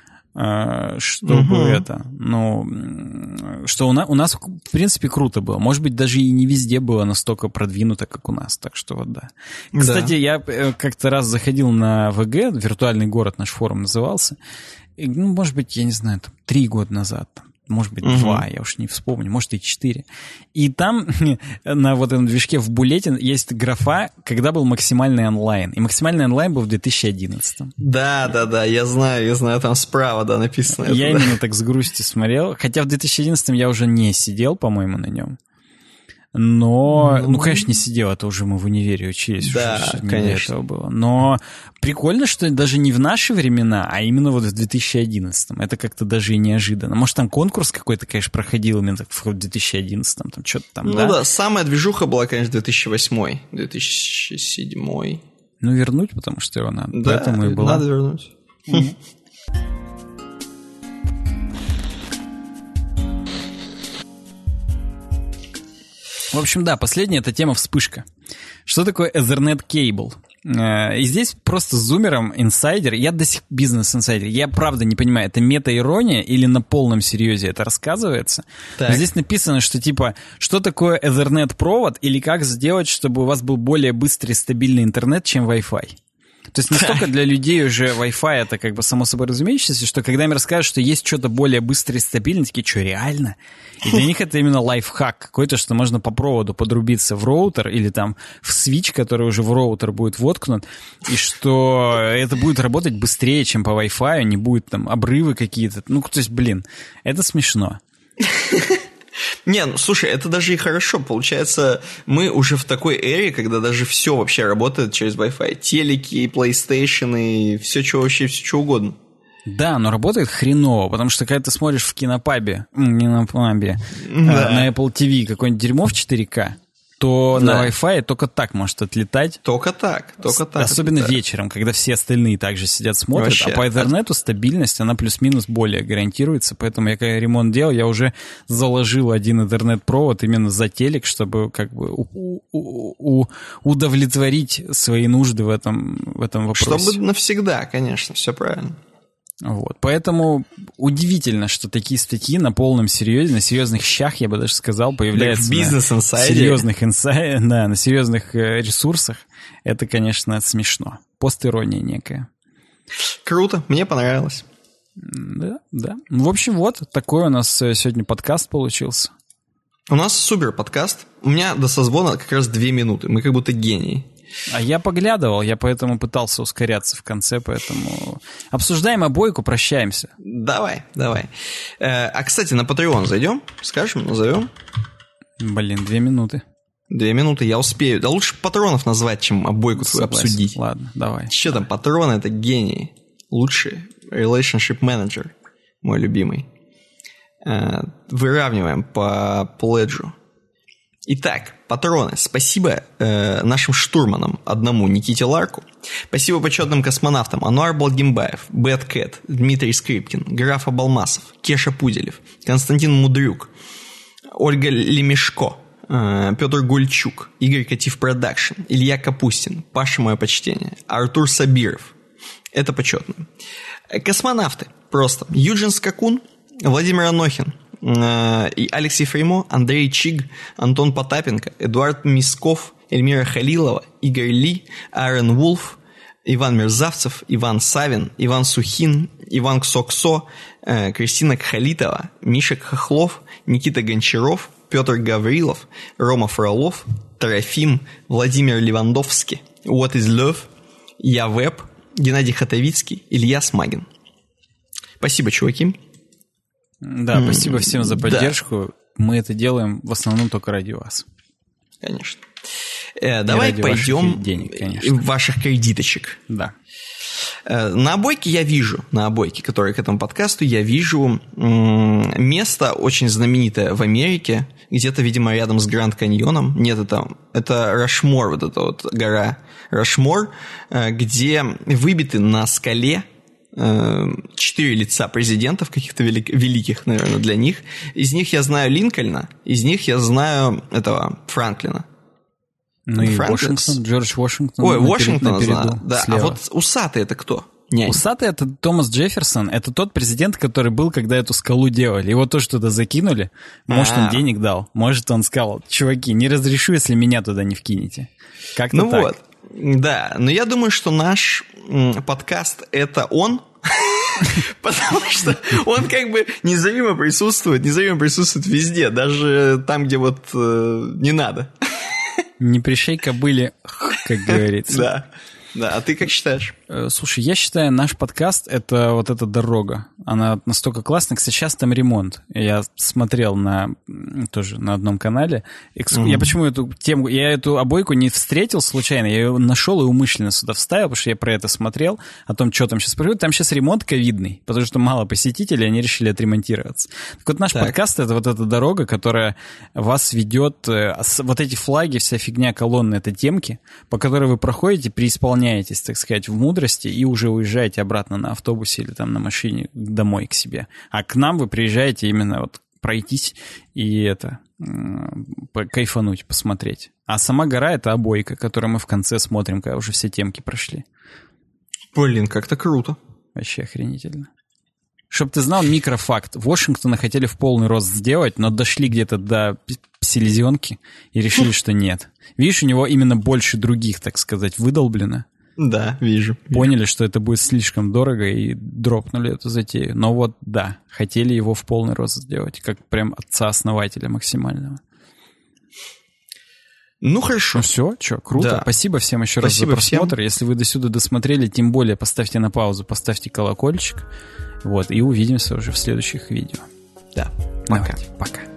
чтобы что у нас, в принципе, круто было. Может быть, даже и не везде было настолько продвинуто, как у нас. Так что да. Кстати, я как-то раз заходил на ВГ, виртуальный город наш форум назывался, и, может быть, я не знаю, 3 года назад, может быть, 2, я уж не вспомню, может, и 4. И там на вот этом движке в буллете есть графа, когда был максимальный онлайн. И максимальный онлайн был в 2011. Да, я знаю, там справа, написано. Я именно так с грустью смотрел. Хотя в 2011 я уже не сидел, по-моему, на нем. Но, конечно, не сидел, это уже мы в универе учились. Да, уже не конечно. до этого было. Но прикольно, что даже не в наши времена, а именно вот в 2011-м. Это как-то даже и неожиданно. Может, там конкурс какой-то, конечно, проходил именно в 2011-м, там что-то там, Ну да, самая движуха была, конечно, 2008, 2007. Ну, вернуть, потому что его надо. Да, поэтому и было. надо вернуть. В общем, да, последняя — это тема вспышка. Что такое Ethernet Cable? И здесь просто зумером инсайдер, я до сих бизнес-инсайдер, я правда не понимаю, это мета-ирония или на полном серьезе это рассказывается? Так. Но здесь написано, что типа, что такое Ethernet-провод или как сделать, чтобы у вас был более быстрый и стабильный интернет, чем Wi-Fi? То есть настолько для людей уже Wi-Fi это как бы само собой разумеющееся, что когда им расскажут, что есть что-то более быстрое и стабильное, такие, что, реально? И для них это именно лайфхак какой-то, что можно по проводу подрубиться в роутер или там в свич, который уже в роутер будет воткнут, и что это будет работать быстрее, чем по Wi-Fi, не будет там обрывы какие-то. Ну, то есть, блин, это смешно. Не, ну слушай, это даже и хорошо. Получается, мы уже в такой эре, когда даже все вообще работает через Wi-Fi. Телеки, PlayStation и все, что вообще, все, что угодно. Да, но работает хреново, потому что когда ты смотришь в кинопабе, Да. на Apple TV какое-нибудь дерьмо в 4К, то Да. на Wi-Fi только так может отлетать. Только так. Особенно так. вечером, когда все остальные также сидят, смотрят. Вообще. А по Ethernet стабильность, она плюс-минус более гарантируется. Поэтому я когда ремонт делал, я уже заложил один Ethernet-провод именно за телек, чтобы как бы удовлетворить свои нужды в этом вопросе. Чтобы навсегда, конечно, все правильно. Вот. Поэтому удивительно, что такие статьи на полном серьезе, на серьезных щах, я бы даже сказал, появляются в бизнес-инсайдере. на серьезных ресурсах. Это, конечно, смешно. Постирония некая. Круто, мне понравилось. Да. Ну, в общем, вот такой у нас сегодня подкаст получился. У нас супер подкаст. У меня до созвона как раз 2 минуты. Мы как будто гении. А я поглядывал, я поэтому пытался ускоряться в конце, поэтому обсуждаем обойку, прощаемся. Давай. А, кстати, на Patreon зайдем? Скажем, назовем? Блин, 2 минуты. 2 минуты, я успею. Да лучше патронов назвать, чем обойку твою Согласен. обсудить. Ладно, давай. Что там, патроны — это гении. Лучший relationship manager, мой любимый. Выравниваем по пледжу. Итак, патроны. Спасибо нашим штурманам. Одному Никите Ларку. Спасибо почетным космонавтам Ануар Балгимбаев, Бэт Кэт, Дмитрий Скрипкин, Граф Абалмасов, Кеша Пуделев, Константин Мудрюк, Ольга Лемешко, Петр Гульчук, Игорь Катив Продакшн, Илья Капустин, Паша мое почтение, Артур Сабиров. Это почетно. Космонавты. Просто. Юджин Скакун, Владимир Анохин, и Алексей Фреймо, Андрей Чиг, Антон Потапенко, Эдуард Мисков, Эльмира Халилова, Игорь Ли, Аарон Вулф, Иван Мерзавцев, Иван Савин, Иван Сухин, Иван Ксоксо, Кристина Кхалитова, Миша Хохлов, Никита Гончаров, Петр Гаврилов, Рома Фролов, Трофим, Владимир Левандовский, What is Love, Я Веб, Геннадий Хатовицкий, Илья Смагин. Спасибо, чуваки. Да, спасибо всем за поддержку. Да. Мы это делаем в основном только ради вас. Конечно. Давай пойдем ваших денег, конечно. Ваших кредиточек. Да. На обойке я вижу, которая к этому подкасту, я вижу место очень знаменитое в Америке, где-то, видимо, рядом с Гранд Каньоном. Нет, это Рашмор, вот эта вот гора Рашмор, где выбиты на скале 4 лица президентов каких-то великих, наверное, для них. Из них я знаю Линкольна, из них я знаю этого Франклина. Ну и Вашингтон, Джордж Вашингтон. Ой, Вашингтон знаю, да. Слева. А вот усатый это кто? Усатый — это Томас Джефферсон. Это тот президент, который был, когда эту скалу делали. Его тоже туда закинули. Может, он денег дал. Может, он сказал: чуваки, не разрешу, если меня туда не вкинете. Как-то ну так. Вот. Да, но я думаю, что наш подкаст — это он, потому что он как бы незримо присутствует везде, даже там, где вот не надо. Не пришей кобыле, как говорится. Да. Да, а ты как считаешь? Слушай, я считаю, наш подкаст — это вот эта дорога. Она настолько классная. Кстати, сейчас там ремонт. Я смотрел тоже на одном канале. Я почему эту тему... Я эту обойку не встретил случайно, я ее нашел и умышленно сюда вставил, потому что я про это смотрел, о том, что там сейчас происходит. Там сейчас ремонт ковидный, потому что мало посетителей, они решили отремонтироваться. Так вот, наш подкаст — это вот эта дорога, которая вас ведет... Вот эти флаги, вся фигня, колонны — это темки, по которой вы проходите, преисполняетесь, так сказать, в мудрости и уже уезжаете обратно на автобусе или там на машине домой к себе. А к нам вы приезжаете именно вот пройтись и кайфануть, посмотреть. А сама гора — это обойка, которую мы в конце смотрим, когда уже все темки прошли. Блин, как-то круто. Вообще охренительно. Чтоб ты знал микрофакт. Вашингтона хотели в полный рост сделать, но дошли где-то до селезенки и решили, что нет. Видишь, у него именно больше других, так сказать, выдолблено. Да, вижу. Поняли, что это будет слишком дорого и дропнули эту затею. Но вот, да, хотели его в полный рост сделать, как прям отца-основателя максимального. Ну, хорошо. Ну все, что, круто. Да. Спасибо всем еще раз за просмотр. Всем. Если вы до сюда досмотрели, тем более поставьте на паузу, поставьте колокольчик. Вот, и увидимся уже в следующих видео. Да, пока. Давайте, пока.